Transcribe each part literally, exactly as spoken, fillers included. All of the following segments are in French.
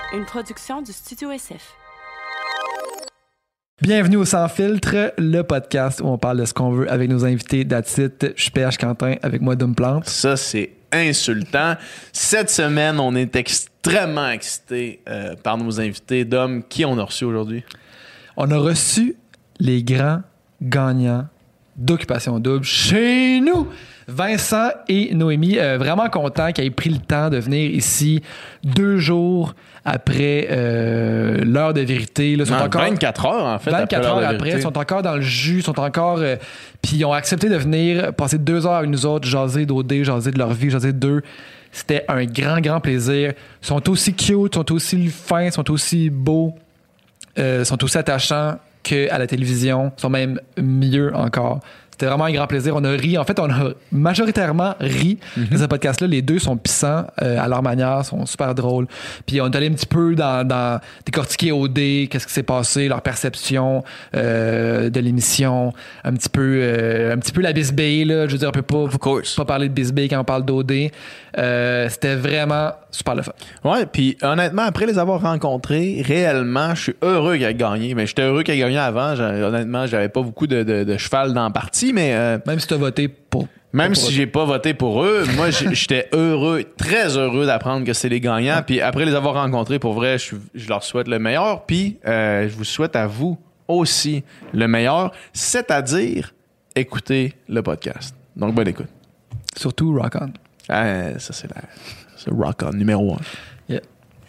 une production du Studio S F. Bienvenue au Sans Filtre, le podcast où on parle de ce qu'on veut avec nos invités. That's it. Je suis P H Quentin, avec moi Dom Plante. Ça, c'est insultant. Cette semaine, on est extrêmement excités euh, par nos invités. Dom, qui on a reçu aujourd'hui? On a reçu les grands gagnants d'Occupation Double chez nous. Vincent et Noémie, euh, vraiment contents qu'ils aient pris le temps de venir ici deux jours après euh, l'heure de vérité. Là, sont non, encore, vingt-quatre heures, en fait. vingt-quatre après heures après, ils sont encore dans le jus, sont encore... Euh, puis ils ont accepté de venir passer deux heures avec nous autres, jaser d'O D, jaser de leur vie, jaser d'eux. C'était un grand, grand plaisir. Ils sont aussi cute, sont aussi fins, sont aussi beaux, euh, sont aussi attachants qu'à la télévision, sont même mieux encore. C'était vraiment un grand plaisir. On a ri. En fait, on a majoritairement ri mm-hmm. de ce podcast-là. Les deux sont puissants euh, à leur manière, sont super drôles. Puis on est allé un petit peu dans, dans décortiquer O D, qu'est-ce qui s'est passé, leur perception euh, de l'émission, un petit peu euh, un petit peu la bisbille, là. Je veux dire, on peut pas, pas parler de bisbille quand on parle d'O D. Euh, c'était vraiment super le fun. Ouais, puis honnêtement, après les avoir rencontrés, réellement, je suis heureux qu'ils aient gagné. Mais j'étais heureux qu'ils aient gagné avant. J'ai, honnêtement, j'avais pas beaucoup de, de, de cheval dans la partie. Mais euh, même si tu as voté pour... Même pour si j'ai pas voté pour eux, moi, j'étais heureux, très heureux d'apprendre que c'est les gagnants. Puis après les avoir rencontrés, pour vrai, je, je leur souhaite le meilleur. Puis euh, je vous souhaite à vous aussi le meilleur, c'est-à-dire écouter le podcast. Donc, bonne écoute. Surtout Rock On. Ah, ça, c'est la c'est Rock On numéro un. Yeah.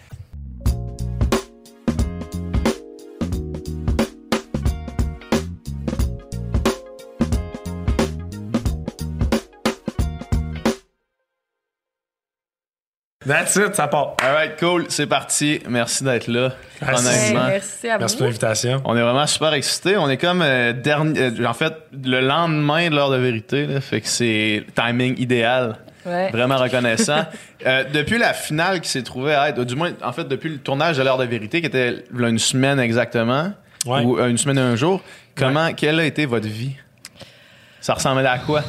That's it, ça part. All right, cool, c'est parti. Merci d'être là. Merci. Honnêtement. Hey, merci à vous. Merci pour l'invitation. On est vraiment super excités. On est comme euh, dernier, euh, en fait, le lendemain de l'heure de vérité, là, fait que c'est timing idéal. Ouais. Vraiment reconnaissant. euh, depuis la finale qui s'est trouvée à être, du moins, en fait, depuis le tournage de l'heure de vérité, qui était là, une semaine exactement, ouais. ou euh, une semaine et un jour, comment, ouais. quelle a été votre vie? Ça ressemblait à quoi?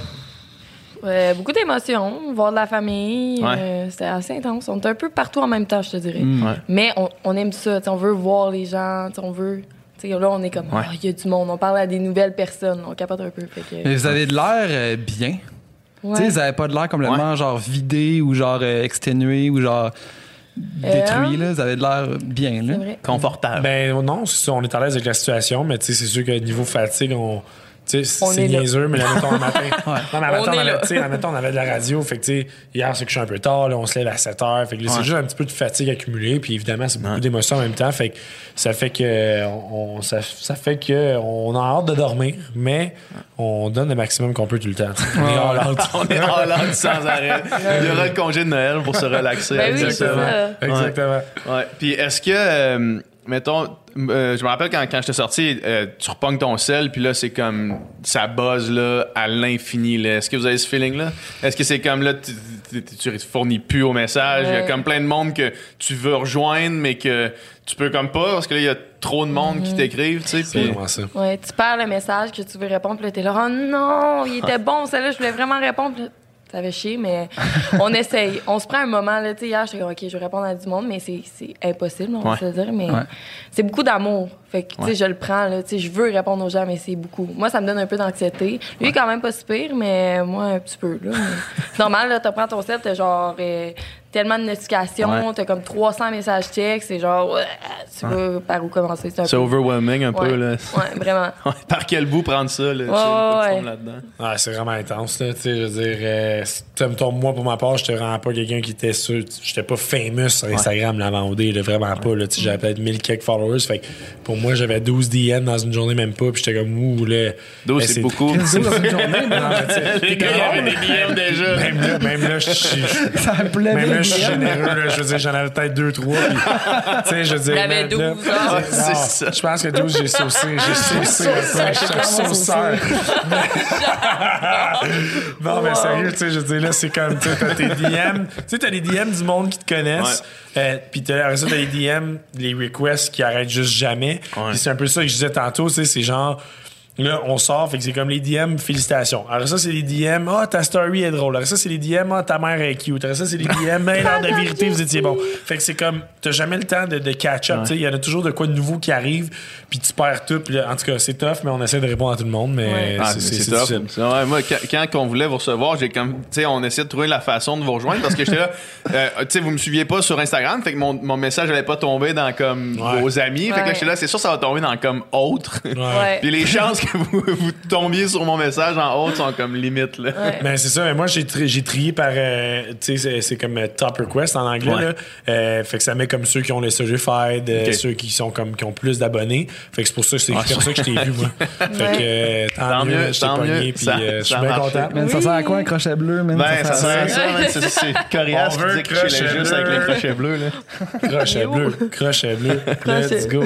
Euh, beaucoup d'émotions, voir de la famille, ouais. euh, c'était assez intense. On était un peu partout en même temps, je te dirais. Mmh, ouais. Mais on, on aime ça, on veut voir les gens, on veut... Là, on est comme, il ouais. oh, y a du monde, on parle à des nouvelles personnes, on capote un peu. Fait que, Mais vous avez de l'air euh, bien. Ouais. Tu sais, vous avez pas de l'air complètement ouais. genre vidé ou genre euh, exténué ou genre détruit. Euh, là. Vous avez de l'air bien. Là. Confortable. Ben non, c'est ça, on est à l'aise avec la situation, mais c'est sûr que niveau fatigue, on... Tu sais, on c'est niaiseux, mais là, mettons, le matin. ouais. Non, mais admettons, on, on, avait, tu sais, admettons, on avait de la radio. Fait que, tu sais, hier, c'est que je suis un peu tard, là, on se lève à sept heures. Fait que là, ouais. c'est juste un petit peu de fatigue accumulée. Puis évidemment, c'est beaucoup ouais. d'émotions en même temps. Fait que ça fait que, on, ça, ça fait que on a hâte de dormir, mais on donne le maximum qu'on peut tout le temps. On est all out. On est all out sans arrêt. Il y aura le congé de Noël pour se relaxer. Ben oui, exactement. c'est ça. Exactement. Ouais. Ouais. Puis est-ce que, euh, mettons, euh, je me rappelle quand, quand j'étais sorti, euh, tu repognes ton sel, puis là, c'est comme, ça buzz là, à l'infini. Là. Est-ce que vous avez ce feeling-là? Est-ce que c'est comme là, tu, tu, tu fournis plus au message? Il ouais. y a comme plein de monde que tu veux rejoindre, mais que tu peux comme pas, parce que là, il y a trop de monde mm-hmm. qui t'écrivent, tu sais. C'est vraiment ça. Ouais, tu perds le message que tu veux répondre, puis là, t'es là, oh non, il était bon, celle-là, je voulais vraiment répondre. Ça avait chier, mais on essaye. On se prend un moment. Là, hier, j'étais comme, OK, je vais répondre à du monde, mais c'est, c'est impossible, on ouais. va se le dire. Mais ouais. c'est beaucoup d'amour. Fait que, tu sais, ouais. je le prends. Là, je veux répondre aux gens, mais c'est beaucoup. Moi, ça me donne un peu d'anxiété. Lui, ouais. quand même pas si pire, mais moi, un petit peu. Là, mais... c'est normal, là, t'as prends ton set, t'as genre euh, tellement de notifications, ouais. t'as comme trois cents messages textes, c'est genre, ouais, tu ouais. veux par où commencer. C'est, un c'est peu... overwhelming un ouais. peu. Là. Ouais, vraiment. Par quel bout prendre ça, là, ouais, ouais. là-dedans? Ouais, c'est vraiment intense, là. Tu sais, je veux dire, euh, moi, pour ma part, j'étais vraiment pas quelqu'un qui était sûr. J'étais pas famous sur Instagram, ouais. l'avant O D, là, vraiment pas. Là, j'avais peut-être mille quelques followers. Fait que pour moi, j'avais douze D M dans une journée, même pas. Puis j'étais comme, ouh, là. douze, c'est, c'est beaucoup. douze dans une journée, mais non, les gars, il y avait des D M déjà. Même là, même là, je suis. Même là, je suis généreux, là. Je veux dire, j'en avais peut-être deux, trois. Tu sais, je veux dire. Il y avait douze, là. C'est ça. Je pense que douze, j'ai saucé. J'ai saucé un peu. J'étais un sauceur. Non, mais sérieux, tu sais, je veux dire, là, c'est comme, tu sais, t'as tes D M. Tu sais, t'as des D M du monde qui te connaissent. Ouais. Euh, puis après ça, t'as les D M, les requests qui arrêtent juste jamais. Ouais. Puis c'est un peu ça que je disais tantôt, tu sais, c'est genre, Là, on sort, fait que c'est comme les D M, félicitations. Alors ça, c'est les D M, ah, oh, ta story est drôle. Alors ça, c'est les D M, ah, oh, ta mère est cute. Alors ça, c'est les D M, ben, l'heure de vérité, vous étiez bon. Fait que c'est comme, t'as jamais le temps de, de catch-up, ouais. tu sais. Il y en a toujours de quoi de nouveau qui arrive, puis tu perds tout. Pis là, en tout cas, c'est tough, mais on essaie de répondre à tout le monde, mais ouais. ah, c'est, c'est, c'est, c'est c'est tough. C'est, ouais, moi, quand, quand on voulait vous recevoir, j'ai comme, tu sais, on essayait de trouver la façon de vous rejoindre parce que j'étais là, euh, tu sais, vous me suiviez pas sur Instagram, fait que mon, mon message allait pas tomber dans comme ouais. vos amis. Fait que là, j'étais là, c'est sûr, ça va tomber dans comme autre. Ouais. Puis les chances que vous, vous tombiez sur mon message en haut sont comme limite là. Ouais. Ben c'est ça, moi j'ai, tri- j'ai trié par euh, tu sais c'est, c'est comme euh, top request en anglais ouais. là. Euh, fait que ça met comme ceux qui ont les certified, euh, okay. ceux qui sont comme qui ont plus d'abonnés. Fait que c'est pour ça que c'est ah, comme ça que je t'ai vu moi. Fait que euh, tant, tant mieux, mieux je t'ai pogné puis euh, je suis bien content. Man, oui. Ça sert à quoi un crochet bleu, man? Ben ça sert à ça, man, c'est, c'est coriace qui dit que je suis juste avec les crochets bleus là. Crochet bleu, crochet bleu. Let's go.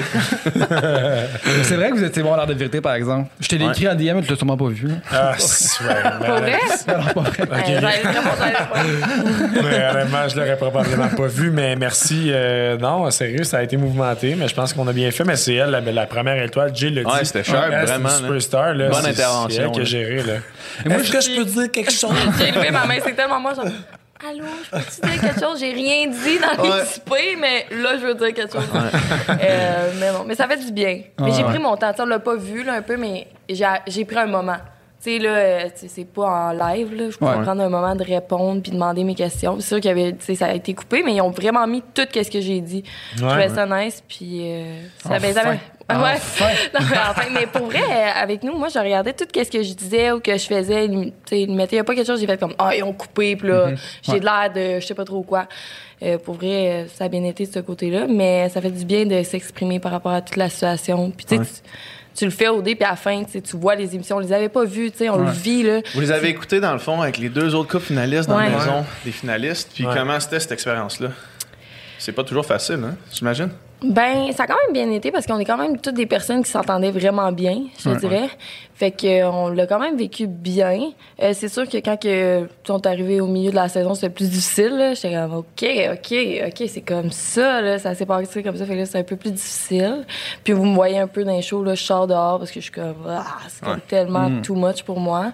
C'est vrai que vous étiez bon à l'heure de vérité par exemple. Je t'ai écrit en D M, tu l'as sûrement pas vu. Ah, c'est vrai. Pas vrai? Non, pas vrai. Okay. Euh, j'allais vraiment, j'allais pas. Mais honnêtement, je l'aurais probablement pas vu, mais merci. Euh, non, sérieux, ça a été mouvementé, mais je pense qu'on a bien fait. Mais c'est elle, la, la première étoile. Jay l'a dit. Ouais, c'était sharp, elle, vraiment. C'est une superstar. Là. Bonne c'est, intervention. C'est elle qui a géré. Là. Et moi, est-ce que je peux dire quelque chose? J'ai levé ma main, c'est tellement moi, genre... Allô, je peux-tu dire quelque chose? J'ai rien dit dans les petits P, mais là, je veux dire quelque chose. Ouais. Euh, mais bon, mais ça fait du bien. Mais j'ai ouais. pris mon temps. T'sais, on l'a pas vu là, un peu, mais j'ai, j'ai pris un moment. Tu sais, là, t'sais, c'est pas en live, là. Je pouvais ouais. prendre un moment de répondre puis demander mes questions. C'est sûr qu'il y avait, t'sais, ça a été coupé, mais ils ont vraiment mis tout ce que j'ai dit. Ouais, je trouvais ouais. ça nice, puis euh, ça avait... Ça avait Ah, ouais. enfin. Non, mais, enfin, mais pour vrai, avec nous, moi, je regardais tout ce que je disais ou que je faisais. Tu sais, il mettait pas quelque chose, j'ai fait comme, ah, ils ont coupé, puis là, mm-hmm. j'ai ouais. de l'air de je sais pas trop quoi. Euh, pour vrai, ça a bien été de ce côté-là, mais ça fait du bien de s'exprimer par rapport à toute la situation. Puis, tu sais, ouais. tu, tu le fais au dé, puis à la fin, tu vois les émissions, on les avait pas vues, tu sais, on ouais. le vit, là. Vous les avez écoutées, dans le fond, avec les deux autres couples finalistes dans ouais. la maison ouais. des finalistes. Puis ouais. comment c'était cette expérience-là? C'est pas toujours facile, hein, j'imagine? Ben, ça a quand même bien été parce qu'on est quand même toutes des personnes qui s'entendaient vraiment bien, je ouais, dirais. Ouais. Fait qu'on l'a quand même vécu bien. Euh, c'est sûr que quand que, on est arrivé au milieu de la saison, c'était plus difficile. Là. J'étais comme, OK, OK, OK, c'est comme ça. Là. Ça s'est passé comme ça. Fait que là, c'est un peu plus difficile. Puis vous me voyez un peu dans les shows, là, je sors dehors parce que je suis comme, ah, c'est comme ouais. tellement mm. too much pour moi.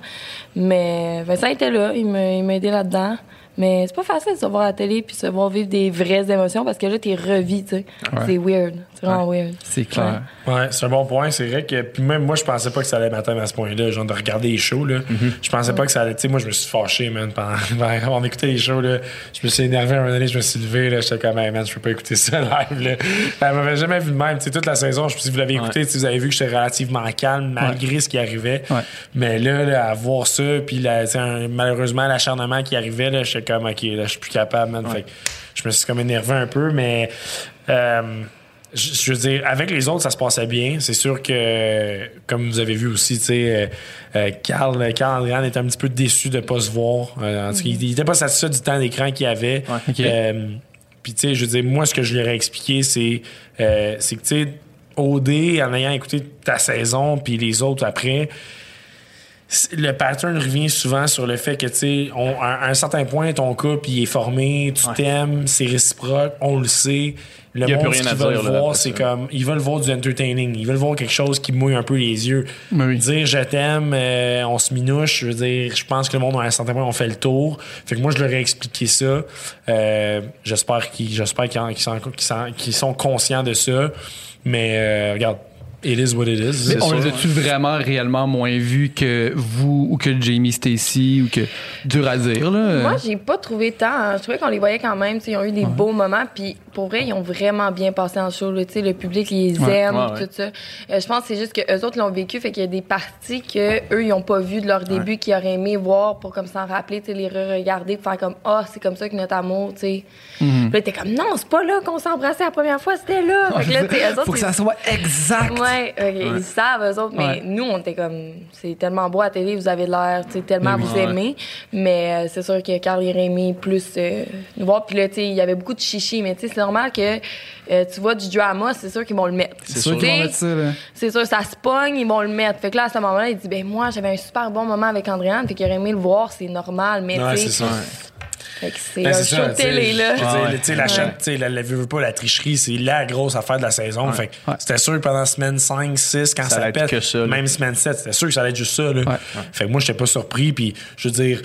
Mais Vincent était là. Il m'a, il m'a aidé là-dedans. Mais c'est pas facile de se voir à la télé puis de se voir vivre des vraies émotions parce que là, t'es revis, tu sais. Ouais. C'est weird. C'est vraiment ouais. weird. C'est clair. Ouais. ouais, c'est un bon point. C'est vrai que puis même moi, je pensais pas que ça allait m'atteindre à ce point-là, genre de regarder les shows, là. Mm-hmm. Je pensais pas que ça allait... Tu sais, moi, je me suis fâché, man, pendant... on écoutait les shows, là. Je me suis énervé à un moment donné, je me suis levé, là. J'étais comme, hey, man, je peux pas écouter ça live, là. Elle m'avait jamais vu de même. Tu sais, toute la saison, je sais pas si vous l'avez écouté, ouais. vous avez vu que j'étais relativement calme malgré ouais. ce qui arrivait. Ouais. Mais là, là, à voir ça, puis là, un, malheureusement, l'acharnement qui arrivait, là, j'étais comme, OK, là, je suis plus capable, man. Ouais. Fait que je me suis comme énervé un peu, mais euh, je, je veux dire, avec les autres, ça se passait bien. C'est sûr que, comme vous avez vu aussi, tu sais, euh, Carl, Carl Andréane était un petit peu déçu de ne pas se voir. Euh, en tout cas, mm-hmm. il n'était pas satisfait du temps d'écran qu'il avait. Ouais, okay. euh, Puis, tu sais, je veux dire, moi, ce que je lui aurais expliqué, c'est, euh, c'est que, tu sais, O D, en ayant écouté ta saison, puis les autres après, le pattern revient souvent sur le fait que, tu sais, à un certain point, ton couple, il est formé, tu ouais. t'aimes, c'est réciproque, on le sait. Le monde, ce qu'ils veulent voir, là, c'est comme... Ils veulent voir du entertaining. Ils veulent voir quelque chose qui mouille un peu les yeux. Oui. Dire « je t'aime euh, », on se minouche. Je veux dire, je pense que le monde, à un certain point, on fait le tour. Fait que moi, je leur ai expliqué ça. Euh, j'espère qu'ils, j'espère qu'ils, qu'ils, sont, qu'ils, sont, qu'ils sont conscients de ça. Mais euh, regarde, it is what it is. Mais on les a-tu ouais. vraiment réellement moins vus que vous ou que Jamie Stacy ou que dur à dire là? Moi, j'ai pas trouvé tant. Hein. Je trouvais qu'on les voyait quand même. Ils ont eu des ouais. beaux moments. Puis pour vrai, ils ont vraiment bien passé en show. Là, le public les ouais. aime, ouais, ouais. tout ça. Euh, je pense que c'est juste qu'eux autres l'ont vécu. Fait qu'il y a des parties qu'eux, ils n'ont pas vues de leur début, ouais. qu'ils auraient aimé voir pour comme s'en rappeler, les re-regarder, pour faire comme ah, oh, c'est comme ça que notre amour. Mm-hmm. Puis là, t'es comme non, c'est pas là qu'on s'embrassait la première fois, c'était là. Fait que là, eux autres, faut que ça soit exact. Ouais, okay, ouais. Ils savent, eux autres. Mais ouais. nous, on était comme c'est tellement beau à la télé, vous avez l'air tellement vous ouais. aimez. Mais euh, c'est sûr que Carl aurait aimé plus euh, nous voir. Puis là, tu sais, il y avait beaucoup de chichi. Mais tu sais, c'est normal que euh, tu vois du drama, c'est sûr qu'ils vont le mettre. C'est sûr qu'ils vont mettre ça, là. C'est sûr, ça se pogne, ils vont le mettre. Fait que là, à ce moment-là, il dit, ben moi, j'avais un super bon moment avec Andréane, fait qu'il aurait aimé le voir, c'est normal. Mais ouais, tu sais. Fait que c'est Ben, un c'est show ça, de télé, t'sais, là. je veux dire, Ouais. tu sais, la chaîne, tu sais, la, la, veux pas, la tricherie, c'est la grosse affaire de la saison. Fait que Ouais. c'était sûr que pendant semaine cinq, six, quand Ça ça, allait être pète, que ça, là. même semaine sept, c'était sûr que ça allait être juste ça, là. Fait que moi, j'étais pas surpris, puis je veux dire,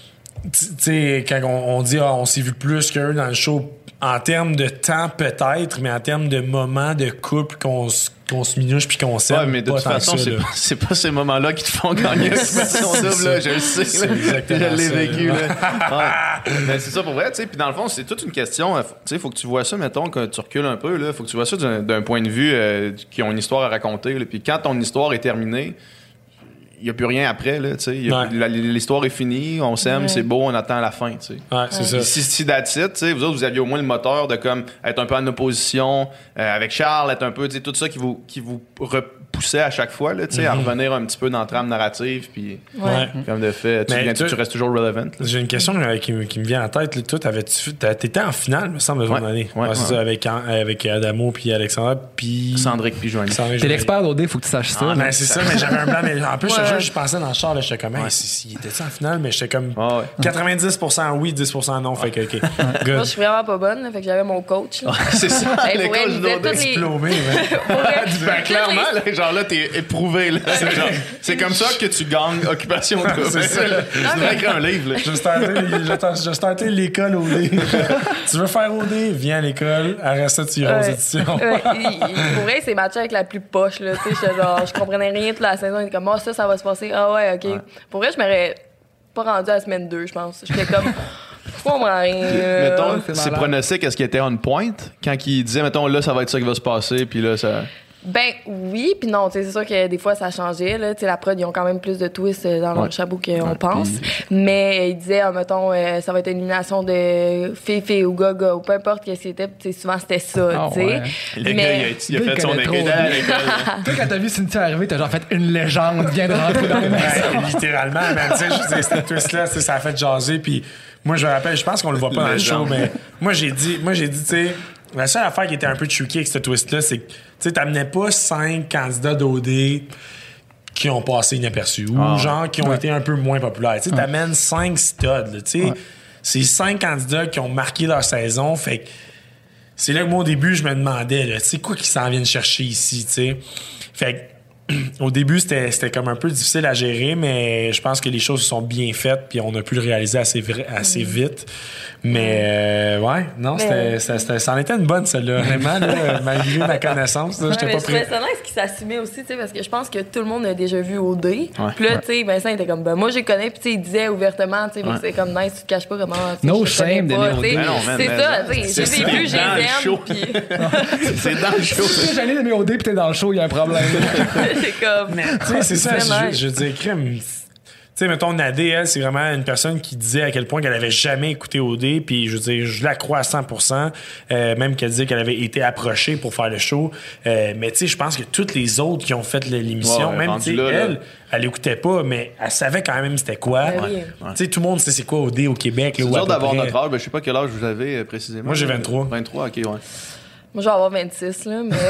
tu sais, quand on, on dit, ah, on s'est vu plus qu'eux dans le show, en termes de temps, peut-être, mais en termes de moments de couple qu'on se qu'on se minouche puis qu'on s'aime. Ouais, mais de pas toute tant que façon, ça, c'est là. pas, c'est pas ces moments-là qui te font gagner Occupation Double, là. Je le sais, C'est là. exactement Je l'ai ça, vécu, là. là. Ouais. Mais c'est ça pour vrai, tu sais. Puis dans le fond, c'est toute une question. Tu sais, faut que tu vois ça, mettons, que tu recules un peu, là. Faut que tu vois ça d'un, d'un point de vue euh, qui ont une histoire à raconter, là. Puis quand ton histoire est terminée, il n'y a plus rien après, là, tu sais. Il y a- Ouais. la- L'histoire est finie, on s'aime, Ouais. c'est beau, on attend la fin, tu sais. Ouais, c'est ça. Puis si, si that's it, tu sais, vous autres, vous aviez au moins le moteur de comme être un peu en opposition euh, avec Charles, être un peu, tu sais, tout ça qui vous, qui vous repoussait à chaque fois, là, tu sais, à revenir un petit peu dans la trame narrative, puis Ouais. comme de fait, tu, Mais viens- tu- tu restes toujours relevant. là. J'ai une question euh, qui, me- qui me vient en tête. Là. Toi, t'avais-tu- t'as- t'étais en finale, me semble, de ton Ouais. année. Ouais, Ouais, c'est ouais. ça, avec, An- avec Adamo puis Alexandra. Puis. Cendric puis Joanie. Sandrine T'es Joanie. l'expert d'O D, faut que tu saches ça. Ah, là. ben, c'est ça, mais j'avais un blanc. Mais en plus, je te Ouais. jure, je pensais dans le char, là, j'étais comme, hey, si, si, il était en finale, mais j'étais comme Ah ouais. quatre-vingt-dix pour cent oui, dix pour cent non. Fait que, OK. Moi, je Good. suis vraiment pas bonne, là, fait que j'avais mon coach. Là. C'est ça, Hey, pour l'école elle, il disait d'O D. toutes les- Diplômé, mais. Pour vrai, Ben, toutes clairement, les- là, genre là, t'es éprouvé. Là. C'est, genre- c'est comme ça que tu gagnes Occupation Double. C'est ça, là. Tu devrais écrire un livre. Là. J'ai starté, j'ai- j'ai starté l'école O D. Tu veux faire O D? Viens à l'école. Après ça, tu iras aux Ouais. éditions. Ouais, il- il- pour vrai, c'est matché avec la plus poche, là. Tu sais, j'étais genre, je comprenais rien toute la saison. Il était comme, oh, ça, ça va se passer. Ah ouais, OK. Pour vrai, je m'aurais pas rendu à la semaine deux, je pense. J'étais comme, pourquoi on me rend rien? euh, Mettons, c'est ses malade. pronostics, est-ce qu'il était on point? Quand il disait, mettons, là, ça va être ça qui va se passer, puis là, ça. Ben oui, puis non, tu sais, c'est sûr que des fois ça changeait là, tu sais la prod ils ont quand même plus de twists euh, dans Ouais. leur chapeau qu'on Ouais, pense. puis- Mais ils disaient ah, mettons euh, ça va être une élimination de fille fille ou gars gars ou peu importe ce que c'était, tu sais souvent c'était ça, Ah, tu sais. ouais. Le gars, Mais il a, il a Le gars, fait il son connaît trop, école lui. à l'école. là. Toi, quand t'as vu Cynthia arriver, t'as genre fait une légende vient de rentrer dans les mains. Ouais, littéralement, man, tu sais, je veux dire, cette twist-là, tu sais, ça a fait jaser, puis moi, je me rappelle, je pense qu'on le voit pas dans le show, Légende. mais moi, j'ai dit, moi, j'ai dit, tu sais, la seule affaire qui était un peu tricky avec ce twist-là, c'est que, tu sais, t'amenais pas cinq candidats d'O D qui ont passé inaperçus, ou Ah, genre qui ont ouais. été un peu moins populaires. Tu sais, t'amènes cinq studs, là, tu sais. Ouais. C'est cinq candidats qui ont marqué leur saison, fait que c'est là que moi, au début, je me demandais, là, tu sais, quoi qu'ils s'en viennent chercher ici, tu sais. Fait que, au début, c'était c'était comme un peu difficile à gérer, mais je pense que les choses se sont bien faites, puis on a pu le réaliser assez, vra- assez vite. Mais, euh, ouais, non, c'était, ça, c'était- ça en était une bonne, celle-là. Vraiment, là, malgré ma connaissance, là, Ouais, j'étais mais pas je trouvais prêt. ça nice qu'il s'assumait aussi, tu sais, parce que je pense que tout le monde a déjà vu O D. Ouais. Puis là, tu sais, Vincent était comme, ben moi, je les connais, puis tu sais, il disait ouvertement, tu sais, fait que Ouais. c'est comme nice, tu te caches pas comment. tu sais, No je te connais shame pas, d'aimer tu sais. O D. Ben non, man, C'est mais ça, ça, tu sais, c'est j'ai vécu, ça, j'ai dans le show. les aime, puis C'est dans le show. Si j'allais d'aimer O D pis t'es dans le show, il y a un problème. c'est comme. Tu sais, c'est ça, Vraiment. je, je veux dire, crème. Tu sais, mettons, Nadé, elle, c'est vraiment une personne qui disait à quel point qu'elle avait jamais écouté O D, puis je veux dire, je la crois à cent pour cent, euh, même qu'elle disait qu'elle avait été approchée pour faire le show. Euh, mais tu sais, je pense que toutes les autres qui ont fait l'émission, Ouais, même, rendu tu sais, là, là. elle, elle écoutait pas, mais elle savait quand même c'était quoi. Ben oui. Tu sais, tout le monde sait c'est quoi O D au Québec. C'est là, ou à dur peu d'avoir près. notre âge. Ben, je sais pas quel âge vous avez euh, précisément. Moi, j'ai vingt-trois. vingt-trois, ok, ouais. Moi, je vais avoir vingt-six, là, mais.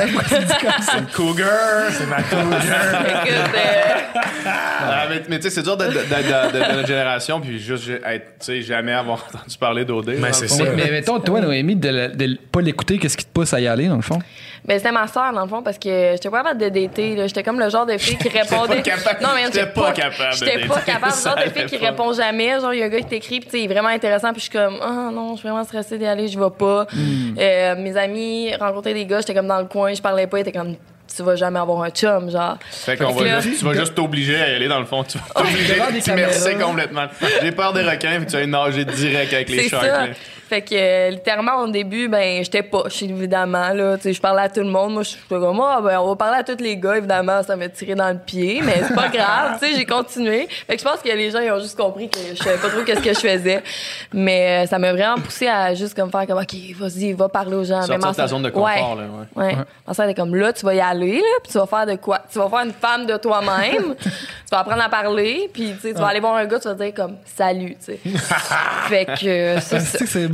Cougar, c'est ma cougar. Écoute, euh, Ah, mais mais tu sais, c'est dur d'être de, de- de- de- de notre génération, puis juste être, tu sais, jamais avoir entendu parler d'O D. Mais dans c'est le ça. fond. mais, mais mettons, toi, Noémie, de, le- de pas l'écouter, qu'est-ce qui te pousse à y aller, dans le fond? ben, c'était ma soeur, dans le fond, parce que j'étais pas capable de dater, là. J'étais comme le genre de fille qui répondait. pas capable- Non, mais j'étais pas capable de J'étais pas dater. capable. Le Ça genre de allait fille qui pas. répond jamais. Genre, il y a un gars qui t'écrit, puis tu sais, il est vraiment intéressant, puis je suis comme, ah non, je suis vraiment stressée d'y aller, je vais pas. Hmm. Euh, mes amis rencontraient des gars, j'étais comme dans le coin, je parlais pas, ils étaient comme, tu vas jamais avoir un chum, genre. Fait qu'on Fait que va là- juste, tu vas juste t'obliger à y aller dans le fond. Tu vas t'obliger devant à des t'immerser caméras. complètement. J'ai peur des requins, puis tu vas nager direct avec les C'est sharks. ça. là. Fait que euh, littéralement au début, ben j'étais poche évidemment là, tu sais, je parlais à tout le monde, moi je suis comme ah ben on va parler à tous les gars évidemment, ça m'a tiré dans le pied, mais c'est pas grave, tu sais, j'ai continué. Fait que je pense que les gens ils ont juste compris que je savais pas trop qu'est-ce que je faisais, mais euh, ça m'a vraiment poussé à juste comme faire comme OK, vas-y, va parler aux gens. Sortir Mais ma de ta sœur- zone de confort, ouais, là, ouais. Ouais. Ma soeur était comme là, tu vas y aller là, puis tu vas faire de quoi Tu vas faire une femme de toi-même, tu vas apprendre à parler, puis tu sais, tu vas aller voir un gars, tu vas dire comme salut, tu sais. Fait que euh, ça, Tu ça- sais que c'est bon.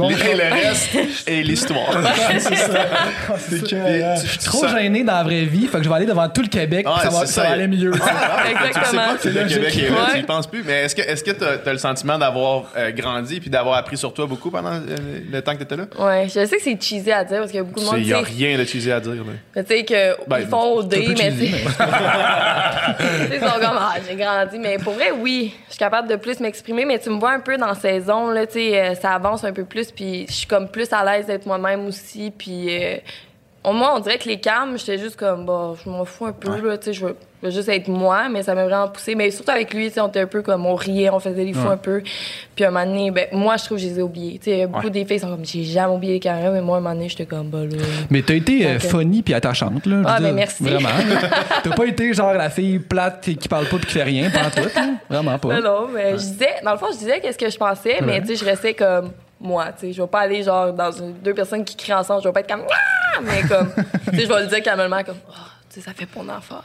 bon Et show. le reste et l'histoire. c'est ça. C'est que. Je suis trop gêné dans la vraie vie, fait que je vais aller devant tout le Québec, Ah, puis ça va, c'est ça va ça. aller mieux. tu sais. Tu sais pas que le Québec est là, Ouais. tu y penses plus. Mais est-ce que est-ce que t'as as le sentiment d'avoir euh, grandi puis d'avoir appris sur toi beaucoup pendant euh, le temps que t'étais là? Ouais, je sais que c'est cheesy à dire parce qu'il y a beaucoup de monde, Il tu y a sais, rien de cheesy à dire. Là. mais tu sais, que Ben, ils font au C'est un dé, peu mais cheesy, tu sais, tu sais, ils sont comme, ah, j'ai grandi. Mais pour vrai, oui, je suis capable de plus m'exprimer, mais tu me vois un peu dans la saison, là, tu sais, euh, ça avance un peu plus, puis je suis comme plus à l'aise d'être moi-même aussi, puis euh, on- moi, on dirait que les calmes, j'étais juste comme, bah, je m'en fous un peu, là, tu sais, je veux, je veux juste être moi, mais ça m'a vraiment poussé. Mais surtout avec lui, tu sais, on était un peu comme, on riait, on faisait des fous un peu. Puis un moment donné, ben, moi, je trouve que je les ai oubliés. Tu sais, beaucoup Ouais. des filles sont comme, j'ai jamais oublié les carrés, mais moi, un moment donné, j'étais comme, bah, là. Mais t'as été euh, Ok. funny puis attachante, là. je Ah, veux ben dire. merci. Vraiment. là. T'as pas été genre la fille plate qui parle pas puis qui fait rien, pas en tout, là. Vraiment pas. Non, non, mais je disais, dans le fond, je disais qu'est-ce que je pensais, mais tu sais, je restais comme moi, tu sais. Je vais pas aller genre dans une, deux personnes qui crient ensemble, je vais pas être comme, ah! Mais comme, tu sais, je vais le dire calmement, comme, oh, tu sais, ça fait pour mon enfant.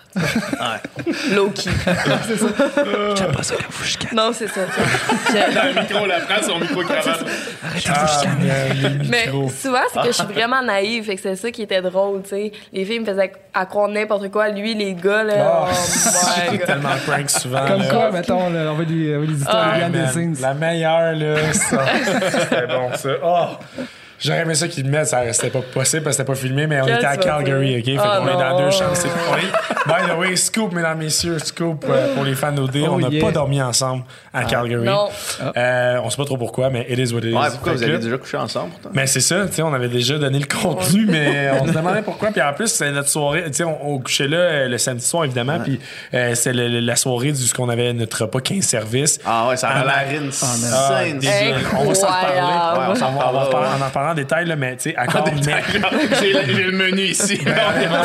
Low-key. J'aime pas ça quand vous chicanez. Non, c'est ça. tu sais. Je- Dans le micro, la prend son micro-cravate. Arrêtez de vous Ah, chicaner. euh, les Mais micros. souvent, c'est que je suis vraiment naïve, fait que c'est ça qui était drôle, tu sais. Les filles me faisaient à croire n'importe quoi. Lui, les gars, là, Ah, oh my j'ai God. tellement prank souvent. Comme là. quoi, mettons, là, on veut des, on veut des histoires Ah, behind the Man, scenes. la meilleure, là, ça. C'était bon, ça. Oh! J'aurais aimé ça qu'ils le mettent, ça restait pas possible parce que c'était pas filmé, mais on Quel était à Calgary, OK? Fait Ah, qu'on est dans non. deux chambres séparées. By the way, scoop, mesdames, messieurs, scoop euh, pour les fans d'O D. Oh, on n'a yeah. pas dormi ensemble à Calgary. Non. Euh, on sait pas trop pourquoi, mais it is what it is. Ouais, pourquoi Fait vous que avez là- déjà couché ensemble pourtant? Mais c'est ça, tu sais, on avait déjà donné le contenu, mais on se demandait pourquoi. Puis en plus, c'est notre soirée, tu sais, on, on couchait là euh, le samedi soir, évidemment, puis euh, c'est le- le- la soirée du ce qu'on avait notre repas quinze services. Ah ouais, ça a Ah, l'air Ah, insane. déjà, on va s'en reparler. Incroyable. Ouais, on s'en On va- on va en reparlera, parler- ouais. en en parlant en détail, là, mais tu sais, accord, mais... j'ai, le- j'ai le menu ici. on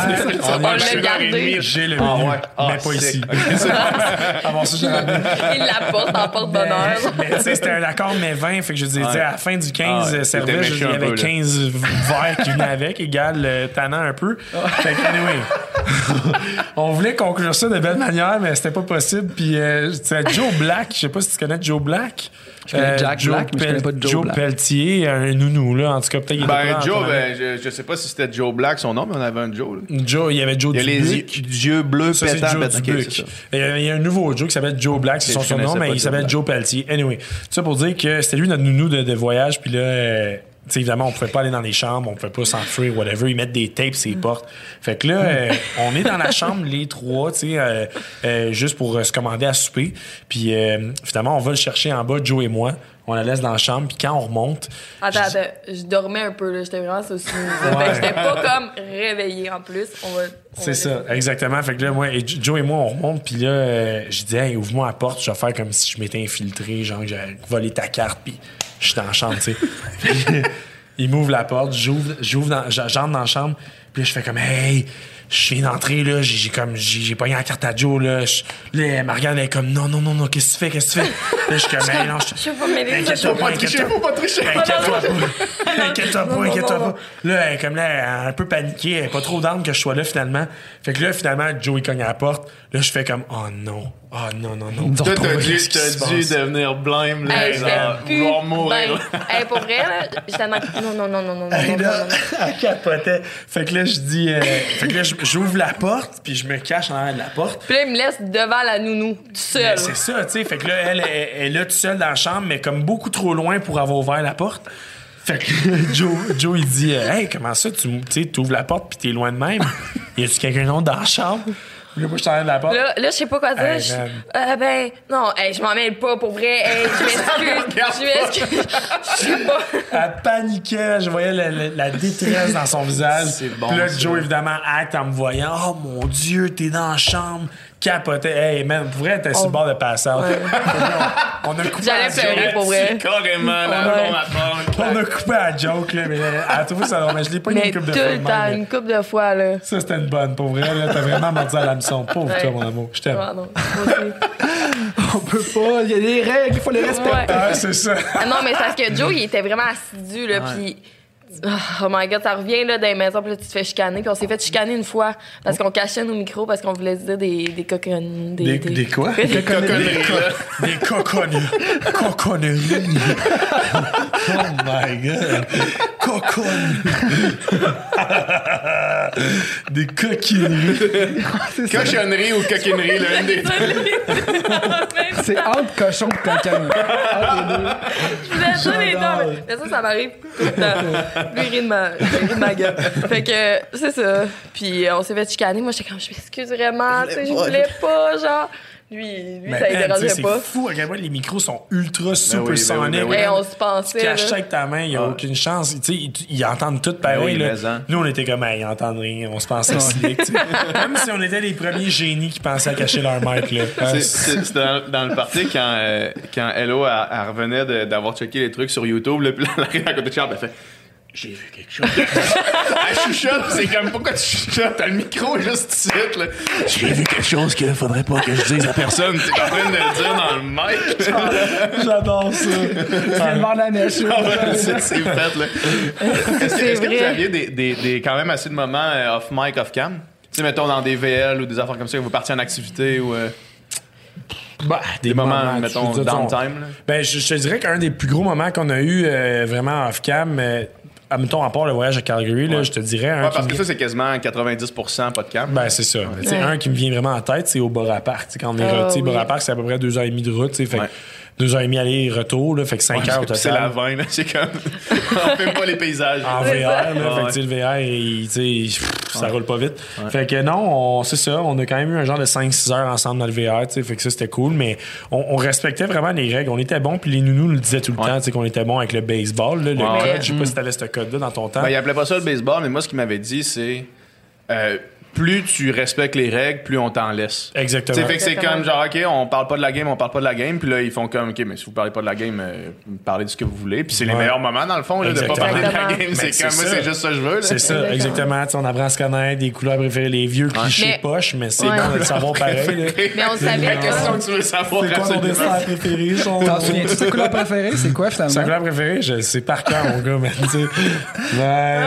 On est- l'a gardé. J'ai le Ah menu, ouais. Ah, mais pas sick. ici. Ok, c'est bon. Avant ça, j'ai ramené. Il la porte en porte-bonheur. Mais, mais tu sais, c'était un accord, mais vingt. Fait que je disais, Ouais. à la fin du quinze Ah ouais, services, t'étais je dis, il y méchant un avait peu, là. quinze verres qui venaient avec, égal euh, tannant un peu. Fait que, anyway, on voulait conclure ça de belle manière, mais c'était pas possible. Puis, euh, c'était Joe Black. Je sais pas si tu connais Joe Black. Je connais Jack Joe Black, mais je connais pas Joe Joe Black. Pelletier, un nounou, là. En tout cas, peut-être il était Ben, pas Joe, en- ben, je, je sais pas si c'était Joe Black son nom, mais on avait un Joe. Là. Joe, il y avait Joe Il y a les yeux, Dubuc. yeux bleus Ça, c'est pétants. Joe pétants. Ok, Dubuc. c'est ça. Il y a- il y a un nouveau Joe qui s'appelle Joe Black, c'est Ok, son je surnom, connaissais mais pas il Joe s'appelle Black. Joe Pelletier. Anyway, tout ça pour dire que c'était lui notre nounou de, de voyage, puis là, euh, tu sais, évidemment, on pouvait pas aller dans les chambres, on pouvait pas s'enfuir, whatever, ils mettent des tapes sur les portes. Fait que là, euh, on est dans la chambre, les trois, tu sais, euh, euh, juste pour euh, se commander à souper. Puis euh, finalement, on va le chercher en bas, Joe et moi. On la laisse dans la chambre, puis quand on remonte, Attends, attends, je dormais un peu, là. J'étais vraiment sous Fait que j'étais pas comme réveillée en plus. On va. on c'est va ça, laisser. exactement. Fait que là, moi, et Joe et moi, on remonte, puis là, euh, je dis, hey, ouvre-moi la porte, je vais faire comme si je m'étais infiltré, genre que j'avais volé ta carte, puis je suis dans la chambre, tu sais. Puis, il m'ouvre la porte, j'ouvre, j'ouvre dans, j'entre dans la chambre, puis là, je fais comme, hey, je viens d'entrer, là, j'ai, j'ai comme, j'ai, j'ai pogné la carte à Joe, là. Je- là, elle me regarde, elle est comme, non, non, non, non, qu'est-ce que tu fais, qu'est-ce que tu fais? Là, je suis comme, hey, non, je Je veux pas mêler ça, je Inquiète-toi veux pas, pas. inquiète-toi Faut pas tricher. Inquiète-toi pas. Inquiète-toi pas, inquiète-toi pas. Là, elle est comme là, elle est un peu paniquée, elle est pas trop d'âme que je sois là finalement. Fait que là, finalement, Joe il cogne à la porte. Là, je fais comme, oh non, oh non, non, non. Ils nous ont Toi, t'as retrouvés. dû, Qu'est-ce qui se t'as dû passe? devenir blême, là, Hey, genre, j'étais plus vouloir mourir. ben. Hey, pour vrai, là, j'étais dans... Non, non, non, non, non, non, Hey, non, là, non, non. elle capotait. Fait que là, je dis, euh, fait que là, j'ouvre la porte, puis je me cache en arrière de la porte. Puis là, il me laisse devant la nounou, tout seul. Ben, c'est ça, tu sais. Fait que là, elle, elle, elle est là toute seule dans la chambre, mais comme beaucoup trop loin pour avoir ouvert la porte. Fait que Joe, Joe il dit, euh, hey, comment ça, tu sais, ouvres la porte puis t'es loin de même? Y a-tu quelqu'un d'autre dans la chambre? Puis là, moi, je t'enlève de la porte. Là, là je sais pas quoi dire. Hey, Je- man. euh, ben, non, hey, je m'en mêle pas, pour vrai. Hey, je m'excuse. Je m'excuse. Je sais pas. Elle paniquait, je voyais la, la- la détresse dans son visage. C'est bon, Puis là, ça. Joe, évidemment, acte en me voyant. Oh mon Dieu, t'es dans la chambre. Capotait. Hey, man, pour vrai, t'es sur le bord de passer out. On a coupé J'allais à pleurer, joke. pour vrai. C'est carrément la Ouais. on attend. On a coupé à joke, là, mais elle a trouvé ça drôle. Mais je l'ai pas eu Mais une couple tout de fois. le de temps, même, mais une couple de fois, là. ça, c'était une bonne. Pour vrai, là, t'as vraiment mordu à l'hameçon. Pauvre Ouais. toi, mon amour. Je t'aime. Ah, non, moi aussi. On peut pas, il y a des règles, il faut les respecter. Ouais. Ah, c'est ça. Ah non, mais c'est parce que Joe, il était vraiment assidu, là, puis Oh my God, ça revient là, dans les maisons, puis là, tu te fais chicaner. Puis on s'est fait chicaner une fois parce qu'on cachait nos micros, parce qu'on voulait se dire des, des coconneries. Des, des, des quoi? Des coconneries. Des coconneries. Coconneries. Oh my God. Coconneries. Des coquineries. Cochonnerie ou coquinerie, l'un des deux. C'est entre cochon et coquin. Je voulais dire les deux, mais ça, ça m'arrive tout le temps. Lui, il rit de ma, il rit de ma gueule. Fait que, c'est ça. Puis on s'est fait chicaner. Moi, j'étais comme, je m'excuse vraiment, tu sais, je voulais pas, genre. Lui, lui Mais ça ne man, dérangeait c'est pas. C'est fou à quel point les micros sont ultra super oui, ben oui, soniques. ben oui. Hey, on se pensait. Tu caches là. ça avec ta main, il n'y a Ah. aucune chance. Tu sais, ils, ils entendent tout pareil. Oui, là. mais hein. Nous, on était comme, hey, ils entendent rien. On se pensait slick. tu sais. Comme si on était les premiers génies qui pensaient à cacher leur mic. Là. C'est- c'est- C'était dans, dans le party quand, euh, quand Hello elle, elle revenait de- d'avoir checké les trucs sur YouTube, là, puis là, elle arrive à côté de Charles, elle fait j'ai vu quelque chose. Elle chuchote, c'est comme pourquoi tu chuchotes? T'as le micro juste ici, là. J'ai vu quelque chose qu'il faudrait pas que je dise à personne. T'es en train de le dire dans le mic. J'adore ça. Tu viens de voir la mèche. Ah ouais, c'est c'est fait, là. Est-ce que, C'est est-ce que vous vrai. aviez des, des, des, quand même assez de moments euh, off mic, off cam? Tu sais, mettons dans des V L ou des affaires comme ça, que vous partiez en activité ou. euh, Bah, Des moments, tu mettons, veux dire, on- downtime, là. Ben, je, je te dirais qu'un des plus gros moments qu'on a eu euh, vraiment off-cam, euh, mettons, à part le voyage à Calgary, là, Ouais. je te dirais. Un Ouais, qui parce me- que ça, c'est quasiment quatre-vingt-dix pour cent pas de cam. Ben, c'est ça. Tu sais, Ouais. un qui me vient vraiment en tête, c'est au Bora Park. Tu sais, quand on est Ah, re- tu sais, oui. Bora Park, c'est à peu près deux heures et demie de route. tu sais, Fait que Ouais. deux heures et demie aller-retour, là, fait que cinq heures au Puis c'est la total. vingt, là. C'est comme. On filme pas les paysages. En C'est V R, là, ça. fait que, Ouais. tu sais, le V R, il- tu sais, pff, ça roule pas vite. Fait que non, on- c'est ça, on a quand même eu un genre de cinq six heures ensemble dans le V R, tu sais, fait que ça, c'était cool, mais on, on respectait vraiment les règles. On était bons, puis les nounous nous le disaient tout le Ouais. temps, tu sais, qu'on était bons avec le baseball, là, le Ouais. code. Je sais pas si t'avais ce code-là dans ton temps. Ben, il appelait pas ça le baseball, mais moi, ce qu'il m'avait dit, c'est. euh, plus tu respectes les règles, plus on t'en laisse. Exactement. Tu sais, fait que c'est Exactement. comme genre, OK, on parle pas de la game, on parle pas de la game. Puis là, ils font comme, OK, mais si vous parlez pas de la game, euh, parlez de ce que vous voulez. Puis c'est les Ouais. meilleurs moments, dans le fond, là, de pas Exactement. parler de la Exactement. game. Mais C'est comme, c'est moi, ça. c'est juste ça que je veux. là. C'est ça, Exactement. exactement. Tu sais, on apprend à se connaître, des couleurs préférées, les vieux clichés Mais- poches, mais c'est Ouais. bon de le savoir pareil. là. Mais on savait La que- question que tu veux savoir, C'est quoi ton absolument. dessert préféré, genre? T'en souviens-tu ta couleur préférée? C'est quoi Sa finalement? couleur préférée, je- c'est par cœur, mon gars, mais tu sais. Ouais.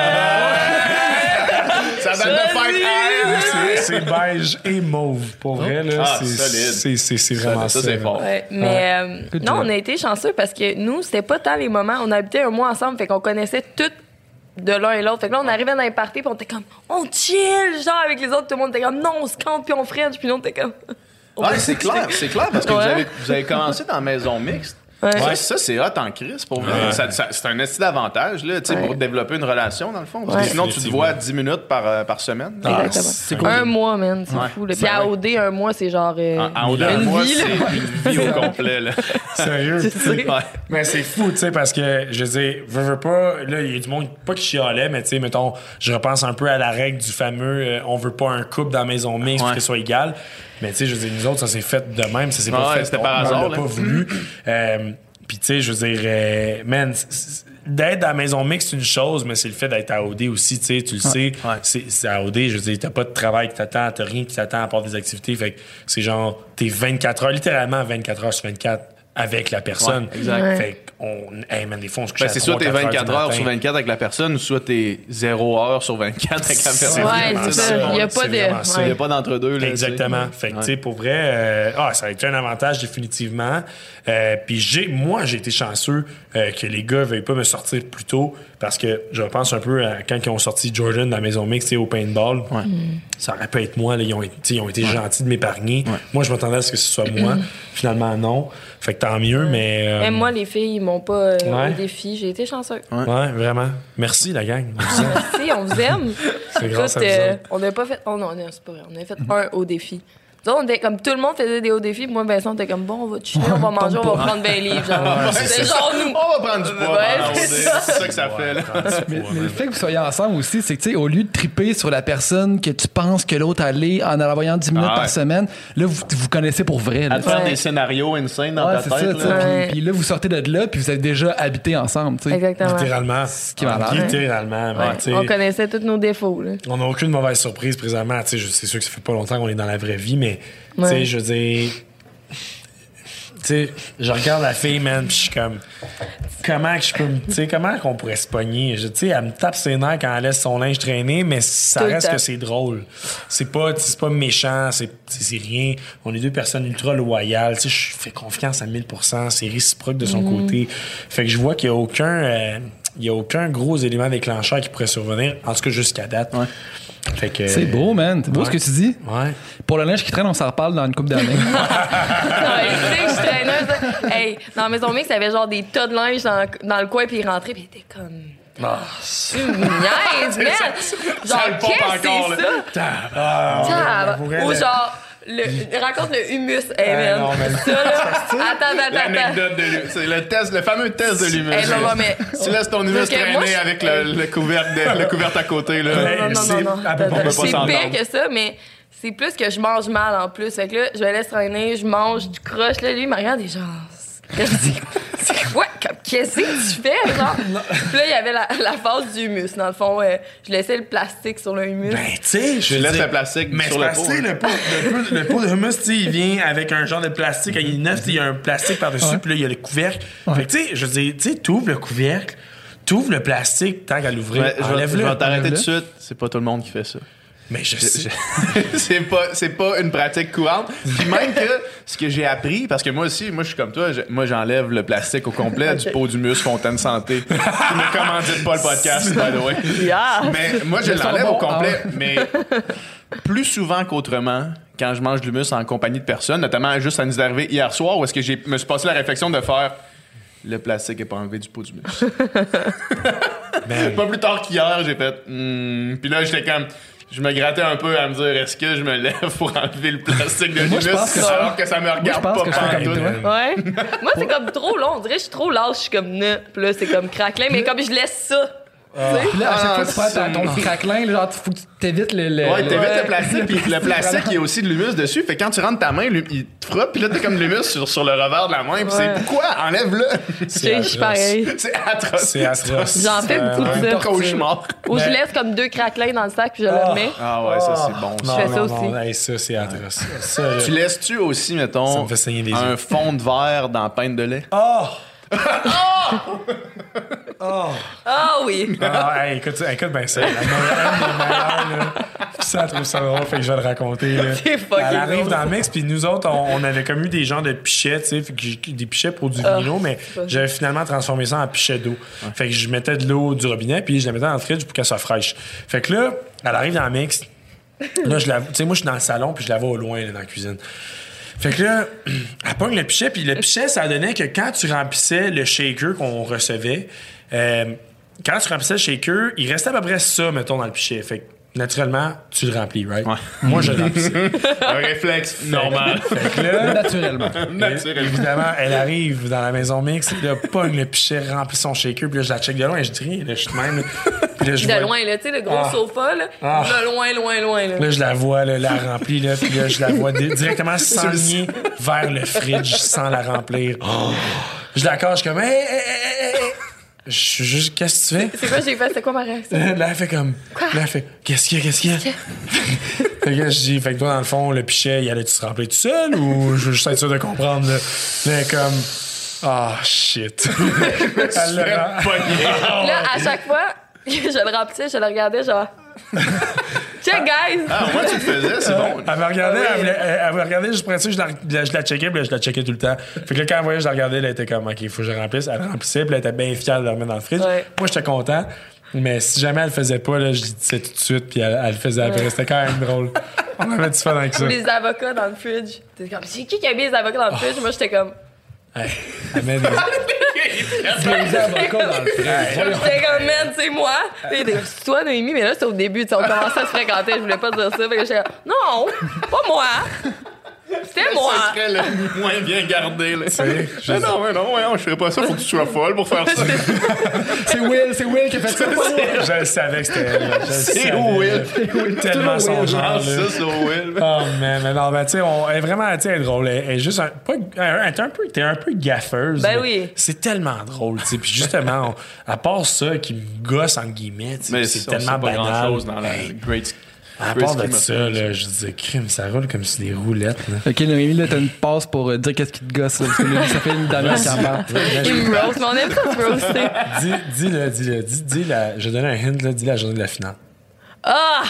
Ça donne de fête. C'est- C'est beige et mauve. Pour vrai, là, Ah, c'est solide. c'est- c'est- c'est vraiment ça. Ça, c'est là. fort. Ouais, mais euh, Good non, job. on a été chanceux parce que nous, c'était pas tant les moments. On habitait un mois ensemble, fait qu'on connaissait tout de l'un et l'autre. Fait que là, on arrivait dans les parties, puis on était comme, on chill, genre avec les autres, tout le monde était comme, non, on se campe, puis on french, puis nous, on était comme. on Ouais, va- c'est clair, c'est clair, parce que vous, Ouais. avez, vous avez commencé dans la maison mixte. Ouais. Ça, ça, c'est hot en crise, pour vrai. Ouais. Ça- ça- c'est un esti d'avantage, là, tu sais, Ouais. pour développer une relation, dans le fond. Parce que Ouais. sinon, tu te vois dix minutes par, euh, par semaine. Ah, Exactement. c'est cool. Un mois, man, c'est Ouais. fou. Là. Puis Ben à ouais. O D, un mois, c'est genre. euh, En, en haut d'un une mois, vie, c'est là. une vie au complet, là. Sérieux. Tu sais. Ouais. Mais c'est fou, tu sais, parce que, je veux dire, veux, veux pas, là, il y a du monde, pas qui chialait, mais tu sais, mettons, je repense un peu à la règle du fameux, euh, on veut pas un couple dans la maison mixte pour Ouais. que ce soit égal. Mais tu sais, je veux dire, nous autres, ça s'est fait de même, ça s'est Ouais, pas fait. c'était on- par on hasard, l'a là. pas voulu. Euh, Puis tu sais, je veux dire, euh, man, c- c- d'être à la maison mixte, c'est une chose, mais c'est le fait d'être à O D aussi, tu sais, tu le sais. Ouais. C'est c'est à O D, je veux dire, t'as pas de travail qui t'attend, t'as rien qui t'attend à part des activités. Fait que c'est genre, t'es vingt-quatre heures, littéralement vingt-quatre heures sur vingt-quatre avec la personne. Ouais, exact. Ouais. Fait qu'on, hey man, des fois, on se couche Ben, à c'est soit trois, t'es quatre vingt-quatre du heures matin. sur vingt-quatre avec la personne, ou soit t'es zéro heure sur vingt-quatre avec la personne. Ouais, vraiment c'est ça. ça. Il n'y a C'est pas de. vraiment ça. Il n'y ouais. a pas d'entre-deux. là, Exactement. tu sais. Fait que, Ouais. tu sais, pour vrai, euh, ah, ça a été un avantage définitivement. Euh, Puis j'ai, moi, j'ai été chanceux euh, que les gars veuillent pas me sortir plus tôt parce que je repense un peu à quand ils ont sorti Jordan de la maison mixte, tu sais, au paintball. Ouais. Ça aurait pu être moi. Là, ils, ont, été- tu sais, ils ont été gentils de m'épargner. Moi, je m'attendais à ce que ce soit moi. Finalement, non. Fait que tant mieux, mais. euh, Même moi, les filles, ils m'ont pas euh, Ouais. au défi. J'ai été chanceux. Ouais, vraiment. Merci, la gang. On vous aime. Si, on vous aime. C'est grâce à Écoute, vous euh, autres. on n'a pas fait. Oh non, non, c'est pas vrai. On a fait un haut défi. Nous autres, on était comme tout le monde faisait des hauts défis. Puis moi, Vincent, était comme bon, on va chiller, on va manger, on va prendre ben livres. Genre, Ouais, c'est c'est ça. genre nous. On va prendre du poids. Ouais, pendant c'est O D. ça. C'est ça que ça fait. Là. Mais, mais le fait que vous soyez ensemble aussi, c'est que, tu sais, au lieu de triper sur la personne que tu penses que l'autre allait en la voyant dix minutes Ah ouais. par semaine, là, vous vous connaissez pour vrai. Là. À te faire Ouais. des scénarios insane dans Ouais, ta c'est tête. ça, là. tu sais. Ouais. Puis, puis là, vous sortez de là, puis vous avez déjà habité ensemble, tu sais. Exactement. Littéralement. qui est malade. Littéralement. mais, Ouais. tu sais, On connaissait tous nos défauts. Là. On n'a aucune mauvaise surprise présentement. Tu sais, je- c'est sûr que ça fait pas longtemps qu'on est dans la vraie vie, mais tu Ouais. sais, je veux dire, sais, je regarde la fille, man, pis je suis comme, comment que je peux me, tu sais, comment qu'on pourrait se pogner? Tu sais, elle me tape ses nerfs quand elle laisse son linge traîner, mais ça Tout le reste temps. que c'est drôle. C'est pas, c'est pas méchant, c'est, c'est rien. On est deux personnes ultra loyales, tu sais, je fais confiance à mille pour cent, c'est réciproque de son Mm-hmm. côté. Fait que je vois qu'il y a aucun, euh, il y a aucun gros élément déclencheur qui pourrait survenir, en tout cas jusqu'à date. Ouais. Fait que, C'est beau, man. C'est beau Ouais. ce que tu dis. Ouais. Pour le linge qui traîne, on s'en reparle dans une couple d'années. Ouais, tu sais, je traînais ça. Hey, dans la maison mixte, il y avait genre des tas de linge dans, dans le coin, puis il rentrait, puis il était comme. Ah. Tu me niaises, man! Genre, Ça le pompe qu'est-ce que encore, c'est ça? Ah, Tab- pour elle, Ou elle- genre, le, raconte le humus. Hey, Ouais, man. non, mais- Ça, là. Attends, attends, attends. L'anecdote de l'humus. C'est le test, le fameux test de l'humus. Hey, non, non, mais. Tu laisses ton humus Parce que moi, traîner je- avec le, le, couvercle de- le couvercle à côté. Là. Ouais. Non, non, c'est- non, non. à peu près, on Attends, peut pas C'est s'entendre. pire que ça, mais c'est plus que je mange mal en plus. Fait que là, je me laisse traîner, je mange du croche. Là, lui, il me regarde et genre. C'est c'est quoi? Comme, qu'est-ce que tu fais? Genre? Puis là, il y avait la, la phase du humus. Dans le fond, euh, je laissais le plastique sur le humus. Ben, tu sais, je Je laisse dis- le plastique mais sur c'est le parce pot. que, tu sais, le pot, le pot, le pot de hummus, tu sais, il vient avec un genre de plastique. Il est neuf, tu sais, il y a un plastique par-dessus, puis là, il y a le couvercle. Fait que, tu sais, je veux dire, tu sais, t'ouvres le couvercle, t'ouvres le plastique tant qu'à l'ouvrir, Ouais, je vais, je enlève-le. vais t'arrêter tout de enlève-le. suite. C'est pas tout le monde qui fait ça. Mais je sais. c'est pas c'est pas une pratique courante. Puis même que ce que j'ai appris, parce que moi aussi, moi je suis comme toi, je- moi j'enlève le plastique au complet du pot d'humus Fontaine Santé qui ne commandite pas le podcast, by the way. Yeah. Mais moi je Le l'enlève au bon, complet, ah mais plus souvent qu'autrement quand je mange de l'humus en compagnie de personnes, notamment juste ça nous est arrivé hier soir où est-ce que j'ai me suis passé la réflexion de faire le plastique est pas enlevé du pot d'humus. Ben, Pas plus tard qu'hier, j'ai fait hmm. Puis là, j'étais comme. Je me grattais un peu à me dire est-ce que je me lève pour enlever le plastique de Moi, je l'humus pense que ça- alors que ça me Moi, je regarde pense pas que je fais pantoute. comme toi. Ouais. Moi, c'est comme trop long. On dirait que je suis trop lâche. Je suis comme ne. Puis là, c'est comme craquelin. Mais comme je laisse ça. Puis là, à chaque Ah, fois que tu prends c'est- ta- ton craquelin, là, genre, il faut que tu t'évites le. le Ouais, le- t'évites Ouais. le plastique, puis le plastique, il y a aussi de l'humus dessus. Fait que quand tu rentres ta main, lui, il te frotte, puis là, t'as comme de l'humus sur, sur le revers de la main. Puis c'est Ouais. pourquoi? Enlève-le! Je sais, je suis pareil. C'est atroce. c'est atroce. J'en fais Euh, beaucoup de Un ça. cauchemar. Ou je Mais- laisse comme deux craquelins dans le sac, puis je Ah. le remets. Ah ouais, ça, c'est bon. Non, ça. fais ça non, aussi. non, hey, ça, c'est atroce. Ça, là. Tu laisses-tu aussi, Ça mettons, me fait saigner les un yeux. fond de verre dans la pinte de lait? Oh! Oh! Ah oui. Ah, hey, écoute, écoute bien ça. La meilleure, une des meilleures, là. Puis ça, elle trouve ça drôle, fait que je vais le raconter. Là. C'est fucking Elle arrive drôle. dans le mix, puis nous autres, on, on avait comme eu des genres de pichets, tu sais, fait que j'ai- des pichets pour du Ah, vino, mais pas j'avais finalement transformé ça en pichet d'eau. Fait que je mettais de l'eau du robinet, puis je la mettais dans le fridge pour qu'elle soit fraîche. Fait que là, elle arrive dans le mix. Là, je la, tu sais, moi, je suis dans le salon, puis je la vois au loin, là, dans la cuisine. Fait que là, elle pogne le pichet, puis le pichet, ça donnait que quand tu remplissais le shaker qu'on recevait, euh, quand tu remplissais le shaker, il restait à peu près ça, mettons, dans le pichet. Fait que, naturellement, tu le remplis, right? Ouais. Moi, je le remplissais. Un réflexe normal. Fait que là, Naturellement. Naturellement. évidemment, elle arrive dans la maison mix, là, pogne le pichet, remplit son shaker, puis là, je la check de loin, et je dis rien, là, je suis de même. là. Puis là, je De vois- loin, là, tu sais, le gros Ah. sofa, là. Ah. De loin, loin, loin, là. Là, je la vois, là, la remplie, là, puis là, je la vois di- directement s'enligner vers le fridge sans la remplir. Je la cache comme, hey, hey, hey, hey, hey. Je suis juste, qu'est-ce que tu fais? C'est quoi j'ai fait? C'est quoi ma réaction? Là, elle fait comme, là, elle fait, qu'est-ce qu'il y a, qu'est-ce qu'il y a? Fait que je dis, fait que toi, dans le fond, le pichet, il allait-tu se remplir tout seul ou je veux juste être sûr de comprendre, là? Là, elle est comme, ah, shit. Elle l'a- Puis là, à chaque fois que je le remplissais, je le regardais, genre. Check, guys! Ah, moi, tu le faisais, c'est bon. Elle me regardait, elle, voulait- elle, elle me regardait juste pour être sûr, je la, je la checkais, puis là, je la checkais tout le temps. Fait que là, quand elle voyait, je la regardais, elle était comme, OK, il faut que je remplisse. Elle remplissait, puis elle était bien fière de le remettre dans le fridge. Ouais. Moi, j'étais content, mais si jamais elle le faisait pas, là, je lui disais tout de suite, puis elle, elle le faisait après. C'était quand même drôle. On avait du fun avec ça. Ou les avocats dans le fridge. T'es comme, c'est qui qui a mis les avocats dans le fridge? Moi, j'étais comme. Hey, elle met des- Des avocats dans le fridge. J'étais comme, man, c'est moi. Puis il était comme, c'est toi, Noémie, mais là, c'est au début, tu sais, on commençait à se fréquenter, je voulais pas dire ça. Fait que j'étais comme, non, pas moi. C'était moi. Le secret le moins bien gardé, là. sais, Mais non, mais non, ouais, non, je ferais pas ça, faut que tu sois folle pour faire ça. C'est Will, c'est Will qui a fait ça. Je le savais que c'était elle. là. Je le C'est savais. Will. Tellement son Will, genre. Ah, là. ça, c'est Will. Oh man, mais non, ben tu sais, on- elle est vraiment, tu sais, elle est drôle. Elle est juste un, pas, elle est un peu, t'es un peu gaffeuse. Ben mais oui. C'est tellement drôle, tu sais. Puis justement, on- à part ça qui me gosse entre guillemets, tu sais, Mais c'est c'est tellement pas banal. grand chose dans la Great. À part de ça, là, je disais, crime, ça roule comme sur des roulettes. Là. Ok, Noémie, là, t'as une passe pour euh, dire qu'est-ce qui te gosse, là, parce que là, ça fait une dernière qui en parle. Il me roast, mais on aime ça se roaster. Dis, dis-le, dis-le, dis, dis la, je vais donner un hint, là, dis la journée de la finale. Ah!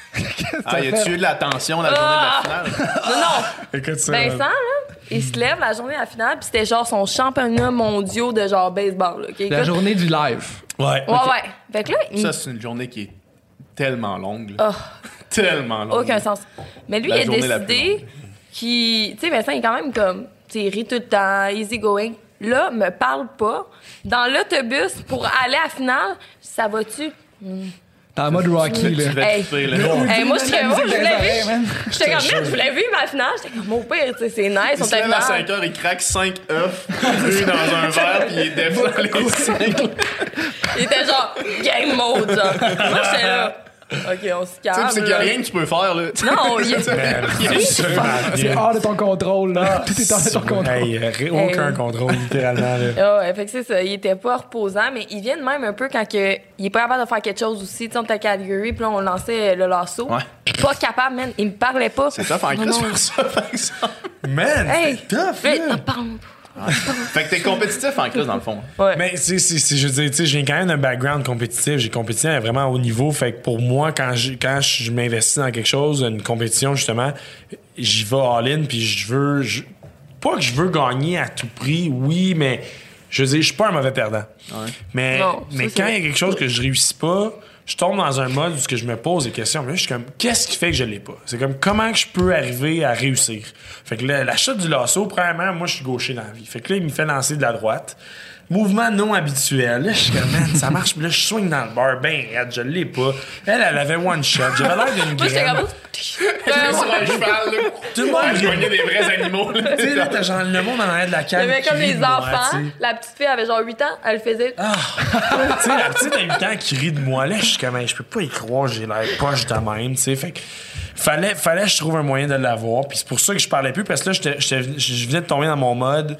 Ah, y a-tu eu de la tension la journée Ah! de la finale? Non, non. Écoute ça. Vincent, là, il se lève la journée de la finale, puis c'était genre son championnat mondial de genre baseball. Là, okay? La journée du live. Ouais. Ouais, okay. ouais. Fait que là, il... Ça, c'est une journée qui est tellement longue. Là. Oh, Tellement longue. aucun sens. Mais lui, La il a journée la plus décidé longue. qu'il... Tu sais, Vincent, il est quand même comme... Tu sais, il rit tout le temps, easy going. Là, me parle pas. Dans l'autobus, pour aller à la finale, ça va-tu? Hmm. T'es en mode Rocky, là. Tu vas Hey. triper, là. Hey, moi, j'étais moi, je voulais vu. man. J'étais comme, merde, je voulais vu ma finale. J'étais comme, mon père, tu sais, c'est nice. Il On se lève à t'a cinq heures, il craque cinq œufs crus dans un verre, puis il défend les cinq. Il était genre, game mode, genre. Moi, j'étais là. OK, on se Tu sais, calme. puis c'est qu'il y a là. rien que tu peux faire, là. Non, il est. Man, absolument C'est rien. hors de ton contrôle, là. Tout est hors de ton contrôle. Hey, ré- aucun Hey. contrôle, littéralement. Là. Ah ouais, fait que c'est ça. Il était pas reposant, mais il vient de même un peu quand que, il est pas capable de faire quelque chose aussi. Tu sais, on était à Calgary, puis là, on lançait le lasso. Ouais. Pas capable, man. Il me parlait pas. C'est tough en Non, Christ non. faire ça, par exemple. Man, Hey! c'est tough, Hey, là. ah, pardon. Fait que t'es compétitif en Christ, dans le fond. Ouais. Mais c'est, c'est, c'est- je veux dire, tu sais, j'ai quand même un background compétitif. J'ai compétition à vraiment haut niveau. Fait que pour moi, quand je, quand je m'investis dans quelque chose, une compétition, justement, j'y vais all-in, puis je veux... je- pas que je veux gagner à tout prix, oui, mais je veux dire, je suis pas un mauvais perdant. Mais, Non, ça, mais c'est quand vrai. il y a quelque chose que je réussis pas, je tombe dans un mode où ce que je me pose des questions. Mais là, je suis comme, qu'est-ce qui fait que je l'ai pas? C'est comme, comment que je peux arriver à réussir? Fait que là, l'achat du lasso, premièrement, moi, je suis gaucher dans la vie. Fait que là, il me fait lancer de la droite. Mouvement non habituel. Là, je suis comme, man, ça marche. Puis là, je swing dans le bar. Ben, raide, je l'ai pas. Elle, elle avait one shot. J'avais l'air d'une Moi, j'étais graine. comme. Sur un cheval, là. Tout le monde Je voyais des vrais animaux, là. Tu sais, là, t'as genre le monde en arrière de la Il y cale. avait qui comme rit des de moi, enfants. tu sais. La petite fille avait genre huit ans. Elle faisait. Tu sais, la petite a huit ans qui rit de moi, là, je suis comme, hey, je peux pas y croire, j'ai l'air poche de même, tu sais. Fait que, fallait, fallait que je trouve un moyen de l'avoir. Puis c'est pour ça que je parlais plus, parce que là, j'étais- j'étais- je venais de tomber dans mon mode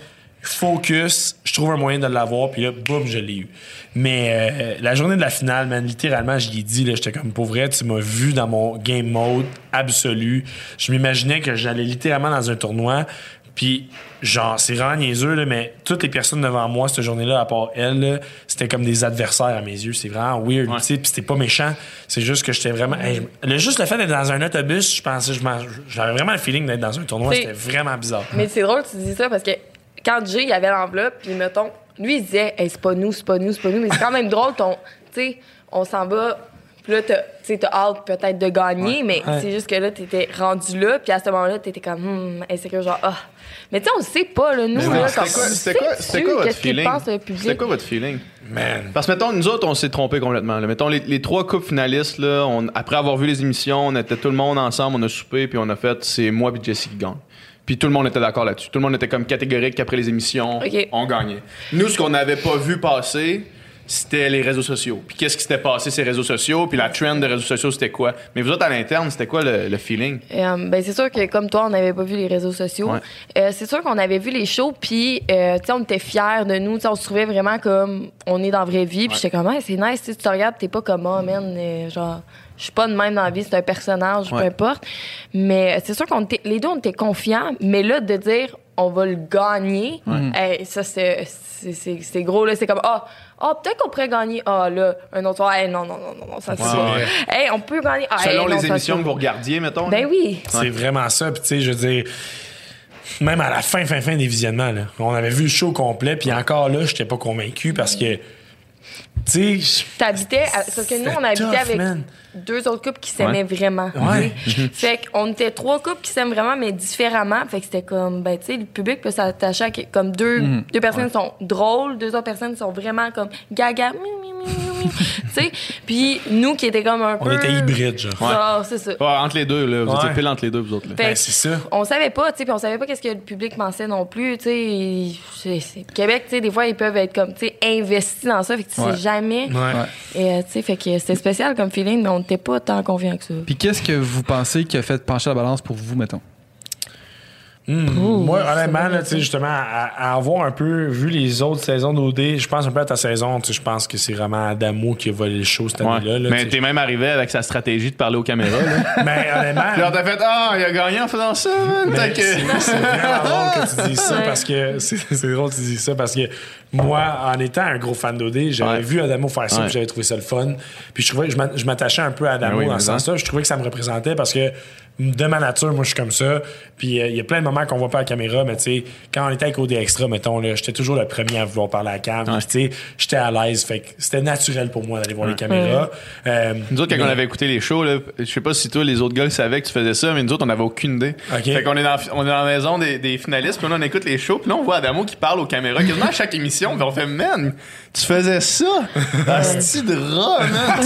focus, je trouve un moyen de l'avoir, puis là, boum, je l'ai eu. Mais euh, la journée de la finale, man, littéralement, je l'ai dit, là, j'étais comme, pour vrai, tu m'as vu dans mon game mode absolu. Je m'imaginais que j'allais littéralement dans un tournoi, puis genre, c'est vraiment niaiseux, là, mais toutes les personnes devant moi, cette journée-là, à part elle, là, c'était comme des adversaires à mes yeux. C'est vraiment weird, Ouais. tu sais, puis c'était pas méchant. C'est juste que j'étais vraiment... hey, le, juste le fait d'être dans un autobus, je pensais, je m'en- j'avais vraiment le feeling d'être dans un tournoi, C'est- c'était vraiment bizarre. Mais c'est drôle que tu dis ça parce que quand Jay, il avait l'enveloppe, puis mettons, lui, il disait, hey, c'est pas nous, c'est pas nous, c'est pas nous. Mais c'est quand même drôle, ton. Tu sais, on s'en va. Puis là, t'as, tu sais, t'as hâte peut-être de gagner, mais Ouais. c'est juste que là, t'étais rendu là, puis à ce moment-là, t'étais comme, hum, insécure, genre, ah. Mais tu sais, on le sait pas, là, nous, Mais là, c'était comme. quoi, on c'était sait quoi, dessus c'était quoi votre qu'est-ce qu'il feeling? pense, le public. C'était quoi votre feeling? Man. Parce que, mettons, nous autres, on s'est trompés complètement. Là. Mettons, les, les trois coupes finalistes, là, on- après avoir vu les émissions, on était tout le monde ensemble, on a soupé, puis on a fait, c'est moi et Jessie qui gagne. Puis tout le monde était d'accord là-dessus. Tout le monde était comme catégorique qu'après les émissions, Ok. on gagnait. Nous, ce qu'on n'avait pas vu passer, c'était les réseaux sociaux. Puis qu'est-ce qui s'était passé, ces réseaux sociaux, puis la trend des réseaux sociaux, c'était quoi? Mais vous autres, à l'interne, c'était quoi le, le feeling? Euh, ben c'est sûr que comme toi, on n'avait pas vu les réseaux sociaux. Ouais. Euh, c'est sûr qu'on avait vu les shows, puis euh, tu sais, on était fiers de nous. Tu sais, on se trouvait vraiment comme on est dans la vraie vie. Puis j'étais comme, hey, c'est nice. Tu sais, tu te regardes, t'es pas comme, oh man, euh, genre, je suis pas de même dans la vie, c'est un personnage, Ouais. peu importe. Mais c'est sûr qu'on était, les deux, on était confiants. Mais là, de dire, on va le gagner, hey, ça, c'est, c'est, c'est, c'est gros. Là, c'est comme, ah, oh, peut-être qu'on pourrait gagner. Ah, là, un autre soir, hey, non, non, non, non, non, ça, c'est Ouais, pas. ouais. Hey, on peut gagner. Ah, Selon hey, non, les ça, émissions c'est- que vous regardiez, mettons. Ben là. oui. C'est vraiment ça. Puis, tu sais, je veux dire, même à la fin, fin, fin des visionnements, là, on avait vu le show complet, puis encore là, j'étais pas convaincu parce que, tu sais, T'habitais, à- parce que nous, on habitait tough, avec man. deux autres couples qui s'aimaient Ouais. vraiment. Ouais. tu sais. Fait qu'on était trois couples qui s'aiment vraiment, mais différemment. Fait que c'était comme, ben, tu sais, le public peut s'attacher à que- comme deux, deux personnes sont drôles, deux autres personnes sont vraiment comme gaga, mi, mi, mi, mi, mi. Tu sais. Puis nous qui étaient comme un on peu. était hybrides, genre. Genre, c'est ça. Ouais, entre les deux, là. Vous Ouais. étiez pile entre les deux, vous autres. Là. Fait Ben, que c'est ça. on savait pas, tu sais, puis on savait pas qu'est-ce que le public pensait non plus, tu sais. C'est- c'est- Québec, tu sais, des fois, ils peuvent être comme, tu sais, investis dans ça, fait que tu Ouais. sais jamais. Ouais. Et, euh, tu sais, fait que c'était spécial comme feeling, mais on n'était pas tant confiants que ça. Puis qu'est-ce que vous pensez qui a fait pencher la balance pour vous, mettons? Mmh. Moi, honnêtement, là, justement, à, à avoir un peu vu les autres saisons d'O D, je pense un peu à ta saison, je pense que c'est vraiment Adamo qui a volé le show cette ouais. année-là. Là, mais t'es même arrivé avec sa stratégie de parler aux caméras. Là. Mais honnêtement. Puis on t'a fait ah, il a gagné en faisant ça, man. Mais que... c'est, c'est vraiment drôle que tu dises ça parce que. C'est, c'est drôle que tu dises ça parce que moi, en étant un gros fan d'O D, j'avais ouais. vu Adamo faire ça, ouais. puis j'avais trouvé ça le fun. Puis je trouvais, je m'attachais un peu à Adamo ben oui, dans ce sens-là. Je trouvais que ça me représentait parce que de ma nature, moi, je suis comme ça. Puis il euh, y a plein de moments qu'on voit pas à la caméra, mais tu sais, quand on était avec O D Extra, mettons, là, j'étais toujours le premier à vouloir parler à la cam. Ouais. Puis tu sais, j'étais à l'aise. Fait que c'était naturel pour moi d'aller voir ouais. les caméras. Ouais. Euh, nous autres, quand mais... on avait écouté les shows, là, je sais pas si toi, les autres gars, savaient que tu faisais ça, mais nous autres, on avait aucune idée. Okay. Fait qu'on est dans, on est dans la maison des, des finalistes, puis là, on écoute les shows, puis là, on voit Adamo qui parle aux caméras quasiment à chaque émission, puis on fait, man, tu faisais ça! Asti de rat,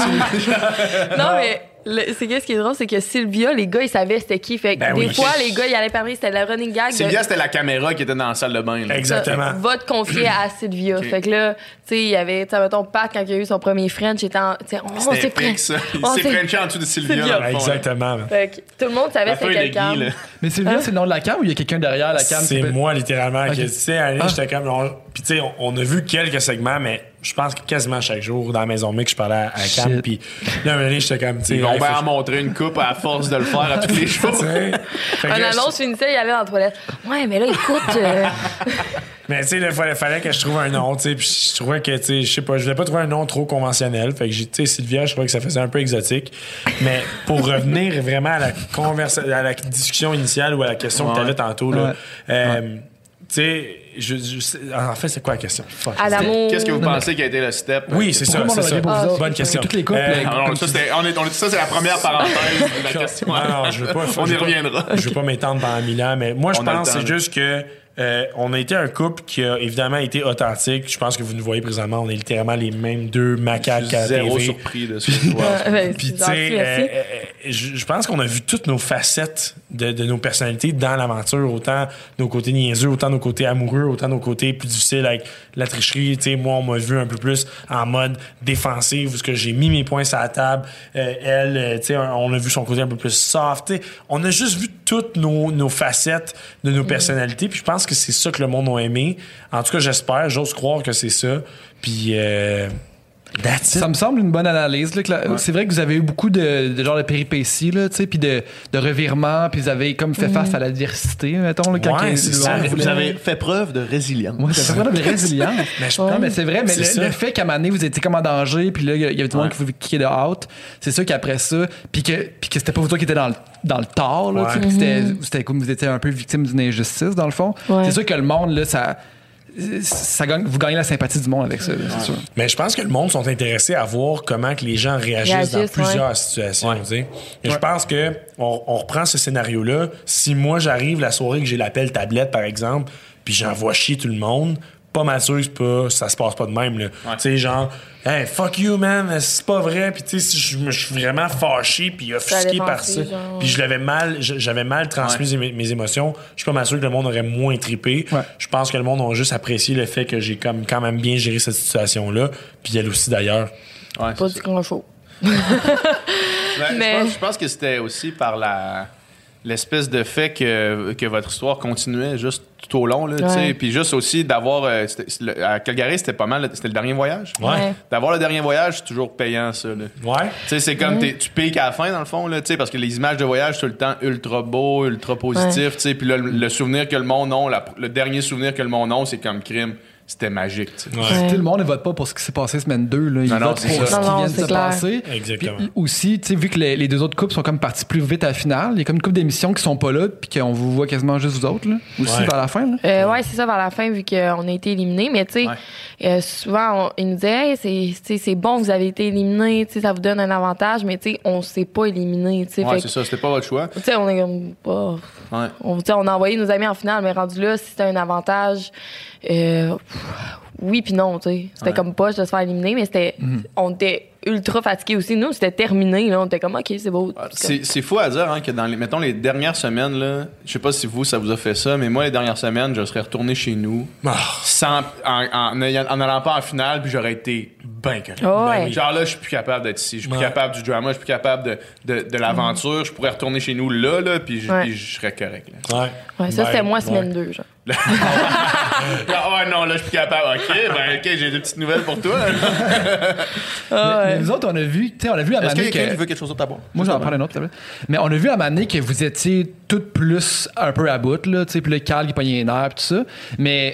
man! Non, mais. Le, c'est qu'est-ce qui est drôle, c'est que Sylvia, les gars, ils savaient c'était qui. Fait que ben des oui. fois, les gars, ils allaient parler, c'était la running gag. Sylvia, de... c'était la caméra qui était dans la salle de bain. Là. Exactement. Ça, va te confier à Sylvia. Okay. Fait que là, tu sais, il y avait, tu sais, mettons, Pat, quand il a eu son premier French, il était en. Tu sais, on s'est French. Il s'est Frenché en dessous de Sylvia. Sylvia. Là, exactement. Là. Fait que tout le monde savait c'était quelqu'un. Mais Sylvia, hein? C'est le nom de la cam ou il y a quelqu'un derrière la cam? C'est moi, littéralement. Okay. Tu sais, ah. j'étais comme. Puis, tu sais, on, on a vu quelques segments, mais. Je pense que quasiment chaque jour, dans la maison mix, je parlais à, à Cam. Puis là, un moment donné, j'étais comme. Ils vont bien en montrer une coupe à force de le faire à tous les jours. Un annonce finissait, il allait dans la toilette. Ouais, mais là, écoute. Euh... mais tu sais, il fallait, fallait que je trouve un nom, tu sais. Puis je trouvais que, tu sais, je sais pas, je voulais pas trouver un nom trop conventionnel. Fait que, tu sais, Sylvia, je trouvais que ça faisait un peu exotique. Mais pour revenir vraiment à la, conversa- à la discussion initiale ou à la question ouais. que tu avais tantôt, là. Ouais. Euh, ouais. Tu sais, je, je, en fait, c'est quoi la question? Fuck. Qu'est-ce que vous pensez qui a été le step? Oui, c'est ça. C'est ça. Ah, bonne question. Toutes les couples. Euh, non, non, ça, on est, on est, ça, c'est la première parenthèse de la question. Non, non, je veux pas. On y reviendra. Je veux pas m'étendre pendant mille ans, mais moi, je on pense que c'est juste que. Euh, on a été un couple qui a évidemment été authentique. Je pense que vous nous voyez présentement, on est littéralement les mêmes deux macaques à la T V. Zéro surpris de ça. Puis tu sais, euh, euh, je pense qu'on a vu toutes nos facettes de, de nos personnalités dans l'aventure, autant nos côtés niaiseux, autant nos côtés amoureux, autant nos côtés plus difficiles avec la tricherie. Tu sais, moi, on m'a vu un peu plus en mode défensif, parce que j'ai mis mes points sur la table. Euh, elle, euh, tu sais, on a vu son côté un peu plus soft. Tu sais, on a juste vu toutes nos, nos facettes de nos personnalités. Puis je pense que c'est ça que le monde a aimé. En tout cas, j'espère, j'ose croire que c'est ça. Puis euh, that's it. Ça me semble une bonne analyse. Là, que la, ouais. C'est vrai que vous avez eu beaucoup de, de genre de péripéties, là, puis de, de revirements, puis vous avez comme fait face mm. à l'adversité, mettons. Là, quand ouais, il, c'est ça. Vous, vous avez fait preuve de résilience. Oui, c'est fait preuve de résilience. mais je, non, mais c'est vrai, mais c'est le, le fait qu'à un moment donné, vous étiez comme en danger, puis là, il y avait tout le monde qui vous kickait de out, c'est ça qu'après ça, puis que, puis que c'était pas vous toi qui étiez dans le, dans le tort, là, ouais. puis c'était, c'était comme vous étiez un peu victime d'une injustice, dans le fond. Ouais. C'est sûr que le monde, là, ça... Ça gagne, vous gagnez la sympathie du monde avec ça, c'est ouais. sûr. Mais je pense que le monde sont intéressés à voir comment que les gens réagissent, réagissent dans plusieurs ouais. situations. Ouais. Et ouais. je pense que on, on reprend ce scénario-là. Si moi j'arrive la soirée que j'ai l'appel tablette, par exemple, puis j'envoie chier tout le monde, pas mal sûr que c'est pas, ça se passe pas de même. Ouais. Tu sais, genre, hey, fuck you, man, c'est pas vrai. Puis, tu sais, je me suis vraiment fâché, puis offusqué par ça. Genre... Puis, je l'avais mal, j'avais mal transmis ouais. mes, mes émotions. Je suis pas mal sûr que le monde aurait moins trippé. Ouais. Je pense que le monde a juste apprécié le fait que j'ai comme quand même bien géré cette situation-là. Puis, elle aussi, d'ailleurs. Ouais, pas du grand show. ben, Mais... je, pense, je pense que c'était aussi par la. L'espèce de fait que, que votre histoire continuait juste tout au long, là, ouais. tu sais. Puis juste aussi d'avoir... Euh, à Calgary, c'était pas mal... C'était le dernier voyage. Ouais. D'avoir le dernier voyage, c'est toujours payant, ça, là. Ouais. Tu sais, c'est comme... Ouais. Tu piques à la fin, dans le fond, là, tu sais, parce que les images de voyage, c'est tout le temps ultra beau, ultra positif, ouais. tu sais. Puis là, le, le souvenir que le monde a, la, le dernier souvenir que le monde a, c'est comme crime. C'était magique. Ouais. Ouais. Le monde ne vote pas pour ce qui s'est passé semaine deux. Là. Ils non, votent non, pour ce ça. qui non, vient non, de se clair. passer. Exactement. Puis aussi, vu que les, les deux autres couples sont comme partis plus vite à la finale, il y a comme une couple d'émissions qui sont pas là puis qu'on vous voit quasiment juste vous autres. Là, aussi ouais. vers la fin. Là. Euh, ouais, c'est ça, vers la fin, vu qu'on a été éliminés. Mais tu sais, ouais. euh, souvent, on, ils nous disaient, hey, c'est, c'est bon, vous avez été éliminés, ça vous donne un avantage, mais tu sais, on s'est pas éliminés. Ouais, fait c'est ça, c'était pas votre choix. Tu sais, on est comme pas. Ouais. On, on a envoyé nos amis en finale, mais rendu là, si c'était un avantage. Euh, oui puis non, tu sais. C'était ouais. comme pas de se faire éliminer, mais c'était... Mm-hmm. On était ultra fatigués aussi. Nous, c'était terminé, là. On était comme, OK, c'est beau. C'est, c'est fou à dire, hein, que dans les... Mettons, les dernières semaines, là... Je sais pas si vous, ça vous a fait ça, mais moi, les dernières semaines, je serais retourné chez nous, oh. sans... En, en, en allant pas en finale, puis j'aurais été ben correct. Oh, ouais. oui. Genre là, je suis plus capable d'être ici. Je suis plus Ouais. capable du drama. Je suis plus capable de, de, de l'aventure. Je pourrais retourner chez nous là, là, puis je Ouais. puis je serais correct. Là. Ouais. Ouais, ça, Ben, c'était moi ouais. semaine deux, genre. Ah ouais, non, là, je suis plus capable. OK, ben, OK, j'ai des petites nouvelles pour toi. Ah, Mais ouais. nous autres, on a vu, tu sais, on a vu à Est-ce qu'il y Mané a quelqu'un que. qui veut quelque chose d'autre à boire? Moi, j'en prends un autre, s'il te plaît. Mais on a vu à Mané que vous étiez toutes plus un peu à bout, là, tu sais, puis le Carl qui pognait les nerfs, puis tout ça. Mais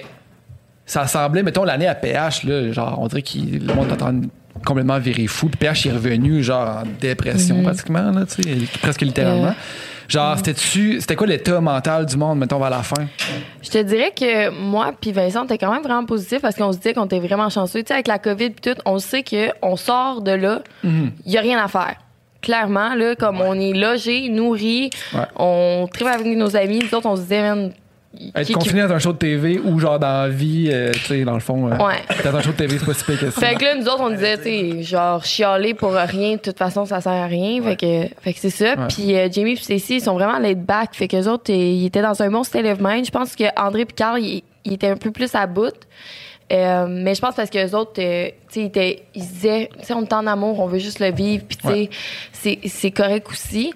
ça semblait, mettons, l'année à P H, là, genre, on dirait que le monde est en train de complètement virer fou. Puis P H est revenu, genre, en dépression, pratiquement, là, tu sais, presque littéralement. Euh. Genre, c'était-tu, c'était quoi l'état mental du monde, mettons, vers la fin? Je te dirais que moi puis Vincent, on était quand même vraiment positifs parce qu'on se disait qu'on était vraiment chanceux. Tu sais, avec la COVID puis tout, on sait qu'on sort de là, il y a rien à faire. Clairement, là, comme on est logé, nourri, Ouais. on tripe avec nos amis, nous autres, on se disait, man, Être qui- confiné dans un show de T V ou genre dans la vie, euh, tu sais, dans le fond, euh, Ouais. dans un show de T V, c'est pas si pire que ça. Fait que là, nous autres, on disait, tu sais, genre, chialer pour rien, de toute façon, ça sert à rien. Fait que, fait que c'est ça. Ouais. Puis euh, Jamie et Stacy, ils sont vraiment laid back. Fait qu'eux autres, euh, ils étaient dans un bon state of mind. Je pense que André et Carl, ils, ils étaient un peu plus à bout. Euh, mais je pense parce que les autres, euh, tu sais, ils, étaient- ils se disaient, tu sais, on est en amour, on veut juste le vivre. Puis, tu sais, Ouais. c'est, c'est correct aussi.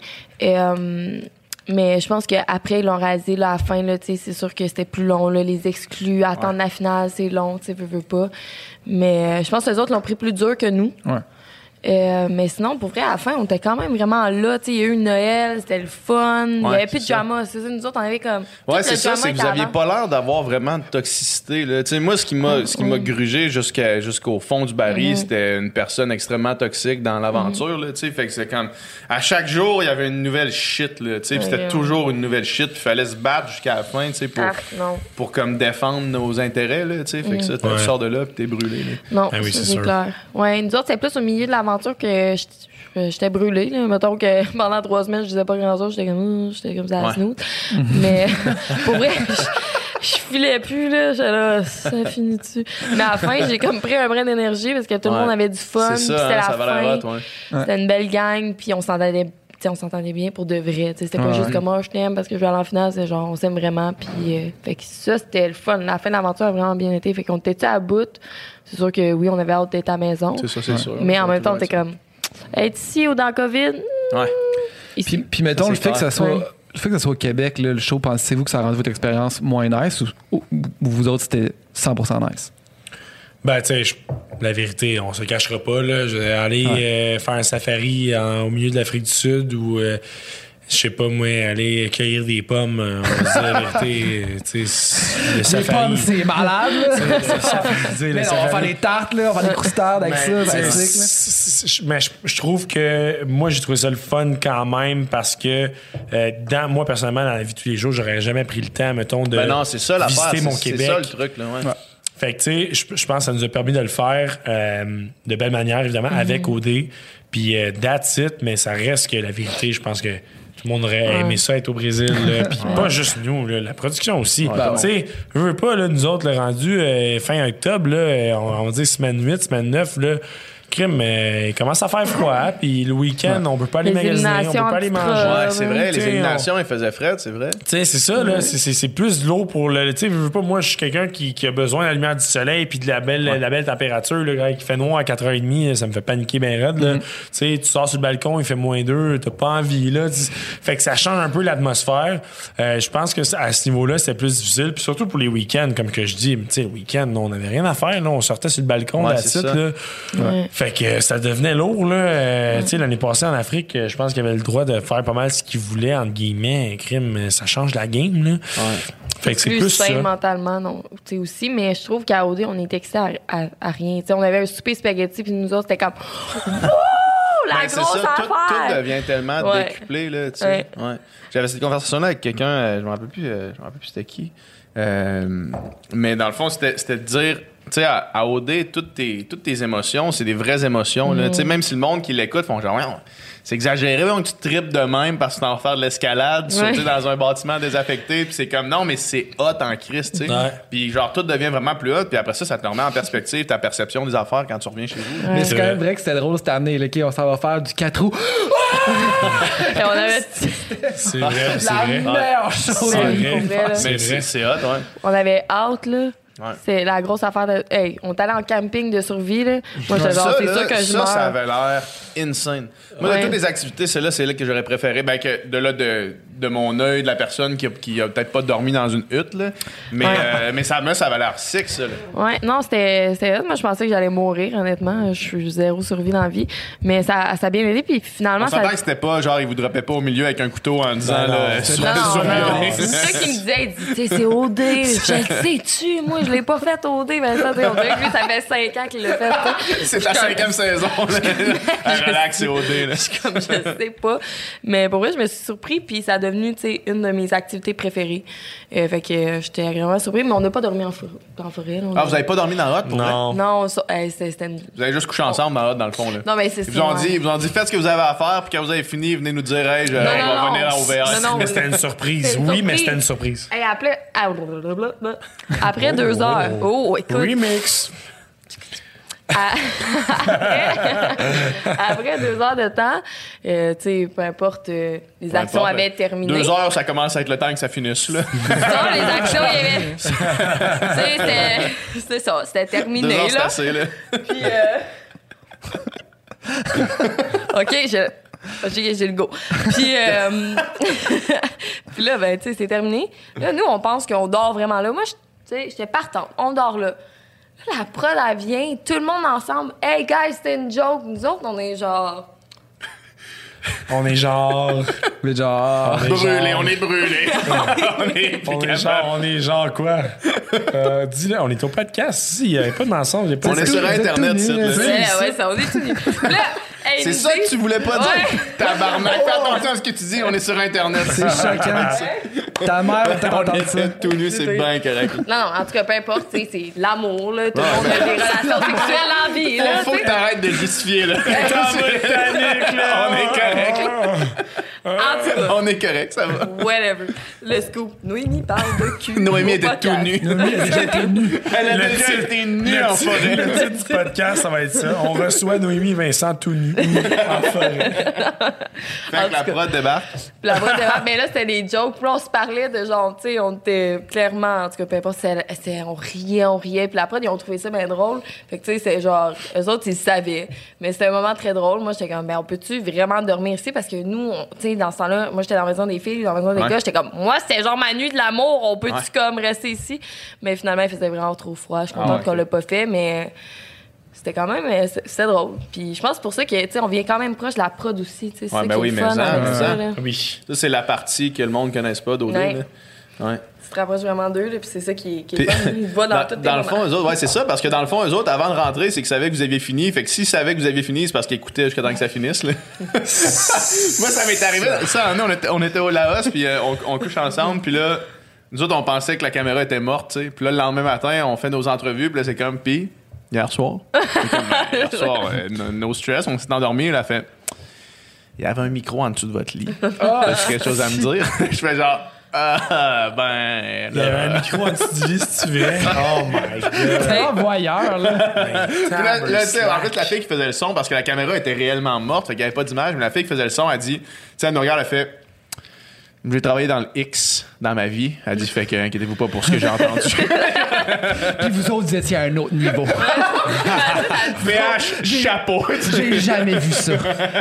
Euh, mais je pense qu'après, ils l'ont rasé là, à la fin. Là, tu sais, c'est sûr que c'était plus long. Là, les exclus, attendre la finale, c'est long, tu sais, veux, veux pas. Mais euh, je pense que les autres l'ont pris plus dur que nous. Ouais. Euh, mais sinon, pour vrai, à la fin, on était quand même vraiment là. Tu sais, il y a eu Noël, c'était le fun. Il y Ouais, avait plus de c'est ça. drama. C'est ça, nous autres, on avait comme. Ouais, tout c'est le ça, drama c'est que vous était aviez avant. pas l'air d'avoir vraiment de toxicité. Là. Tu sais, moi, ce qui m'a ce qui m'a grugé jusqu'à, jusqu'au fond du baril, c'était une personne extrêmement toxique dans l'aventure. Là, tu sais. Fait que c'est comme. À chaque jour, il y avait une nouvelle shit. Là, tu sais, puis c'était Ouais. toujours une nouvelle shit. Puis il fallait se battre jusqu'à la fin tu sais, pour, Ah, non. pour comme défendre nos intérêts. Là, tu sais. Fait que ça, tu Ouais. sors de là puis t'es brûlé. Là. Non, Ah oui, ça, c'est c'est sûr. clair. Ouais, nous autres, c'est plus au milieu de l'aventure que je- je- j'étais brûlée. Là. Mettons que pendant trois semaines, je disais pas grand-chose. J'étais comme, euh, j'étais comme ça à la Ouais. snoot. Mais pour vrai, je, je filais plus. Là. J'étais là, ça finit dessus. Mais à la fin, j'ai comme pris un brin d'énergie parce que tout le Ouais. monde avait du fun. C'est puis ça, c'était hein, la ça va fin. la hot, ouais. C'était une belle gang. Puis on s'entendait, tu sais, on s'entendait bien pour de vrai. Tu sais, c'était pas Ouais. juste comme, oh, je t'aime parce que je vais aller en finale. C'est genre, on s'aime vraiment. Puis euh, fait que ça, c'était le fun. La fin de l'aventure a vraiment bien été. Fait qu'on était à bout. C'est sûr que oui, on avait hâte d'être à la maison. C'est ça, c'est sûr. Mais Ça en va même temps, toujours t'es être comme être ici ou dans le COVID. ça. Ouais. Ici. Puis, puis mettons, Ça, le c'est fait, que ça clair. soit, Ouais. le fait que ça soit au Québec, là, le show, pensez-vous que ça a rendu votre expérience moins nice ou, ou- ou vous autres, c'était cent pour cent nice? Ben, tu sais, je- la vérité, on se cachera pas. Là. Je vais aller Ouais. euh, faire un safari en- au milieu de l'Afrique du Sud ou, euh, je sais pas, moi, aller cueillir des pommes. euh, On va se dire la vérité. euh, Tu sais, le Les safari. pommes, c'est malade, là. le safari, tu sais, le Mais non, on va faire safari. des tartes, là, on va faire des croustardes avec Mais, ça, tu sais, basique, là. c'est- c'est- mais je, je trouve que moi, j'ai trouvé ça le fun quand même parce que euh, dans, moi, personnellement, dans la vie de tous les jours, j'aurais jamais pris le temps, mettons, de Ben non, c'est ça l'affaire. visiter C'est, mon c'est Québec. ça le truc. Là, ouais. Ouais. Fait que, tu sais, je, je pense que ça nous a permis de le faire euh, de belle manière, évidemment, avec O D. Puis, euh, that's it, mais ça reste que la vérité, je pense que tout le monde aurait aimé ça être au Brésil. là. Puis, pas juste nous, là, la production aussi. ben tu sais, je veux pas, là, nous autres, le rendu euh, fin octobre, là, on, on va dire semaine huit, semaine neuf, là. Crime, euh, il commence à faire froid, puis le week-end, on peut pas aller Les magasiner, on peut éliminations pas aller en manger. petit Ouais, Ah, c'est ouais. vrai. Tu sais, Les éliminations, ils faisaient fret, c'est vrai. Tu sais, c'est ça, là. C'est- C'est c'est plus de l'eau pour le. Tu sais, je veux pas, moi, je suis quelqu'un qui, qui a besoin de la lumière du soleil puis de la belle, la belle température, là, quand il fait noir à quatre heures trente, ça me fait paniquer bien raide, là. Tu sais, tu sors sur le balcon, il fait moins deux, t'as pas envie, là. Tu- Fait que ça change un peu l'atmosphère. Euh, je pense que ça- à ce niveau-là, c'était plus difficile. Puis surtout pour les week-ends, comme que je dis, tu sais, le week-end, on avait rien à faire, là. On sortait sur le balcon, Ouais, là, c'est ça. là. Ouais. Fait que ça devenait lourd, là. Euh, tu sais, l'année passée en Afrique, euh, je pense qu'il avait le droit de faire pas mal ce qu'il voulait, entre guillemets. Crime, euh, ça change la game, là. Fait que c'est plus, plus sain ça. mentalement, non, tu sais aussi, mais je trouve qu'à O D, on était excités à, à- à rien. Tu sais, on avait un souper spaghetti, puis nous autres, c'était comme Wouh, la Ben, c'est grosse ça, tout, affaire! tout devient tellement Ouais. décuplé, là, tu sais. Ouais. Ouais. J'avais cette conversation-là avec quelqu'un, euh, je me rappelle plus, euh, je me rappelle plus c'était qui. Euh, mais dans le fond, c'était, c'était de dire, tu sais, à, à O D, toutes tes, toutes tes émotions, c'est des vraies émotions, là. Tu sais, même si le monde qui l'écoute font genre, ouais, on- c'est exagéré, donc tu tripes de même parce que tu vas faire de l'escalade, sauter Ouais. dans un bâtiment désaffecté, puis c'est comme, non, mais c'est hot en Christ, tu sais. Ouais. Puis genre, tout devient vraiment plus hot, puis après ça, ça te remet en perspective ta perception des affaires quand tu reviens chez vous. Mais c'est C'est quand vrai. même vrai que c'était drôle cette année, là, OK, on s'en va faire du quatre roues. Et on avait, C'est vrai, c'est La vrai. meilleure chose. C'est Ouais, vrai. pour vrai, là. C'est Mais c'est, vrai. c'est hot, ouais. on avait hâte, là. Ouais. C'est la grosse affaire de. Hey, on est allé en camping de survie, là. Moi, j'étais genre, Ça, c'est là, sûr que je ça, meurs. ça avait l'air insane. Moi, Ouais. de toutes les activités, celle-là, c'est là que j'aurais préféré. Ben, que de là, de, de mon œil, de la personne qui a, qui a peut-être pas dormi dans une hutte, là. Mais, Ouais. euh, mais ça, moi, ça avait l'air sick, ça, là. Ouais, non, c'était. c'était hot. Moi, je pensais que j'allais mourir, honnêtement. Je suis zéro survie dans la vie. Mais ça, ça a bien aidé. Puis finalement, On ça. s'entend que c'était pas genre, il vous droppaient pas au milieu avec un couteau en disant, Non, non, là, c'est- sur- Non, non, survivre. non, non. C'est ça qu'il me disait. Il dit, tu sais, c'est O D. Je le sais-tu. Moi, je l'ai pas fait O D. Ben, ça, tu sais, on dirait que lui, ça fait cinq ans qu'il l'a fait. ça. C'est la cinquième saison, là. Ah, relax, c'est O D, là. Comme je sais pas. Mais pour vrai, je me suis surpris, puis ça a devenu, tu sais, une de mes activités préférées. Euh, fait que euh, j'étais agréablement surpris, mais on n'a pas dormi en, for- en forêt. Là. On Ah, a- vous avez pas dormi dans la hotte, pour vrai? Non. Non, ça- hey, c'était c'était une... Vous avez juste couché ensemble dans la hotte, dans le fond, là. Non, mais c'est Ils ça. vous ont ouais. dit, ils vous ont dit, faites ce que vous avez à faire, puis quand vous avez fini, venez nous dire, hey, je- non, on va non. venir à O V H. Non, non. Mais c'était une surprise. C'était une Oui, mais surprise. c'était une surprise. Hey, après, ah, blablabla. Après deux heures. Oh, écoute. Remix. à- Après deux heures de temps, euh, tu sais, peu importe, euh, les Peu actions importe, avaient là. terminé. Deux heures, ça commence à être le temps que ça finisse, là. Non, les actions, il y avait. Tu sais, c'était- c'était ça, c'était Deux terminé, heures, c'est là. assez, là. Puis, euh... OK, je... J'ai, j'ai le go. Puis, euh... Puis là, ben, tu sais, c'est terminé. Là, nous, on pense qu'on dort vraiment là. Moi, je- tu sais, j'étais partante. On dort là. Là, la prod, elle vient. Tout le monde ensemble. Hey, guys, c'était une joke. Nous autres, on est genre... On est genre. Mais genre. On est Brûlé, genre- on est brûlé. on est plus On est capable. genre, on est genre quoi? Euh, dis-le, on est au podcast ici, il n'y avait pas de mensonge. il y a pas On de- est sur Internet, tout c'est nu, là. là. Ouais, ouais, ça, on est tout nus. Là, hey, C'est nous ça que dit- tu voulais pas Ouais. dire? Tabarnak, fais attention à ce que tu dis, on est sur Internet. C'est choquant. Ta mère va On t'entendre ça. est tout nu, c'est bien correct. Non, non, en tout cas, peu importe, tu sais, c'est l'amour, là. Tout le Ouais, monde a des relations sexuelles en vie, là. Faut tu que sais. t'arrêtes de justifier, là. Panique, là! On est correct. En tout cas, On est correct, ça va. whatever. Le scoop. Noémie parle de cul. Noémie au était podcast. tout nue. Noémie a déjà été nue. Elle Le avait titre- été nue Le en titre- forêt. le titre du podcast, ça va être ça. On reçoit Noémie Vincent tout nu en forêt. Fait que la prod débarque. Puis la vraie débat, mais là, c'était des jokes. Puis là, on se parlait de genre, tu sais, on était clairement, en tout cas, peu importe, c'était- c'était- on riait, on riait. Puis après, ils ont trouvé ça bien drôle. Fait que, tu sais, c'est genre, eux autres, ils savaient. Mais c'était un moment très drôle. Moi, j'étais comme, ben, on peut-tu vraiment dormir ici? Parce que nous, on- tu sais, dans ce temps-là, moi, j'étais dans la maison des filles, dans la maison des Ouais. gars. J'étais comme, moi, c'était genre ma nuit de l'amour. On peut-tu Ouais. comme rester ici? Mais finalement, il faisait vraiment trop froid. Je suis contente Ah ouais. qu'on l'a pas fait, mais. C'était quand même, euh, c'est- c'était drôle. Puis je pense pour ça que, tu sais, on vient quand même proche de la prod aussi, tu sais, c'est Ouais, ça ben qui oui, est le mais fun ça, avec mais ça, ça. là. Oui. Ça, c'est la partie que le monde ne connaisse pas d'O D. Ouais. là. Ouais. Tu te rapproches vraiment d'eux, là, puis c'est ça qui est, qui est Puis- fun. Il va dans, Dans, tous tes dans le moments. fond, eux autres, ouais, c'est ça, parce que dans le fond, eux autres, avant de rentrer, c'est qu'ils savaient que vous aviez fini. Fait que s'ils savaient que vous aviez fini, c'est parce qu'ils écoutaient jusqu'à temps que ça finisse. Là. Moi, ça m'est arrivé. Ça, on était, on était au Laos, puis euh, on, on couche ensemble, puis là, nous autres, on pensait que la caméra était morte, tu sais. Puis là, le lendemain matin, on fait nos entrevues, puis là, c'est comme, puis, hier soir. C'est comme, ben, hier soir, euh, no, no stress, on s'est endormi, elle a fait, il y avait un micro en dessous de votre lit. As-tu quelque chose à me dire? Je fais genre, ah, ben. Il y avait un Là. micro en dessous du lit si tu veux. Oh my god. C'est un voyeur, là. Puis là, là, tu sais, en fait, la fille qui faisait le son, parce que la caméra était réellement morte, fait qu'il n'y avait pas d'image, mais la fille qui faisait le son, elle dit, tu sais, elle nous regarde, elle fait, j'ai travaillé dans le X dans ma vie. Elle dit, fait que inquiétez-vous pas pour ce que j'ai entendu. Puis vous autres, vous étiez à un autre niveau. V H, chapeau. J'ai jamais vu ça.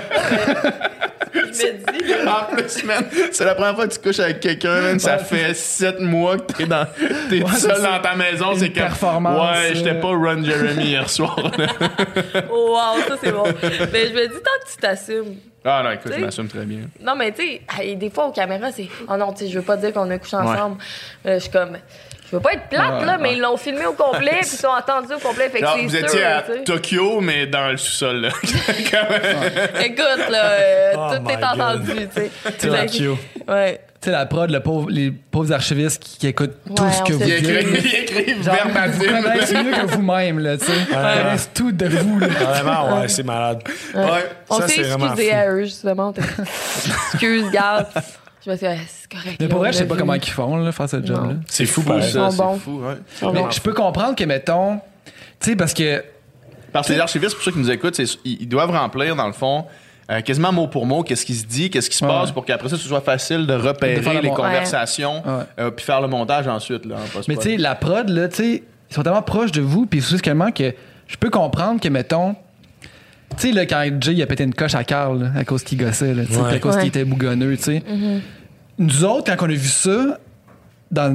Je me dis, En plus, man, c'est la première fois que tu couches avec quelqu'un, man. Ça fait sept mois que t'es dans, t'es Ouais, seul c'est dans ta maison. une C'est comme, performance, ouais, j'étais euh. pas Run Jeremy hier soir. là. oh, wow, ça c'est bon. Mais je me dis, tant que tu t'assumes. Ah non, écoute, je T'sais. m'assume très bien. Non, mais tu sais, hey, des fois aux caméras, c'est, oh non, tu sais, je veux pas dire qu'on a couché ensemble. Là, je suis comme, je veux pas être plate, Ouais, là, ouais. mais ils l'ont filmé au complet, puis ils l'ont entendu au complet. Fait que Genre, c'est vous sûr, étiez à tu sais. Tokyo, mais dans le sous-sol, là. Écoute, là, euh, Oh tout my est God. entendu, tu sais. Tokyo. Ouais. Tu sais, la prod, le pauvre, les pauvres archivistes qui, qui écoutent tout Ouais, ce on que sait vous Ils tout. dites. écrivent, ils écrivent Genre, vous verbatim. connaissez mieux que vous-même, là, tu sais. Ils connaissent tout de vous, là. Vraiment, ouais, c'est malade. Ouais. On Ça, s'est c'est vraiment excusé fou. à eux, justement. On était- Excuse, garde. Je me suis dit, ah, c'est correct. Mais là, pour vrai, on je sais l'a pas vu. comment ils font, là, faire ce job-là. C'est fou, Fou, pareil. ça, Ils sont bons. c'est fou, ouais. Ils sont Mais bons. je peux comprendre que, mettons, tu sais, parce que Parce que les archivistes, pour ceux qui nous écoutent, c'est- ils, ils doivent remplir, dans le fond, euh, quasiment mot pour mot, qu'est-ce qui se dit, qu'est-ce qui se Ouais. passe, pour qu'après ça, ce soit facile de repérer De faire le les mon- conversations, Ouais. euh, puis faire le montage ensuite, là, en post-prod. Mais tu sais, la prod, là, tu sais, ils sont tellement proches de vous, puis socialement que je peux comprendre que, mettons, tu sais, là, quand Jay il a pété une coche à Carl, là, à cause qu'il gossait, là, ouais. à cause ouais. qu'il était bougonneux, tu sais. Mm-hmm. Nous autres, quand on a vu ça, dans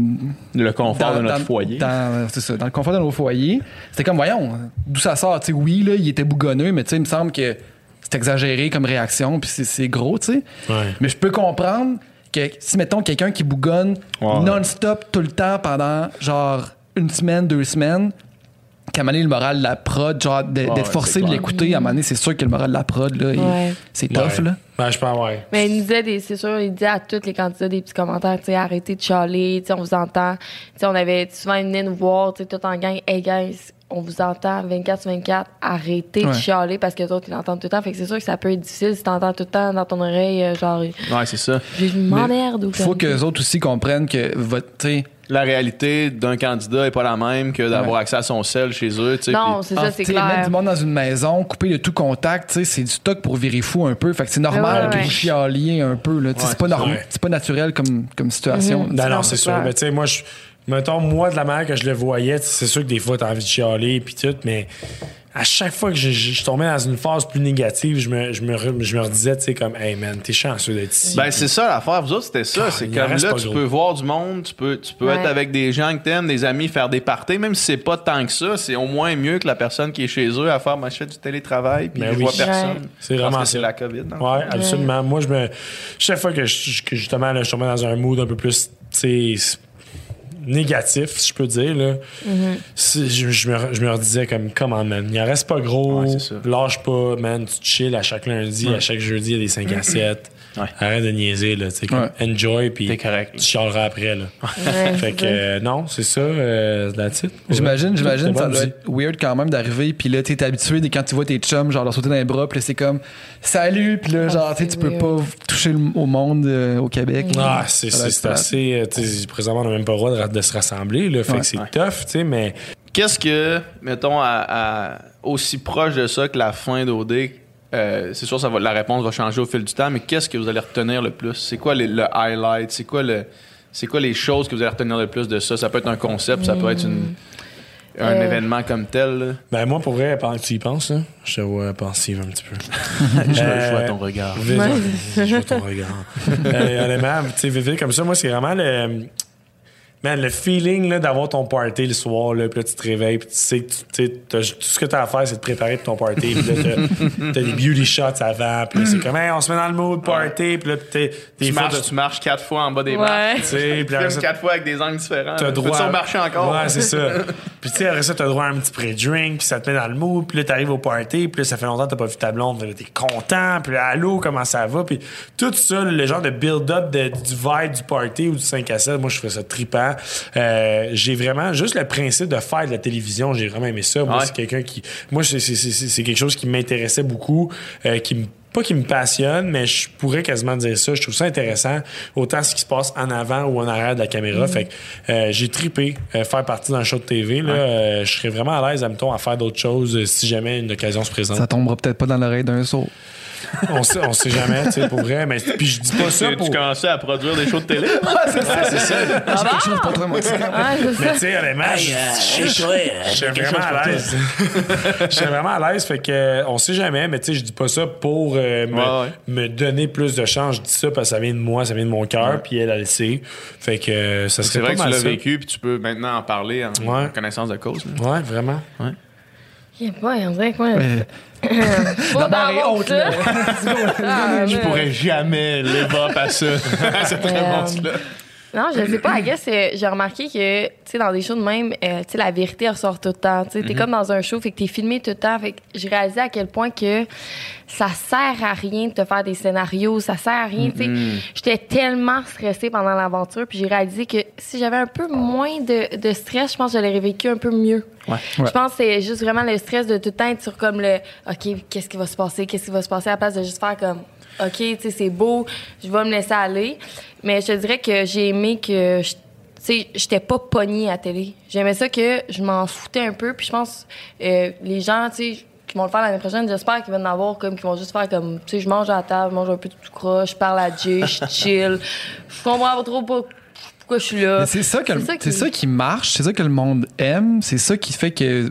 le confort dans, de notre dans, foyer. Dans, c'est ça, dans le confort de nos foyers, c'était comme, voyons, d'où ça sort, tu sais, oui, là, il était bougonneux, mais tu sais, il me semble que c'est exagéré comme réaction, puis c'est, c'est gros, tu sais. Ouais. Mais je peux comprendre que si, mettons, quelqu'un qui bougonne ouais. non-stop tout le temps pendant, genre, une semaine, deux semaines, qu'à un moment donné, le moral de la prod, genre, de, ouais, d'être forcé de l'écouter, à un moment donné, c'est sûr que le moral de la prod, là, il, ouais. c'est tough, ouais. là. Ben, je pense, ouais. Mais il nous disait, des, c'est sûr, il disait à tous les candidats des petits commentaires, tu sais, arrêtez de chialer, tu sais, on vous entend. Tu sais, on avait souvent, ils venaient nous voir, tu sais, tout en gang, hey, guys, on vous entend vingt-quatre sur vingt-quatre, arrêtez ouais. de chialer parce que les autres, ils l'entendent tout le temps. Fait que c'est sûr que ça peut être difficile si t'entends tout le temps dans ton oreille, genre. Ouais, c'est ça. Je m'emmerde ou quoi. Faut que les autres aussi comprennent que votre, tu sais, la réalité d'un candidat n'est pas la même que d'avoir ouais. accès à son sel chez eux. Non, pis... c'est ça, ah, c'est clair. Mettre du monde dans une maison, couper de tout contact, c'est du stock pour virer fou un peu. Fait que c'est normal ouais, ouais, que vous chialiez un peu. Là. Ouais, c'est, pas norm... ouais. c'est pas naturel comme, comme situation. Mm-hmm. Non, non, c'est sûr. Mais tu sais, moi, je... mettons, moi, de la manière que je le voyais, c'est sûr que des fois, t'as envie de chialer et tout, mais à chaque fois que je, je, je tombais dans une phase plus négative, je me, je me, je me redisais, tu sais, comme, hey man, t'es chanceux d'être ici. Ben, c'est ça l'affaire. Vous autres, c'était ça. Ah, c'est comme là, tu gros. peux voir du monde, tu peux, tu peux ouais. être avec des gens que t'aimes, des amis, faire des parties, même si c'est pas tant que ça, c'est au moins mieux que la personne qui est chez eux à faire, moi, je fais du télétravail, puis ben je oui. vois personne. Ouais. C'est vraiment ça. C'est la COVID. Oui, absolument. Moi, je me. Chaque fois que, je, que justement, là, je tombais dans un mood un peu plus, tu sais, négatif, si je peux dire, là. Mm-hmm. Je, je, me, je me redisais comme, comment, man, il en reste pas gros, ouais, lâche pas, man, tu te chill à chaque lundi, ouais. à chaque jeudi, il y a des cinq à sept. Ouais. Arrête de niaiser, là, tu sais, comme, ouais. enjoy, puis tu chialeras après, là. Ouais, fait que, euh, non, c'est ça, euh, that's it. J'imagine, ouais. j'imagine, ça doit être weird quand même d'arriver, puis là, t'es habitué, et quand tu vois tes chums, genre, leur sauter dans les bras, puis là, c'est comme, salut, puis là, genre, tu peux pas toucher le, au monde euh, au Québec. Ah, c'est, c'est, c'est assez, tu sais, présentement, on n'a même pas le droit de, de se rassembler, là, fait ouais. que c'est ouais. tough, tu sais, mais. Qu'est-ce que, mettons, à, à, aussi proche de ça que la fin d'O D, Euh, c'est sûr, ça va, la réponse va changer au fil du temps, mais qu'est-ce que vous allez retenir le plus? C'est quoi les, le highlight? C'est quoi, le, c'est quoi les choses que vous allez retenir le plus de ça? Ça peut être un concept, ça peut être une, un euh... événement comme tel. Là. Ben moi, pour vrai, pendant que tu y penses, là, je te vois pensive un petit peu. je, euh, je vois ton regard. Vite, ouais. Je vois ton regard. euh, honnêtement, tu sais, vite, vite comme ça, moi, c'est vraiment le... Man, le feeling là, d'avoir ton party le soir, là, puis là, tu te réveilles, puis tu sais que tu, tout ce que tu as à faire, c'est de préparer pour ton party, puis là, t'as, t'as des beauty shots avant, puis là, c'est comme, hey, on se met dans le mood party, puis là, t'es, t'es tu, marches, tu marches quatre fois en bas des ouais. marches. Tu sais, puis là, quatre fois avec des angles différents. T'as droit. Tu peux marcher encore. Ouais, c'est ça. Puis tu sais, après ça, t'as droit à un petit pré-drink, puis ça te met dans le mood, puis là, t'arrives au party, puis là, ça fait longtemps que t'as pas vu ta blonde, puis là, t'es content, puis là, allô, comment ça va, puis tout ça, le genre de build-up de, du vibe du party ou du cinq à sept, moi, je fais ça trippant. Euh, j'ai vraiment juste le principe de faire de la télévision, j'ai vraiment aimé ça. Moi, ouais. c'est quelqu'un qui, moi, c'est, c'est, c'est, c'est quelque chose qui m'intéressait beaucoup, euh, qui me pas qui me passionne, mais je pourrais quasiment dire ça. Je trouve ça intéressant, autant ce qui se passe en avant ou en arrière de la caméra. Mm-hmm. Fait que euh, j'ai trippé euh, faire partie d'un show de T V. Là, ouais. euh, je serais vraiment à l'aise, admettons, à faire d'autres choses euh, si jamais une occasion se présente. Ça tombera peut-être pas dans l'oreille d'un saut. on sait, on sait jamais, tu sais, pour vrai. Mais puis je dis pas ça pour... Tu commençais à produire des shows de télé? Ouais, c'est ça, c'est ça. Ah, j'ai quelque chose pour toi, moi aussi. Mais tu sais, honnêtement, je suis vraiment à l'aise. Je suis vraiment à l'aise, fait que on sait jamais, mais tu sais, je dis pas ça pour euh, me, ouais, ouais. me donner plus de chance. Je dis ça parce que ça vient de moi, ça vient de mon cœur, ouais. puis elle, elle le sait. Fait que euh, ça serait c'est vrai pas que mal tu l'as ça. vécu, puis tu peux maintenant en parler en ouais. connaissance de cause. Là. Ouais, vraiment. Ouais. Il pas, on dirait que moi. La barre est haute, là. Ah, je pourrais jamais live up à ça, à cette réponse-là. Non, je sais pas. I guess, euh, j'ai remarqué que, tu sais, dans des shows de même, euh, tu sais, la vérité ressort tout le temps. Tu sais, t'es mm-hmm. comme dans un show, fait que t'es filmé tout le temps. Fait que j'ai réalisé à quel point que ça sert à rien de te faire des scénarios. Ça sert à rien, mm-hmm. tu sais. J'étais tellement stressée pendant l'aventure, puis j'ai réalisé que si j'avais un peu moins de, de stress, je pense que je l'aurais vécu un peu mieux. Ouais. Ouais. Je pense que c'est juste vraiment le stress de tout le temps être sur comme le « OK, qu'est-ce qui va se passer? Qu'est-ce qui va se passer? » à la place de juste faire comme « OK, tu sais, c'est beau, je vais me laisser aller. » Mais je te dirais que j'ai aimé que, tu sais, j'étais pas pognée à la télé. J'aimais ça que je m'en foutais un peu. Puis je pense euh, les gens, tu sais, qui vont le faire l'année prochaine, j'espère qu'ils vont en avoir comme, qui vont juste faire comme, tu sais, je mange à la table, je mange un peu tout croche, je parle à Jay, je chill. Je comprends pas trop pas pourquoi je suis là. Mais c'est ça, que C'est le- ça c'est qui- ça qui marche, c'est ça que le monde aime, c'est ça qui fait que,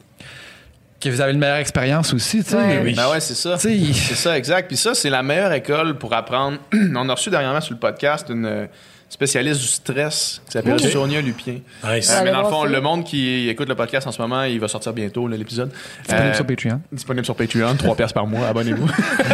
que vous avez une meilleure expérience aussi. Tu sais. Ouais. Oui. Ben ouais, c'est ça. Tu sais, C'est ça, exact. Puis ça, c'est la meilleure école pour apprendre. On a reçu dernièrement sur le podcast une spécialiste du stress qui s'appelle Oui. Sonia Lupien. Nice. Euh, mais dans le Allez fond, voir ça. le monde qui écoute le podcast en ce moment, il va sortir bientôt, là, l'épisode. disponible Euh, sur Patreon. Disponible sur Patreon, trois piastres par mois, abonnez-vous.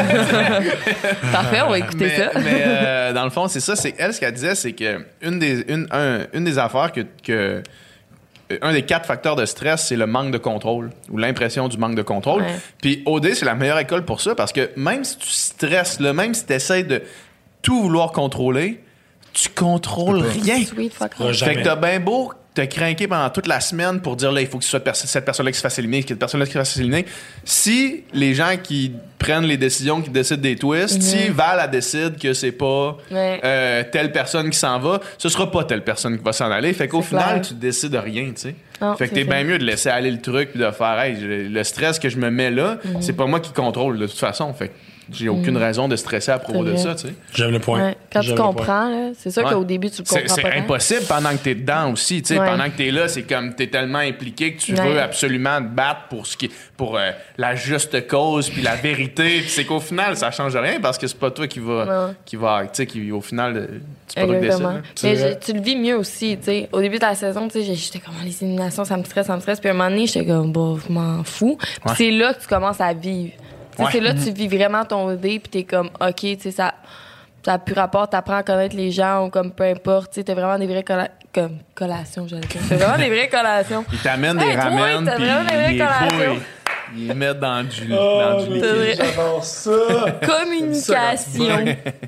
Parfait, on va écouter mais, ça. mais, euh, dans le fond, c'est ça. C'est elle, ce qu'elle disait, c'est que une des, une, un- une des affaires que, que un des quatre facteurs de stress, c'est le manque de contrôle ou l'impression du manque de contrôle. Ouais. Puis O D, c'est la meilleure école pour ça parce que même si tu stresses, là, même si tu essaies de tout vouloir contrôler, tu contrôles rien. Sweet fuck Ouais, off. jamais. Fait que t'as bien beau te craquer pendant toute la semaine pour dire là, il faut que ce soit perso- cette personne-là qui se fasse éliminer, cette personne-là qui se fasse éliminer. Si les gens qui prennent les décisions, qui décident des twists, si Val a décide que c'est pas Ouais. euh, telle personne qui s'en va, ce sera pas telle personne qui va s'en aller. Fait qu'au C'est final, clair. tu décides de rien, tu sais. Non, Fait que c'est t'es bien ça. mieux de laisser aller le truc puis de faire hey, je- le stress que je me mets là, c'est pas moi qui contrôle de toute façon. Fait que j'ai aucune raison de stresser à propos C'est de vrai. ça, tu sais. J'aime le point. Ouais. Quand tu J'aime le point. comprends, là, c'est sûr Ouais. qu'au début, tu le C'est comprends c'est pas. tant. impossible pendant que t'es dedans aussi. Tu sais, Ouais. pendant que t'es là, c'est comme t'es tellement impliqué que tu Ouais. veux absolument te battre pour ce qui, pour euh, la juste cause puis la vérité. Puis c'est qu'au final, ça change rien parce que c'est pas toi qui va, Non. qui va, tu sais, qui au final, euh, c'est pas toi qui décide. Exactement. là. Mais C'est vrai. je- tu le vis mieux aussi, tu sais. Au début de la saison, tu sais, j'étais comme, les éliminations, ça me stresse, ça me stresse. Puis à un moment donné, j'étais comme, bah, je m'en fous. Puis Ouais. c'est là que tu commences à vivre. Tu sais, Ouais. c'est là que tu vis vraiment ton O D, puis t'es comme, OK, tu sais, ça ça a plus rapport, t'apprends à connaître les gens ou comme peu importe, tu sais, t'as vraiment des vraies colla- comme, collations, j'allais dire. T'as vraiment des vraies collations. Ils t'amènent des Hey, toi, ramen t'as puis vraiment des vraies ils les collations. bouillent. Ils les mettent dans du, Oh, dans du mais liquide. vrai. j'adore ça. Communication.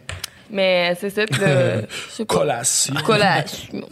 Mais c'est ça, puis là, je sais pas. Collation. Collation.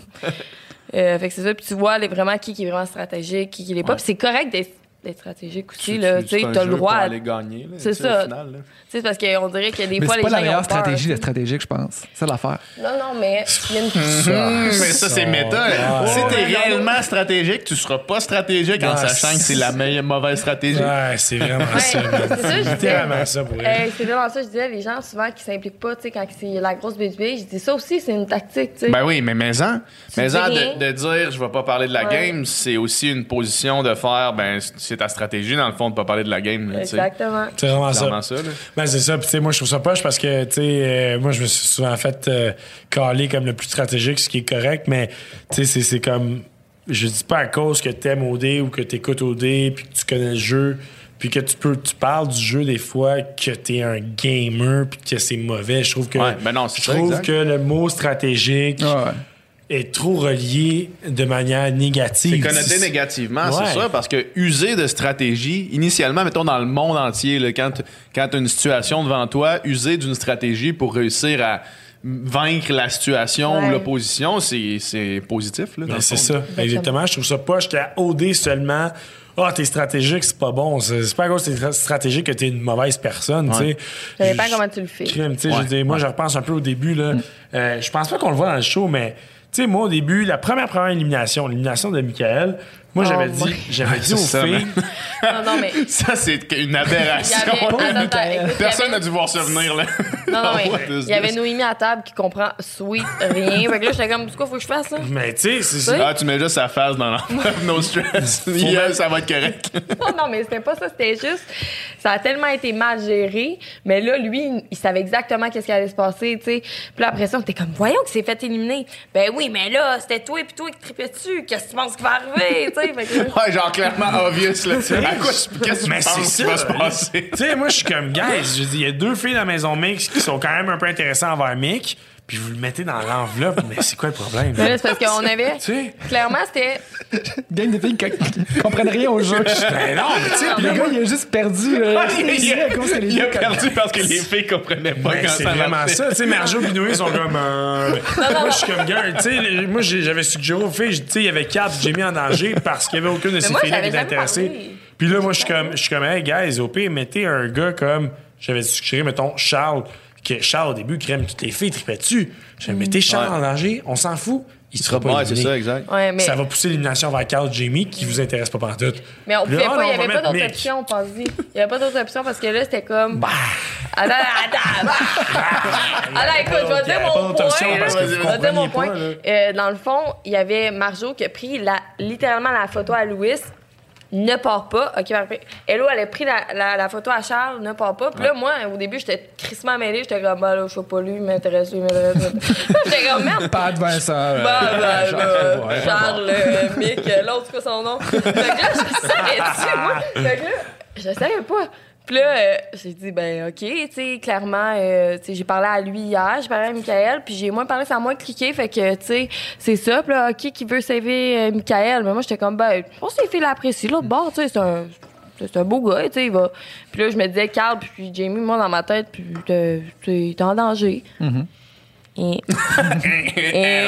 Euh, fait que c'est ça, puis tu vois les, vraiment qui, qui est vraiment stratégique, qui, qui l'est pas. Puis c'est correct d'être, d'être stratégique aussi, Tu- là. tu- Tu sais, c'est un t'as le jeu droit. pour à- aller gagner, là, C'est tu sais, ça. au final, là. Tu sais, parce qu'on dirait que des Mais fois, c'est les pas la gens ils meilleure ont peur, stratégie tu d'être sais. stratégique, je pense. C'est ça l'affaire. Non, non, mais il y a une... Hum, mais ça, c'est méta. Si t'es Ouais. réellement stratégique, tu seras pas stratégique en Ouais, sachant que c'est la meilleure mauvaise stratégie. Ouais, c'est vraiment Ouais, ça. man. c'est ça, je disais. Littéralement ça pour elle. Hey, c'est vraiment ça, je disais, les gens souvent qui s'impliquent pas, tu sais, quand c'est la grosse baby, je dis ça aussi, c'est une tactique, tu sais. Ben oui, mais maison, Tu maison dis rien. de, de dire je vais pas parler de la Ouais. game, c'est aussi une position de faire ben c'est ta stratégie dans le fond de pas parler de la game. là, tu sais. Exactement. C'est vraiment C'est ça. clairement ça. là. Ben, c'est ça. Puis, tu sais, moi, je trouve ça poche parce que, tu sais, euh, moi, je me suis souvent fait euh, caler comme le plus stratégique, ce qui est correct, mais, tu sais, c'est- c'est comme. Je dis pas à cause que t'aimes O D ou que t'écoutes O D puis que tu connais le jeu, puis que tu peux. Tu parles du jeu des fois que t'es un gamer puis que c'est mauvais. Je trouve que. Ouais, ben non, c'est je ça, trouve exact. que le mot stratégique Ouais. est trop relié de manière C'est négative. connoté négativement, Ouais. c'est ça, parce que user de stratégie, initialement, mettons dans le monde entier, là, quand, quand tu as une situation devant toi, user d'une stratégie pour réussir à vaincre la situation Ouais. ou l'opposition, c'est c'est positif. Là, dans Ben, le c'est fond. ça. Exactement. Je trouve ça poche qu'à O D seulement. Ah, t'es stratégique, c'est pas bon. C'est c'est pas à cause que t'es tra- stratégique que t'es une mauvaise personne, Ouais. tu sais. Ça dépend Je- comment tu le fais. Crime, tu sais, je Ouais, veux dire, moi, ouais. je repense un peu au début, là. Euh, je pense pas qu'on le voit dans le show, mais, tu sais, moi, au début, la première première élimination, l'élimination de Michael, moi, Oh, j'avais moi. dit, j'avais Ouais, dit c'est aux ça, filles, man. Non, non, mais... Ça, c'est une Il y aberration. avait, attends, attends, écoute, il y Personne avait- n'a dû voir ça venir. Là. Non, non, mais What is il y avait this? Noémie à table qui comprend sweet rien. Fait que là, j'étais comme, du coup, faut que je fasse ça. mais, tu sais, c'est Oui. Ah, tu mets juste sa face dans l'enveloppe, no stress. Yeah, ça va être correct. Non, non, mais c'était pas ça, c'était juste. Ça a tellement été mal géré, mais là, lui, il savait exactement qu'est-ce qui allait se passer, tu sais. Puis là, après ça, on était comme, voyons qu'il s'est fait éliminer. Ben oui, mais là, c'était toi et puis toi qui tripais dessus. Qu'est-ce que tu penses qui va arriver, tu sais? Fait que là, Ouais, genre clairement obvious. Là. À quoi, tu- qu'est-ce que tu Mais penses c'est qui va ça. se passer? Tu sais, moi, je suis comme, guys, je dis, il y a deux filles dans la maison mix qui sont quand même un peu intéressantes envers Mick, puis vous le mettez dans l'enveloppe, mais c'est quoi le problème? mais là, c'est parce qu'on avait. Tu sais? Clairement, c'était. Gang de filles qui qui comprennent rien au jeu. Ben non, mais tu sais, Puis le gars, il a juste perdu. euh, il a, à cause que les il a filles- perdu parce que les filles comprenaient pas ben, quand c'est ça vraiment marchait. ça. Tu sais, Marjo et Noé sont comme. euh, moi, je suis comme, gars, tu sais, les- moi, j'ai- j'avais suggéré aux filles, tu sais, il y avait Cap, Jamie en danger parce qu'il y avait aucune de ces moi, filles-là qui j'avais était jamais intéressée. parlé. Puis là, moi, je suis comme, je suis comme, hey, guys, au pire, mettez un gars comme. J'avais suggéré, mettons, Charles, que Charles, au début, crème, toutes les filles tripaient dessus. Je mettez Charles Ouais. en danger, on s'en fout. Il sera pas Ouais, c'est éliminé. ça, exact. Ouais, mais. Ça va pousser l'élimination vers Carl Jamie qui vous intéresse pas pantoute. Mais on Puis pouvait là, ah pas, non, il on y va avait pas mettre d'autres Mick. options, pense-y. Il y avait pas d'autres options parce que là, c'était comme. Attends, attends, bah. Il Alors, écoute, je vais dire mon point. Parce que Je vais dire mon point. Euh, dans le fond, il y avait Marjo qui a pris la, littéralement la photo à Louis. Ne part pas. OK, parfait. Hello, elle a pris la, la, la photo à Charles, ne part pas. Puis là, moi, au début, j'étais crissement mêlée. J'étais comme, bah là, je sais pas lui, il m'intéresse, lui, il m'intéresse. J'étais comme, merde. Pas de Vincent. Bah, bah, bah, Charles, euh, Mick, l'autre, c'est quoi son nom? Fait que là, je savais-tu, moi? Fait que là, je savais pas. Puis là, euh, j'ai dit, ben, OK, tu sais, clairement, euh, tu sais, j'ai parlé à lui hier, j'ai parlé à Michael, puis j'ai moins parlé, c'est à moi de cliquer, fait que, tu sais, c'est ça. Puis là, OK, qui veut sauver euh, Michael? Mais moi, j'étais comme, ben, je pense que les filles l'apprécient, l'autre bord, tu sais, c'est un, c'est un beau gars, tu sais, il va. Puis là, je me disais, Carl, puis Jamie, moi, dans ma tête, puis t'es, t'es en danger. Mm-hmm. Et... Et...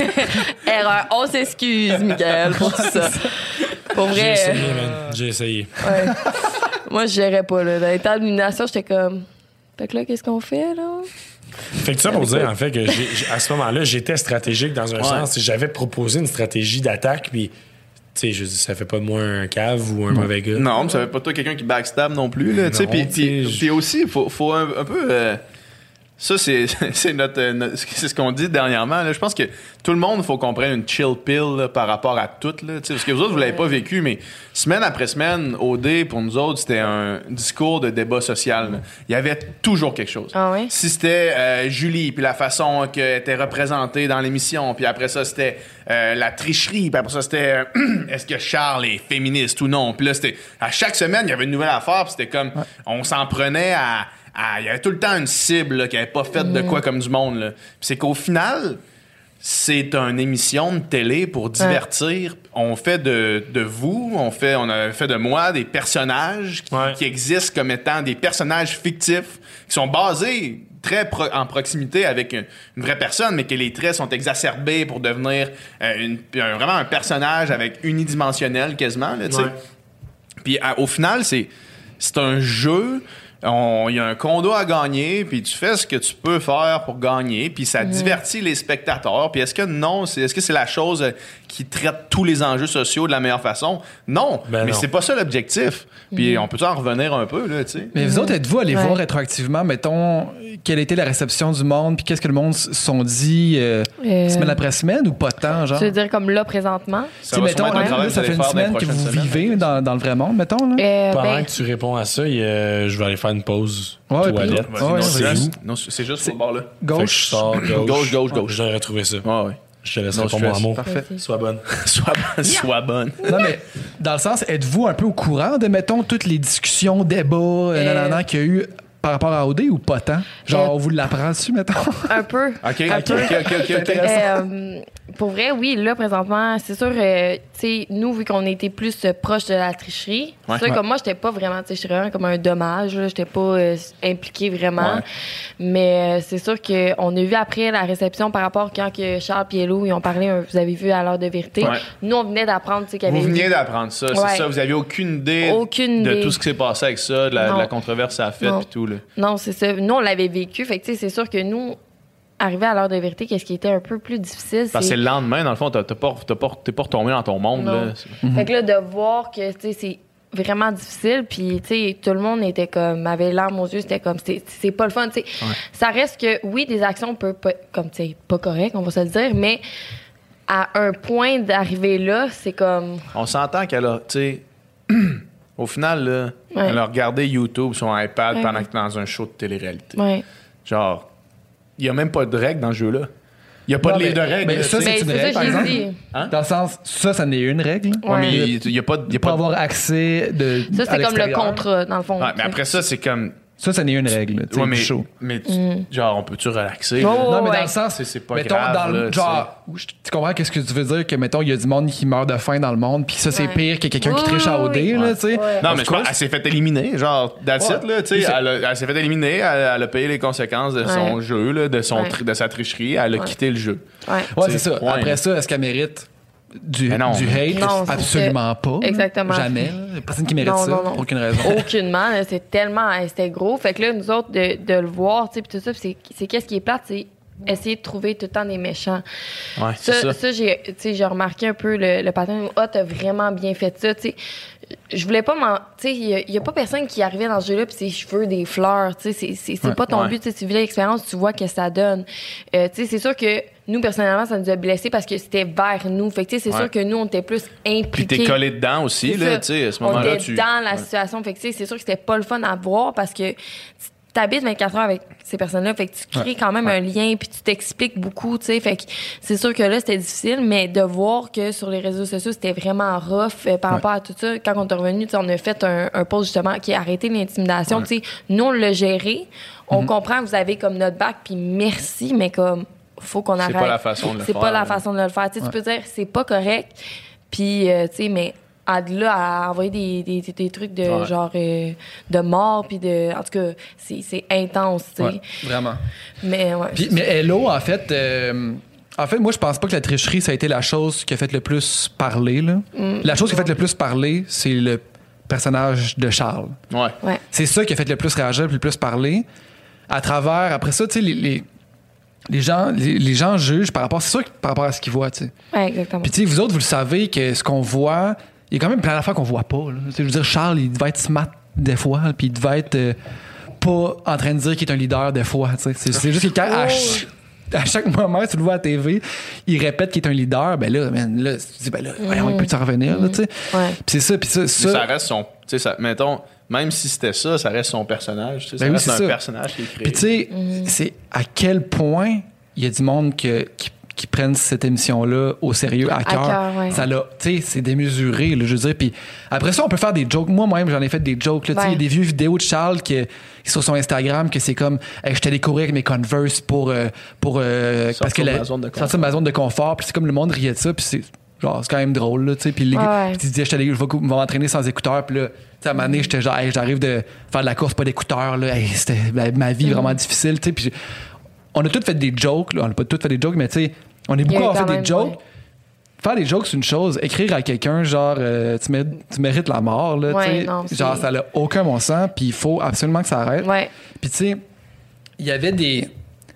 Erreur. On s'excuse, Michael, pour tout ça. Pour vrai. J'ai essayé, man. J'ai essayé. Ouais. Moi, je gérais pas, là. Dans les temps d'élimination, j'étais comme. Fait que là, qu'est-ce qu'on fait, là? Fait que ça pour dire, en fait, que j'ai, à ce moment-là, j'étais stratégique dans un ouais. sens. J'avais proposé une stratégie d'attaque, puis. Tu sais, je dis, ça fait pas de moi un cave ou un non. mauvais gars. Non, mais ça fait pas de toi quelqu'un qui backstab non plus, là. Tu sais, puis, puis, puis aussi, il faut, faut un, un peu. Euh, ça, c'est, c'est, notre, notre, c'est ce qu'on dit dernièrement. Là. Je pense que tout le monde, il faut qu'on prenne une chill pill là, par rapport à tout. Là, parce que vous autres, vous l'avez pas vécu, mais semaine après semaine, O D, pour nous autres, c'était un discours de débat social. Là. Il y avait toujours quelque chose. Ah oui? Si c'était euh, Julie, puis la façon qu'elle était représentée dans l'émission, puis après ça, c'était euh, la tricherie, puis après ça, c'était euh, est-ce que Charles est féministe ou non? Puis là, c'était à chaque semaine, il y avait une nouvelle affaire, puis c'était comme, ouais. on s'en prenait à... Il y avait tout le temps une cible là, qui n'avait pas fait mmh. de quoi comme du monde. Là. Puis c'est qu'au final, c'est une émission de télé pour divertir. Ouais. On fait de, de vous, on fait, on a fait de moi des personnages qui, ouais. qui existent comme étant des personnages fictifs qui sont basés très pro- en proximité avec une, une vraie personne, mais que les traits sont exacerbés pour devenir euh, une, un, vraiment un personnage avec unidimensionnel quasiment. Là, ouais. Puis à, au final, c'est, c'est un jeu... Il y a un condo à gagner, puis tu fais ce que tu peux faire pour gagner, puis ça mmh. divertit les spectateurs. Puis est-ce que non, c'est, est-ce que c'est la chose qui traite tous les enjeux sociaux de la meilleure façon? Non, ben mais non. c'est pas ça l'objectif. Puis mmh. on peut en revenir un peu, là, tu sais. Mais vous autres, êtes-vous allés ouais. voir rétroactivement, mettons, quelle était la réception du monde, puis qu'est-ce que le monde se sont dit euh, euh... semaine après semaine, ou pas tant, genre? Tu veux dire comme là, présentement? Ça, mettons, là, là, ça fait une semaine que vous vivez dans, dans le vrai monde, mettons, là? Euh, Pendant ben... que tu réponds à ça, euh, je vais aller faire une pause ouais, toilette. Ouais, ouais, non, c'est, juste, non, c'est juste au bord là. Gauche. Sors, gauche. Gauche, gauche, gauche. J'aurais retrouvé ça. Ah ouais. Je te laisserai pour mon amour. Parfait. Sois bonne. Sois bonne. Sois bonne. Non, mais dans le sens, êtes-vous un peu au courant de, mettons, toutes les discussions, débats, euh... nanana, qu'il y a eu par rapport à O D ou pas tant? Genre, on vous l'apprend dessus, mettons? Un peu. OK, un OK, peu. OK, OK, OK. okay. Euh, pour vrai, oui, là, présentement, c'est sûr, euh, tu sais, nous, vu qu'on était plus euh, proche de la tricherie, ouais, c'est sûr, ouais. comme moi, j'étais pas vraiment, tu sais, j'étais vraiment comme un dommage, là, j'étais pas euh, impliquée vraiment. Ouais. Mais euh, c'est sûr qu'on a vu après la réception par rapport quand que Charles et Hello, ils ont parlé, euh, vous avez vu à l'heure de vérité. Ouais. Nous, on venait d'apprendre, tu sais, qu'il y avait. Vous veniez d'apprendre ça, ouais. c'est ça. Vous aviez aucune idée aucune de idée. tout ce qui s'est passé avec ça, de la, de la controverse que ça a fait et tout, là. Non, c'est ça. Nous, on l'avait vécu. Fait que, tu sais, c'est sûr que nous, arrivé à l'heure de vérité, qu'est-ce qui était un peu plus difficile, Parce que c'est le lendemain, dans le fond, t'as, t'as pas, t'as pas, t'es pas retombé dans ton monde, non. là. Mm-hmm. Fait que là, de voir que, tu sais, c'est vraiment difficile, puis, tu sais, tout le monde était comme, avait larmes aux yeux, c'était comme, c'est, c'est pas le fun, tu sais. Ouais. Ça reste que, oui, des actions peuvent pas, comme, tu sais, pas correctes, on va se le dire, mais à un point d'arriver là, c'est comme... On s'entend qu'elle a, tu sais... Au final, là, ouais. elle a regardé YouTube sur un iPad ouais. pendant que dans un show de télé-réalité. Ouais. Genre, il n'y a même pas de règles dans ce jeu-là. Il n'y a pas non, de livre de règles. Mais ça, c'est mais une c'est règle, ça, par exemple. Hein? Dans le sens, ça, ça n'est une règle. Ouais, ouais mais il n'y a pas... Y a pas pas avoir accès de Ça, c'est comme le contrat, dans le fond. Ouais, mais après ça, c'est comme... Ça, ça n'est une règle, tu sais, ouais, mais, du show. Mais, tu, mm. genre, on peut-tu relaxer? Oh, non, mais ouais. dans le sens, c'est, c'est pas mettons, grave. Dans le, là, genre, tu comprends qu'est-ce que tu veux dire? Que, mettons, il y a du monde qui meurt de faim dans le monde, puis ça, c'est ouais. pire que quelqu'un oui, qui triche à O D, oui. là, tu sais. Ouais. Non, mais je pense qu'elle s'est fait éliminer, genre, that's ouais. it, là, tu sais. Elle, elle s'est fait éliminer, elle, elle a payé les conséquences de son ouais. jeu, là, de, son, ouais. de sa tricherie, elle a ouais. quitté le jeu. Ouais, ouais c'est ça. Point. Après ça, est-ce qu'elle mérite du, non. du hate? Non, absolument pas. Exactement. Jamais. Il n'y a personne qui mérite non, ça, non, non. pour aucune raison. Aucunement. Là, c'est tellement... C'était gros. Fait que là, nous autres, de, de le voir, tu sais, puis tout ça, c'est, c'est qu'est-ce qui est plate, c'est essayer de trouver tout le temps des méchants. Ouais, c'est ça. Ça, ça j'ai, j'ai remarqué un peu le, le pattern où, ah, t'as vraiment bien fait ça, tu sais. je voulais pas m'en. Tu sais, il y, a pas personne qui arrivait dans ce jeu-là puis ses cheveux, des fleurs. Tu sais, c'est, c'est, c'est ouais, pas ton ouais. but. Tu vis l'expérience, tu vois que ça donne. Euh, tu sais, c'est sûr que nous, personnellement, ça nous a blessés parce que c'était vers nous. Fait que, tu sais, c'est ouais. sûr que nous, on était plus impliqués. Puis t'es collé dedans aussi, c'est là, tu sais, à ce moment-là. On était tu... dans la ouais. situation. Fait que, tu sais, c'est sûr que c'était pas le fun à voir parce que t'habites vingt-quatre heures avec ces personnes-là, fait que tu crées ouais. quand même ouais. un lien puis tu t'expliques beaucoup, tu sais, fait que c'est sûr que là c'était difficile, mais de voir que sur les réseaux sociaux c'était vraiment rough euh, par ouais. rapport à tout ça. Quand on est revenu, on a fait un, un post justement qui a arrêté l'intimidation, ouais. tu sais, nous on l'a géré, on mm-hmm. comprend que vous avez comme notre bac puis merci, mais comme faut qu'on arrête. C'est pas la façon de le c'est faire. C'est pas la là. façon de le faire, tu sais, ouais. tu peux dire c'est pas correct, puis euh, tu sais, mais à de là à envoyer des, des, des trucs de ouais. genre euh, de mort puis de en tout cas c'est, c'est intense tu sais ouais, vraiment mais ouais puis, mais Hello en fait euh, en fait moi je pense pas que la tricherie ça a été la chose qui a fait le plus parler là. Mm, la chose qui a fait le plus parler c'est le personnage de Charles. Ouais. ouais. C'est ça qui a fait le plus réagir le plus parler à travers après ça tu sais les, les Les gens, les, les gens jugent par rapport, c'est sûr que par rapport à ce qu'ils voient, tu sais. Ouais, exactement. Puis tu sais, vous autres, vous le savez que ce qu'on voit, il y a quand même plein d'affaires qu'on voit pas. Là. Je veux dire, Charles, il devait être smart des fois, puis il devait être euh, pas en train de dire qu'il est un leader des fois. C'est, c'est juste que quand, à, ch- à chaque moment, tu le vois à la T V, il répète qu'il est un leader. Ben là, man, là tu dis, ben là, mm. voyons, il peut s'en revenir. Mm. Tu sais. Ouais. Puis c'est ça, puis ça, ça. ça reste son. Tu sais, ça, mettons, même si c'était ça, ça reste son personnage. Tu sais, ben ça oui, reste un ça. personnage qui est créé. Puis tu sais, mm. c'est à quel point il y a du monde que, qui qui prennent cette émission-là au sérieux, à cœur. Ouais. Ça l'a, tu sais, c'est démesuré, là, je veux dire. Puis après ça, on peut faire des jokes. Moi-même, j'en ai fait des jokes. Il ouais. y a des vieux vidéos de Charles qui, qui sur son Instagram, que c'est comme, hey, je t'allais courir avec mes Converse pour, euh, pour euh, parce que la, sortir de ma zone de confort. Puis c'est comme le monde riait de ça. Puis c'est genre, c'est quand même drôle, là, tu sais. Puis les gars, tu disais, je vais m'entraîner sans écouteurs. Puis là, tu sais, à un moment donné, j'étais genre, hey, j'arrive de faire de la course, pas d'écouteurs, là. Hey, c'était ma vie vraiment mm. difficile, tu sais. Puis on a tous fait des jokes, là. On n'a pas tous fait des jokes, mais tu sais, on est beaucoup à faire des jokes. Ouais. Faire des jokes, c'est une chose. Écrire à quelqu'un, genre, euh, tu, mérites, tu mérites la mort, là, ouais, tu non, sais. Genre, ça n'a aucun bon sens, puis il faut absolument que ça arrête. Ouais. Puis, tu sais, il y avait des.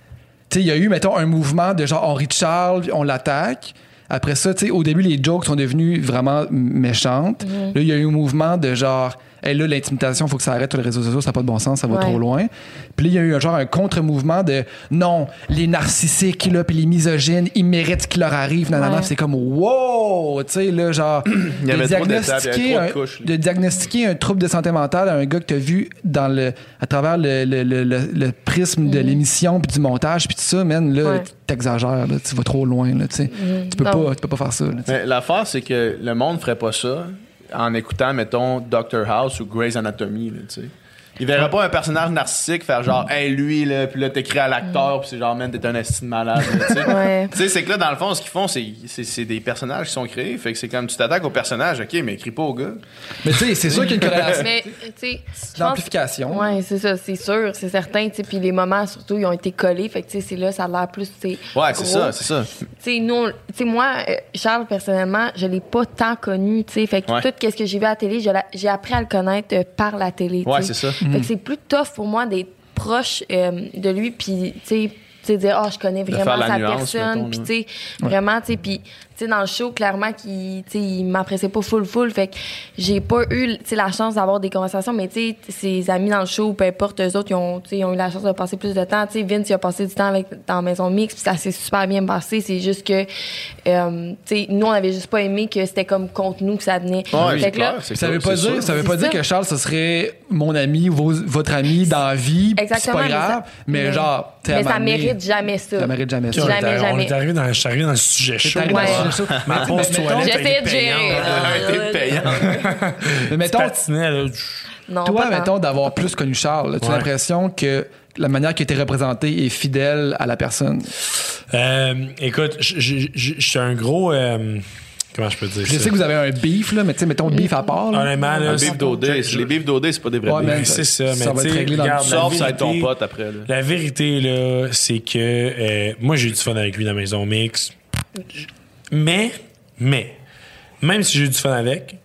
Tu sais, il y a eu, mettons, un mouvement de genre, on rit de Charles, on l'attaque. Après ça, tu sais, au début, les jokes sont devenues vraiment méchantes. Mm-hmm. Là, il y a eu un mouvement de genre, hey, là, l'intimidation, il faut que ça arrête sur les réseaux sociaux, ça n'a pas de bon sens, ça va ouais. trop loin. Puis là, il y a eu un, genre un contre-mouvement de non, les narcissiques, là, puis les misogynes, ils méritent ce qui leur arrive, nanana. Ouais. C'est comme, wow! Tu sais, là, genre, il y avait de, diagnostiquer trop un, de couches, de diagnostiquer un trouble de santé mentale à un gars que tu as vu dans le, à travers le, le, le, le, le prisme mm. de l'émission, puis du montage, puis tout ça, man, là, ouais. t'exagères, là, tu vas trop loin, là, tu sais. Mm. Tu peux pas, tu peux pas faire ça. Là, mais l'affaire, c'est que le monde ferait pas ça en écoutant, mettons, Doctor House ou Grey's Anatomy, là, tu sais. Il verrait pas un personnage narcissique faire genre, hey, lui, là, puis là, t'écris à l'acteur, puis c'est genre, man, t'es un esti de malade, tu sais. Ouais. Tu sais, c'est que là, dans le fond, ce qu'ils font, c'est, c'est, c'est des personnages qui sont créés. Fait que c'est comme, tu t'attaques au personnage, OK, mais écris pas au gars. Mais tu sais, c'est sûr qu'il y a une corrélation. Mais, tu sais, l'amplification. Oui, c'est ça, c'est sûr, c'est certain, tu sais. Puis les moments, surtout, ils ont été collés, fait que, tu sais, c'est là, ça a l'air plus, tu sais. Ouais, c'est ça, c'est ça. Tu sais, nous, tu sais, moi, Charles, personnellement, je l'ai pas tant connu, tu sais. Fait que ouais. tout ce que j'ai vu à la télé, je j'ai appris à le connaître par la télé, ouais, c'est ça. Fait mm. que c'est plus tough pour moi d'être proche euh, de lui, puis, tu sais, dire, oh, je connais vraiment sa nuance, personne, puis, tu sais, ouais. vraiment, tu sais, puis, tu sais, dans le show, clairement, qu'il, tu sais, il m'appréciait pas full full, fait que j'ai pas eu, tu sais, la chance d'avoir des conversations, mais, tu sais, ses amis dans le show, peu importe, eux autres, ils ont, tu sais, ils ont eu la chance de passer plus de temps, tu sais, Vince, il a passé du temps avec, dans la maison mixte, puis ça s'est super bien passé, c'est juste que, euh, tu sais, nous, on avait juste pas aimé que c'était comme contre nous que ça venait. Ouais, fait que là, ça veut pas dire, ça veut pas dire que Charles, ce serait mon ami ou vos, votre ami dans la vie, c'est pas grave, mais, mais genre, mais ça mérite jamais ça. Ça mérite jamais ça. Jamais, on jamais. est arrivé dans, je suis arrivé dans le sujet chaud. Ma pause toilette a été payante. Mais mettons, non, toi, mettons, d'avoir plus connu Charles, tu as l'impression que la manière qui a été représentée est fidèle à la personne? Euh, écoute, je suis un gros... Euh, comment je peux dire je ça? sais que vous avez un beef, là, mais tu sais, mettons le beef à part. Honnêtement, un beef d'O D. Les beefs d'O D, c'est pas des vrais ouais, beefs. Ben, c'est ça, mais ça va être réglé dans le sort, ça va être ton pote après. Là. La vérité, là, c'est que euh, moi, j'ai eu du fun avec lui dans la maison mix. Mais, mais, même si j'ai eu du fun avec,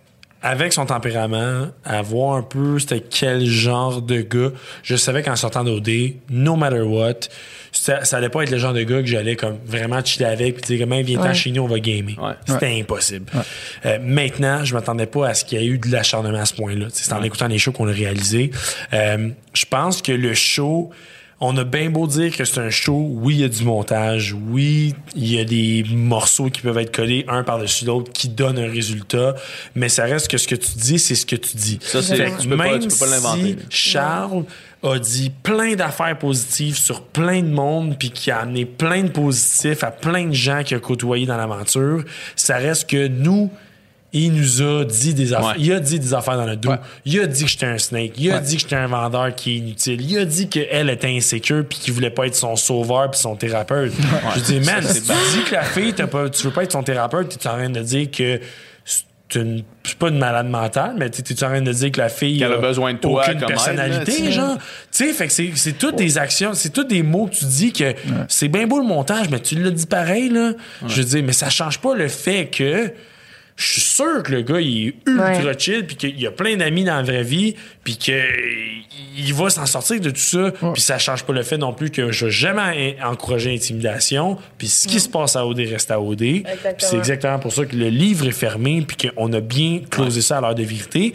avec son tempérament, à voir un peu c'était quel genre de gars, je savais qu'en sortant d'O D, no matter what, ça, ça allait pas être le genre de gars que j'allais comme vraiment chiller avec puis dire, viens-t'en ouais. chez nous, on va gamer. Ouais. C'était ouais. impossible. Ouais. Euh, maintenant, je m'attendais pas à ce qu'il y ait eu de l'acharnement à ce point-là. C'est en ouais. écoutant les shows qu'on a réalisés. Euh, je pense que le show... On a bien beau dire que c'est un show, oui, il y a du montage, oui, il y a des morceaux qui peuvent être collés un par-dessus l'autre qui donnent un résultat, mais ça reste que ce que tu dis, c'est ce que tu dis. Ça, c'est, fait, tu peux même pas, tu peux pas l'inventer. Si Charles a dit plein d'affaires positives sur plein de monde puis qui a amené plein de positifs à plein de gens qu'il a côtoyés dans l'aventure, ça reste que nous... Il nous a dit des affaires. Ouais. Il a dit des affaires dans le dos. Ouais. Il a dit que j'étais un snake. Il a ouais. dit que j'étais un vendeur qui est inutile. Il a dit qu'elle était insécure puis qu'il voulait pas être son sauveur puis son thérapeute. Ouais. Je dis, man, ça, si tu dis que la fille, t'as pas, tu veux pas être son thérapeute, t'es en train de dire que c'est, une, c'est pas une malade mentale, mais t'es en train de dire que la fille qu'elle a, a besoin de toi aucune comme personnalité, aide, genre. Tu sais, fait que c'est, c'est toutes des actions, c'est tous des mots que tu dis que ouais. c'est bien beau le montage, mais tu l'as dit pareil, là. Ouais. Je veux dire, mais ça change pas le fait que je suis sûr que le gars, il est ultra ouais. chill, puis qu'il a plein d'amis dans la vraie vie, puis qu'il va s'en sortir de tout ça. Ouais. Puis ça change pas le fait non plus que je n'ai jamais encouragé l'intimidation. Puis ce qui ouais. se passe à O D reste à O D. Puis c'est exactement pour ça que le livre est fermé, puis qu'on a bien closé ouais. ça à l'heure de vérité.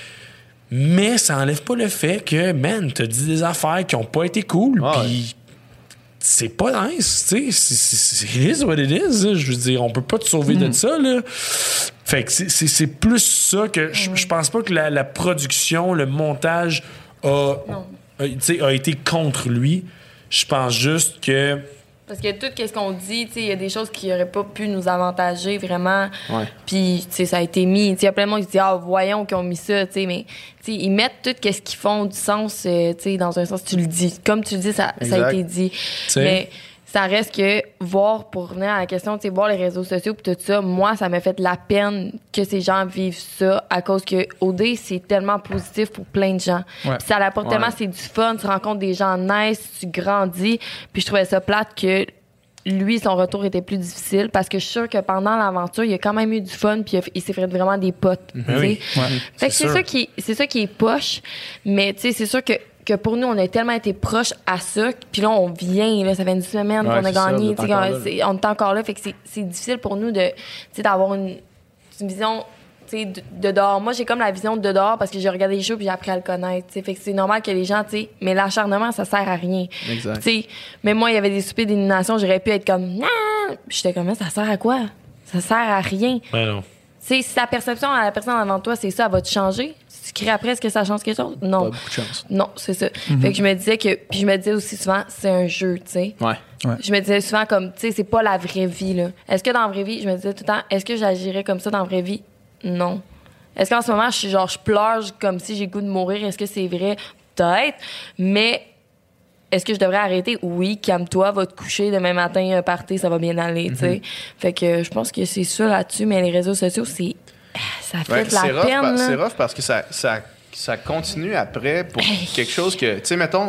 Mais ça enlève pas le fait que, man, t'as dit des affaires qui ont pas été cool, ouais. puis... c'est pas nice, tu sais. C'est, it is what it is. Je veux dire, on peut pas te sauver mm. de ça, là. Fait que c'est, c'est, c'est plus ça que... Je mm. pense pas que la, la production, le montage a, a, a été contre lui. Je pense juste que... Parce que tout ce qu'on dit, il y a des choses qui n'auraient pas pu nous avantager vraiment. Ouais. Puis, ça a été mis. Il y a plein de monde qui dit, ah, voyons qu'ils ont mis ça, mais ils mettent tout ce qu'ils font du sens, euh, dans un sens, tu le dis. Comme tu le dis, ça, ça a été dit. T'sais. Mais ça reste que voir, pour revenir à la question, voir les réseaux sociaux et tout ça, moi, ça m'a fait de la peine que ces gens vivent ça à cause que O D, c'est tellement positif pour plein de gens. Ouais. Puis ça l'apporte ouais. tellement, c'est du fun, tu rencontres des gens nice, tu grandis. Puis je trouvais ça plate que lui, son retour était plus difficile parce que je suis sûre que pendant l'aventure, il a quand même eu du fun puis il s'est fait vraiment des potes. Mm-hmm. Oui. Ouais. Fait que c'est, c'est ça qui c'est ça qui est poche, mais tu sais, c'est sûr que que pour nous, on a tellement été proches à ça, puis là, on vient, là, ça fait une semaine ouais, qu'on a gagné, ça, on, est on est encore là, fait que c'est, c'est difficile pour nous de, d'avoir une, une vision de, de dehors. Moi, j'ai comme la vision de dehors parce que j'ai regardé les shows puis j'ai appris à le connaître, t'sais. Fait que c'est normal que les gens, tu sais, mais l'acharnement, ça sert à rien. Exact. T'sais, mais moi, il y avait des soupers d'élimination, j'aurais pu être comme, non, j'étais comme, ça sert à quoi? Ça sert à rien. Ouais, non. T'sais, si ta perception à la personne avant toi, c'est ça, elle va te changer? Si tu cries après, est-ce que ça change quelque chose? Non. Pas beaucoup de chance. Non, c'est ça. Mm-hmm. Fait que je me disais que... Puis je me disais aussi souvent, c'est un jeu, tu sais. Ouais. ouais. Je me disais souvent comme, tu sais, c'est pas la vraie vie, là. Est-ce que dans la vraie vie, je me disais tout le temps, est-ce que j'agirais comme ça dans la vraie vie? Non. Est-ce qu'en ce moment, je suis genre, je pleure comme si j'ai le goût de mourir? Est-ce que c'est vrai? Peut-être. Mais... est-ce que je devrais arrêter? Oui, calme-toi, va te coucher demain matin, un party, ça va bien aller, tu sais. Mm-hmm. Fait que je pense que c'est ça là-dessus, mais les réseaux sociaux, c'est... ça fait ouais, de la c'est peine. Rough, c'est rough parce que ça, ça, ça continue après pour hey. quelque chose que... Tu sais, mettons,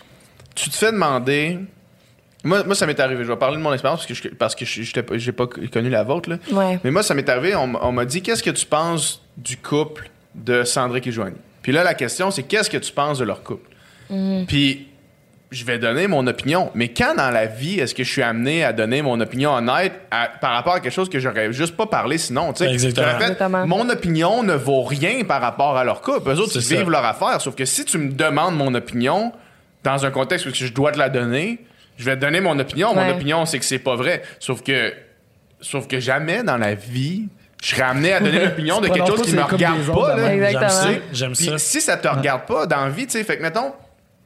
tu te fais demander... Moi, moi, ça m'est arrivé. Je vais parler de mon expérience parce que je, parce que je j'ai pas connu la vôtre, là. Ouais. Mais moi, ça m'est arrivé, on, on m'a dit, qu'est-ce que tu penses du couple de Cendrick et Joanie? Puis là, la question, c'est qu'est-ce que tu penses de leur couple? Mm. Puis... je vais donner mon opinion. Mais quand dans la vie est-ce que je suis amené à donner mon opinion honnête à, par rapport à quelque chose que j'aurais juste pas parlé sinon? Exactement. Fait, Exactement. Mon opinion ne vaut rien par rapport à leur couple. Eux autres, ils vivent leur affaire. Sauf que si tu me demandes mon opinion dans un contexte où je dois te la donner, je vais te donner mon opinion. Ouais. Mon opinion, c'est que c'est pas vrai. Sauf que, sauf que jamais dans la vie... je serais amené à donner l'opinion de quelque chose qui me regarde pas. Là. Exactement. J'aime ça. J'aime ça. Puis si ça te regarde pas dans la vie, tu sais, fait que mettons...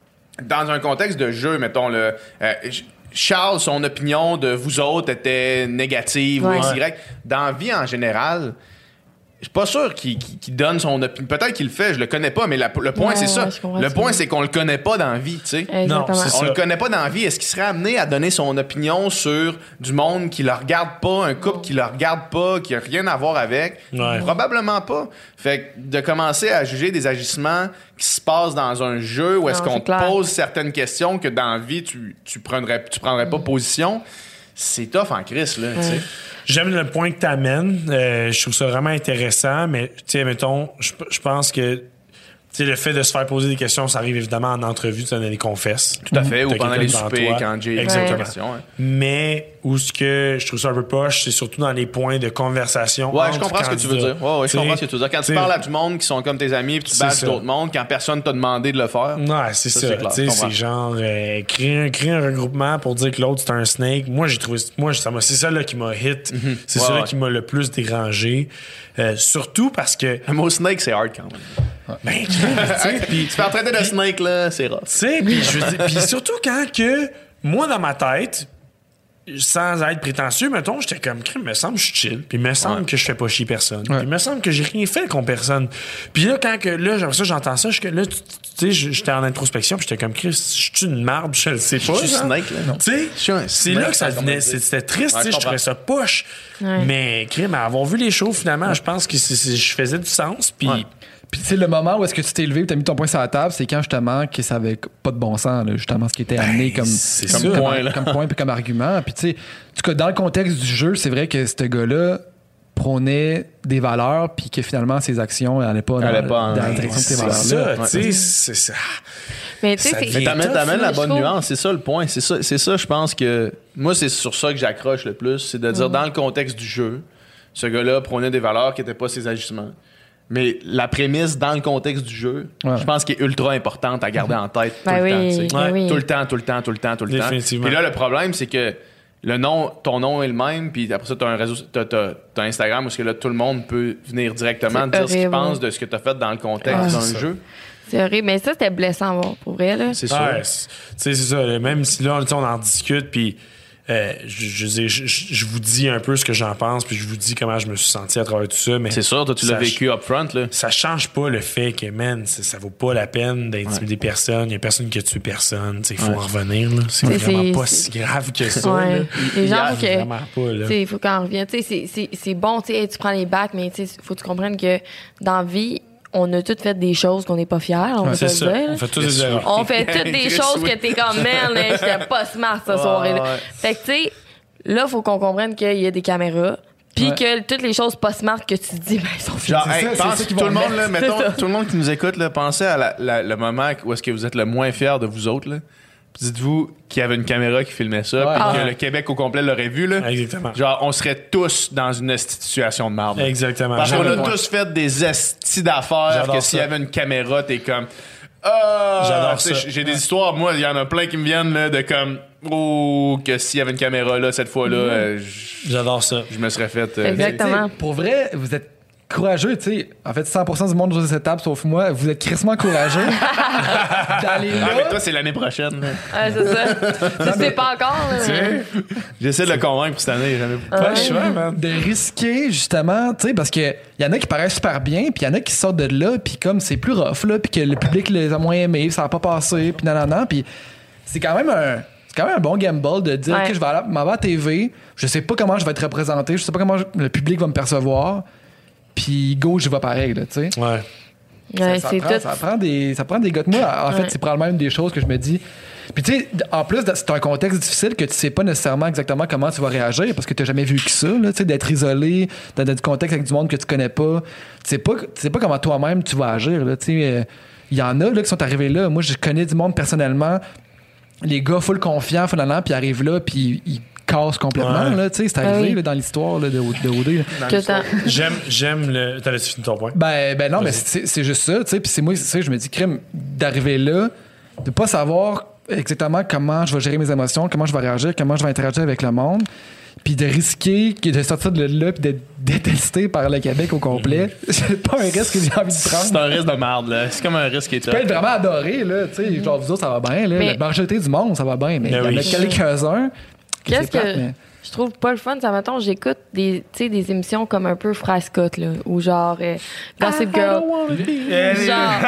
dans un contexte de jeu, mettons, le, euh, Charles, son opinion de vous autres était négative ouais. ou X Y. Dans la vie en général, je suis pas sûr qu'il, qu'il, qu'il donne son opinion. Peut-être qu'il le fait, je le connais pas, mais la, le point, ouais, c'est ouais, ça. Le point, c'est qu'on le connaît pas dans la vie, tu sais. Non, c'est on ça. le connaît pas dans la vie. Est-ce qu'il serait amené à donner son opinion sur du monde qui le regarde pas, un couple qui le regarde pas, qui a rien à voir avec? Ouais. Probablement pas. Fait que de commencer à juger des agissements qui se passent dans un jeu où est-ce non, qu'on te pose certaines questions que dans la vie, tu, tu prendrais, tu prendrais pas mm. position, c'est tough en crise, là, tu sais. J'aime le point que tu amènes. Euh, je trouve ça vraiment intéressant, mais, tu sais, mettons, je pense que tu sais, le fait de se faire poser des questions, ça arrive évidemment en entrevue, tu donnes des confesses. Tout à fait, ou T'as pendant les quelqu'un devant soupers, toi. quand j'ai Exactement. des questions. Ouais. Mais où ce que je trouve ça un peu poche, c'est surtout dans les points de conversation. Ouais, entre je comprends ce que tu veux candidats. dire. Ouais, ouais, je T'sais, comprends ce que tu veux dire. Quand tu t'sais, parles à du monde qui sont comme tes amis, puis tu C'est bâches ça. d'autres mondes, quand personne t'a demandé de le faire. Ouais, c'est Ça, ça. c'est clair, Tu sais, je comprends. c'est genre euh, créer, un, créer un regroupement pour dire que l'autre c'est un snake. Moi, j'ai trouvé. Moi, ça m'a, c'est ça là qui m'a hit. C'est Ouais, ça là ouais. qui m'a le plus dérangé. Euh, surtout parce que. Le mot snake, c'est hard quand même. Ben, tu sais, puis Tu peux en traiter de snake, là, c'est rough. Tu sais, puis je veux dire, puis surtout quand que moi dans ma tête, sans être prétentieux, mettons, j'étais comme, crime, me semble que je suis chill, puis me semble Ouais. que je fais pas chier personne, Ouais. puis me semble que j'ai rien fait contre personne. Puis là, quand que là, j'aimerais ça, j'entends ça, je, là, tu tu sais, j'étais en introspection, puis j'étais comme, Chris, je suis une marde, je le sais pas. Je suis genre. snake, là, non. Tu sais, Je suis un c'est snake, là que ça comme on venait, dit. c'est- c'était triste, Ouais, tu sais, je je trouvais ça poche. Ouais. Mais, crime, à avoir vu les shows, finalement, je pense que c'est- c'est- je faisais du sens, puis. Ouais. Puis tu sais, le moment où est-ce que tu t'es levé, tu as mis ton poing sur la table, c'est quand justement que ça avait pas de bon sens, là, justement ce qui était amené comme, c'est comme, ça. comme, point, là. comme point puis comme argument. Puis tu sais, en tout cas, dans le contexte du jeu, c'est vrai que ce gars-là prônait des valeurs puis que finalement ses actions n'allaient pas, dans, Allaient pas en- dans la direction de ces C'est valeurs-là. ça, tu sais, c'est ça. Mais tu sais, Ça c'est. devient Mais t'amènes, tough, t'amènes la je bonne trouve. nuance, c'est ça le point. C'est ça, c'est ça, je pense que. Moi, c'est sur ça que j'accroche le plus. C'est de dire, dans le contexte du jeu, ce gars-là prônait des valeurs qui n'étaient pas ses agissements. Mais la prémisse dans le contexte du jeu, Ouais. je pense qu'elle est ultra importante à garder en tête tout Ben le oui, temps. tu sais. ben oui. Tout le temps, tout le temps, tout le temps, tout le temps. Définitivement. Puis là, le problème, c'est que le nom, ton nom est le même, puis après ça, t'as un réseau, t'as, t'as, t'as Instagram où est-ce que là, tout le monde peut venir directement C'est dire ce qu'il horrible. pense de ce que t'as fait dans le contexte, Ah, dans c'est le ça. jeu. C'est horrible. Mais ça, c'était blessant, bon, pour vrai, là. C'est sûr. Ouais, c'est- tu sais, c'est ça. là, Même si là, tu sais, on en discute, puis euh, je, je, je, je- je vous dis un peu ce que j'en pense, puis je vous dis comment je me suis senti à travers tout ça. Mais C'est sûr, toi, tu l'as ça- vécu up front, là. Ça change pas le fait que, man, ça, ça vaut pas la peine d'intimider personne. Il y a personne qui a tué personne. Il faut Ouais. en revenir. Là. C'est C'est- vraiment c'est- pas c'est- si grave que ça. Ouais. là. Les gens, Yeah, faut que. Vraiment pas. Là. Il faut qu'on revienne. Tu sais, c'est- c'est- c'est bon, tu sais, hey, tu prends les bacs, mais tu sais, faut que tu comprennes que dans la vie, on a toutes fait des choses qu'on n'est pas fiers, on va te C'est le ça. dire. On fait tous Bien des sûr. erreurs. On fait toutes des Chris, choses oui. que t'es comme merde, là, j'étais pas smart cette Ouais, soirée-là. ouais. Fait que, tu sais, là, faut qu'on comprenne qu'il y a des caméras, puis Ouais. que toutes les choses pas smart que tu dis, ben, elles sont Genre, C'est hey, ça, c'est pense, ça qu'ils tout vont le monde, là, C'est mettons, ça. tout le monde qui nous écoute, là, pensez à la- la- le moment où est-ce que vous êtes le moins fier de vous autres, là. Puis dites-vous qu'il y avait une caméra qui filmait ça, Ouais. puis Ah. que le Québec au complet l'aurait vu, là. Exactement. Genre, on serait tous dans une esti- situation de merde. là. Exactement. Parce qu'on J'adore- a tous fait des estis d'affaires J'adore que s'il y ça. avait une caméra, t'es comme. Ah, J'adore tu sais, ça. J'ai des histoires, moi, il y en a plein qui me viennent là, de comme. Oh, que s'il y avait une caméra là, cette fois-là, euh, je- J'adore ça. je me serais fait. euh, Exact. Exactement. Tu sais, Pour vrai, vous êtes courageux, tu sais. En fait, cent pour cent du monde autour de cette table, sauf moi, vous êtes crissement courageux d'aller Ah, mais là. toi, c'est l'année prochaine. là. Ouais, c'est ça. Tu sais pas encore, là. mais- J'essaie de le convaincre pour cette année. j'ai Jamais... Ouais, je suis vrai, man. De risquer, justement, tu sais, parce que y en a qui paraissent super bien, puis y en a qui sortent de là, puis comme c'est plus rough, là, puis que le public les a moins aimés, ça a pas passé, puis nanana, puis c'est quand même un. C'est quand même un bon gamble de dire, Ouais. OK, je vais aller- m'en vais à la T V, je sais pas comment je vais être représenté, je sais pas comment je- le public va me percevoir, puis go, je vais pareil, là, tu sais. Ouais. Ouais, ça, c'est prend, tout. ça prend des ça prend des gars. Moi, en fait, Ouais. c'est probablement une des choses que je me dis. Puis tu sais, en plus, c'est un contexte difficile que tu sais pas nécessairement exactement comment tu vas réagir parce que tu n'as jamais vu que ça, là, tu sais, d'être isolé dans du contexte avec du monde que tu connais pas. Tu sais pas, tu sais pas comment toi-même tu vas agir, là, tu sais. euh, il y en a là, qui sont arrivés là. Moi, je connais du monde personnellement. Les gars full confiants, finalement, puis arrivent là, puis ils cassent complètement. Ouais. Là, tu sais, c'est Ah arrivé oui. là, dans l'histoire là, de, de O D. là. Tout le temps. J'aime, j'aime le. T'avais-tu fini ton point? Ben, ben non, mais Vas-y. c'est c'est juste ça, tu sais. Puis c'est moi, c'est ça, je me dis, crime, d'arriver là, de pas savoir exactement comment je vais gérer mes émotions, comment je vais réagir, comment je vais interagir avec le monde, puis de risquer que de sortir de là puis d'être détesté par le Québec au complet, c'est pas un risque que j'ai envie de C'est prendre. un risque de merde, là. C'est comme un risque qui est Tu peux être vraiment adoré, là, tu sais, genre vous autres, ça va bien, là. Mais- La majorité du monde, ça va bien, mais il y Ben en a oui. quelques-uns. qui Qu'est-ce c'est plate, que mais- je trouve pas le fun, ça mettons, j'écoute des, tu sais, des émissions comme un peu Fry Scott, là, ou genre euh, Gossip Girl. Genre.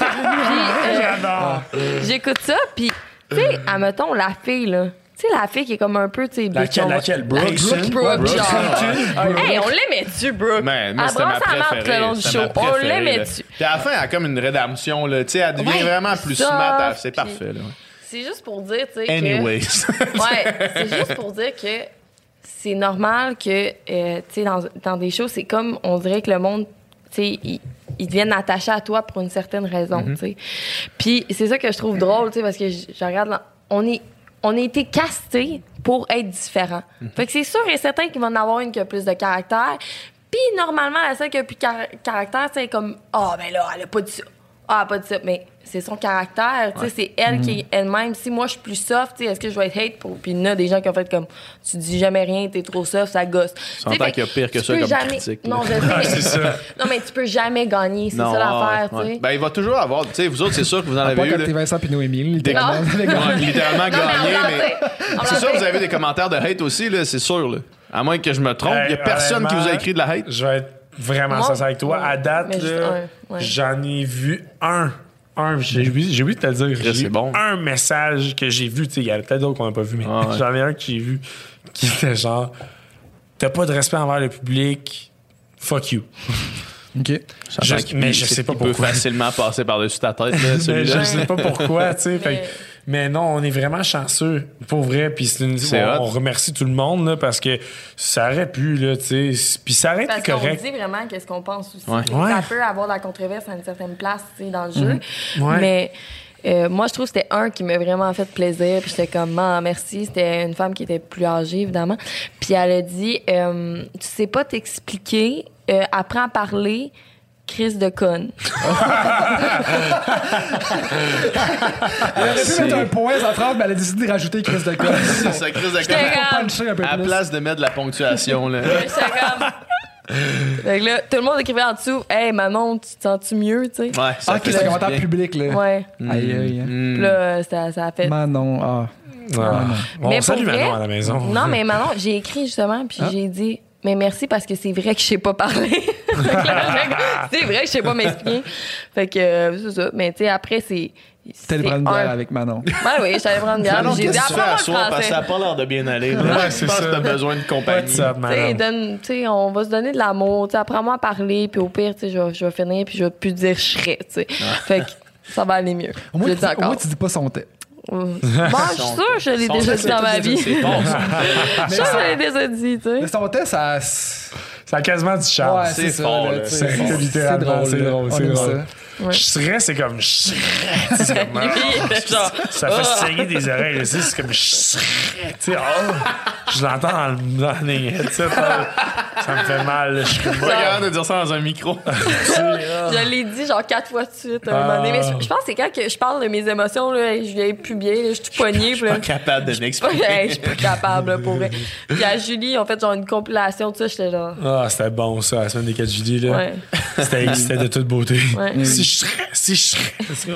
Puis, euh, J'adore. j'écoute ça, puis, tu sais, admettons, la fille, là. Tu sais, la fille qui est comme un peu, tu sais, bitch, Laquelle, on va- laquelle? Brooke? Brooke, Brooke, Brooke. genre. Hey, on l'aimait-tu, Brooke? Man, moi, Elle c'était ma brasse la marque préférée. le long du C'était show. ma On préférée, là. l'aimait-tu? Puis à la fin, elle a comme une rédemption, là. Tu sais, elle devient Ouais, vraiment plus ça, smart. elle- C'est puis- parfait, là. C'est juste pour dire, tu sais, que... Anyways. Ouais, c'est juste pour dire que c'est normal que, euh, tu sais, dans, dans des shows, c'est comme, on dirait que le monde, tu sais, ils, ils deviennent attachés à toi pour une certaine raison, mm-hmm. tu sais. Puis c'est ça que je trouve drôle, tu sais, parce que je, je regarde, là, on est, on a été castés pour être différents. Mm-hmm. Fait que c'est sûr et certain qu'il va en avoir une qui a plus de caractère. Puis normalement, la seule qui a plus de car- caractère, c'est comme, ah, oh, ben là, elle a pas dit ça. Ah, elle a pas dit ça. Mais c'est son caractère, tu sais, ouais. c'est elle mmh. qui est elle-même. Si moi, je suis plus soft, tu sais, est-ce que je vais être hate pour... Puis il y en a des gens qui ont fait comme, tu dis jamais rien, t'es trop soft, ça gosse. Tu entends qu'il y a pire que ça comme jamais... critique. Non, je sais. c'est ça. Non, mais tu peux jamais gagner, c'est non, ça l'affaire, ouais, tu sais. Ouais. Ben, il va toujours avoir, tu sais, vous autres, c'est sûr que vous en avez pas eu. Quand t'es Vincent puis Noémie, littéralement. Ouais, littéralement non, gagné, mais... mais... c'est sûr que vous avez des commentaires de hate aussi, là, c'est sûr, là. À moins que je me trompe, il hey, y a personne qui vous a écrit de la hate. Je vais être vraiment sincère avec toi. À date, là, ouais. j'en ai vu un. Un, j'ai oublié, j'ai oublié de te le dire. J'ai c'est bon. un message que j'ai vu. Il y a peut-être d'autres qu'on n'a pas vu, mais ah ouais. j'en ai un que j'ai vu qui était genre t'as pas de respect envers le public, fuck you. OK. Juste, mais je sais pas pourquoi. Il peut facilement passer par-dessus ta tête, là, celui-là. Je sais pas pourquoi, tu sais. Mais... mais non, on est vraiment chanceux, pour vrai. Puis c'est une... c'est on, on remercie tout le monde, là, parce que ça aurait pu, là, tu sais. Puis ça aurait été correct. Parce qu'on dit vraiment qu'est-ce qu'on pense aussi. Ouais. Ça Ouais. peut avoir de la controverse à une certaine place, tu sais, dans le jeu. Mm-hmm. Ouais. Mais... Euh, moi, je trouve que c'était un qui m'a vraiment fait plaisir. Puis j'étais comme, ah, merci. C'était une femme qui était plus âgée, évidemment. Puis elle a dit, euh, tu sais pas t'expliquer, euh, apprends à parler, crise de conne. Elle aurait pu mettre un point sans phrase, mais elle a décidé de rajouter crise de conne. C'est ça, crise de conne. À la place de mettre de la ponctuation, là. Fait que là, tout le monde écrivait en dessous, hey Manon, tu te sens-tu mieux, tu sais? Ouais, ça ah, fait c'est un commentaire bien. public, là. Ouais. Mm. Aïe, aïe. Mm. Puis là, ça, ça a fait. Manon, ah. Ah. Bon, mais on salue vrai, Manon à la maison. Non, mais Manon, j'ai écrit justement, puis ah. j'ai dit, mais merci parce que c'est vrai que je sais pas parler. C'est vrai que je sais pas m'expliquer. Fait que euh, c'est ça. Mais tu sais, après, c'est. T'es allé prendre une bière avec Manon. Ben oui, je suis allée prendre une bière. J'ai dit, apprends-moi le français. Parce que ça n'a pas l'air de bien aller. Là. Ouais, je pense ça. Que t'as besoin de compagnie. Tu sais, on va se donner de l'amour. Tu sais, apprends-moi à parler, puis au pire, tu sais, je vais, je vais finir, puis je vais plus dire je serais, tu sais. Fait que ça va aller mieux. Au moins, tu, au moins tu dis pas son tête. Bon, je suis sûre que je l'ai déjà dit dans ma vie. C'est bon, ça. Je suis sûre que je l'ai déjà dit, tu sais. Mais son test, ça. Ça a quasiment du charme. Ouais, c'est, c'est fort, ça. Là, c'est c'est littéralement. C'est drôle, c'est drôle. Ouais. Je serais, c'est comme. Je serais. C'est comme ça, ça fait saigner des oreilles. Là, c'est comme. Je serais. Tu sais, oh, je l'entends dans, le, dans les headsets. Ça me fait mal. Là, je suis pas capable de dire ça dans un micro. Je l'ai dit genre quatre fois de suite à un moment donné. Mais je, je pense que c'est quand que je parle de mes émotions, là, je viens plus bien, là, je suis tout poignée. Je suis pas capable de m'exprimer. Hey, je suis pas capable, là, pour vrai. Puis à Julie, on fait genre une compilation de ça, j'étais genre. Ah, c'était bon ça, la semaine des quatre juillet. Là. Ouais. C'était, c'était de toute beauté. Ouais. Si je serais, si je serais.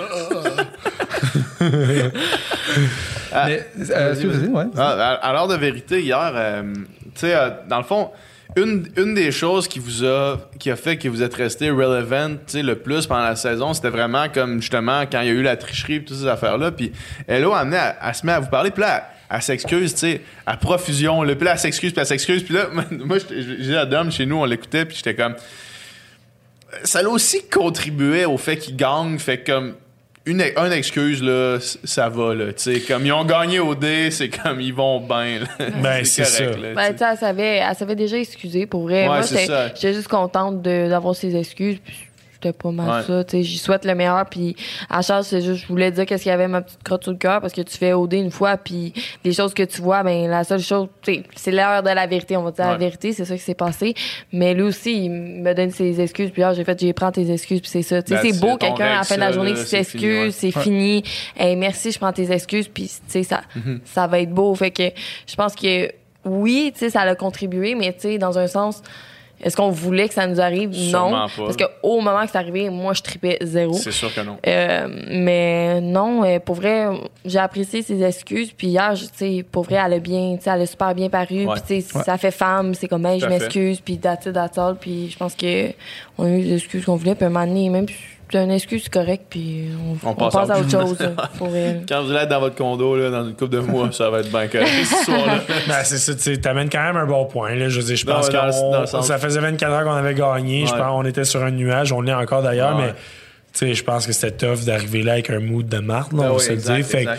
Ah, mais, euh, vas-y, vas-y, ouais. Ah, à l'heure de vérité, hier, euh, tu sais, euh, dans le fond, une, une des choses qui vous a qui a fait que vous êtes resté relevant le plus pendant la saison, c'était vraiment comme justement quand il y a eu la tricherie et toutes ces affaires-là. Puis elle a amené à, à se mettre à vous parler. Puis là, elle, elle s'excuse, tu sais, à profusion. Là, puis là, elle s'excuse, puis elle s'excuse. Puis là, moi, j'ai la dame chez nous, on l'écoutait, puis j'étais comme. Ça l'a aussi contribué au fait qu'ils gagnent. Fait comme. Une, une excuse, là, ça va, là. Tu sais, comme ils ont gagné au dé, c'est comme ils vont bien, là. Ben, c'est, c'est correct, ça. Là, ben, tu sais, elle savait, elle savait déjà excuser, pour vrai. Ouais, moi, c'est j'étais, ça. j'étais juste contente de, d'avoir ses excuses, puis c'était pas mal ouais. ça, tu sais. J'y souhaite le meilleur, puis à Charles, c'est juste, je voulais dire qu'est-ce qu'il y avait ma petite crotte sur le cœur, parce que tu fais O D une fois, puis les choses que tu vois, ben, la seule chose, tu sais, c'est l'heure de la vérité, on va dire ouais. la vérité, c'est ça qui s'est passé. Mais lui aussi, il me donne ses excuses, puis là, j'ai fait, j'ai prends tes excuses, puis c'est ça. Tu sais, c'est beau, quelqu'un, à la fin de la journée, qui s'excuse, c'est fini. Hey, merci, je prends tes excuses, puis, tu sais, ça, mm-hmm. ça va être beau. Fait que je pense que, oui, tu sais, ça a contribué, mais, tu sais, dans un sens, est-ce qu'on voulait que ça nous arrive? Sûrement non. Pas. Parce qu'au moment que c'est arrivé, moi, je tripais zéro. C'est sûr que non. Euh, mais non, euh, pour vrai, j'ai apprécié ses excuses. Puis hier, tu sais, pour vrai, elle a bien, tu sais, elle a super bien paru. Ouais. Puis, tu sais, ouais. ça fait femme. C'est comme, hey, je m'excuse. Puis, that's it, that's all. Puis, je pense qu'on a eu les excuses qu'on voulait. Puis, un moment donné, même une excuse correcte, puis on, on, on passe, passe à, à autre chose. Pour Quand vous allez être dans votre condo, là, dans une couple de mois, ça va être bien correct, cette soir-là. Ben, c'est ça, tu t'amènes quand même un bon point. Là. Je veux dire, je non, pense que ça faisait vingt-quatre heures qu'on avait gagné. Ouais. Je pense qu'on était sur un nuage. On l'est encore d'ailleurs, ouais. mais tu sais, je pense que c'était tough d'arriver là avec un mood de marde, là, ben on oui, se le dit. Fait,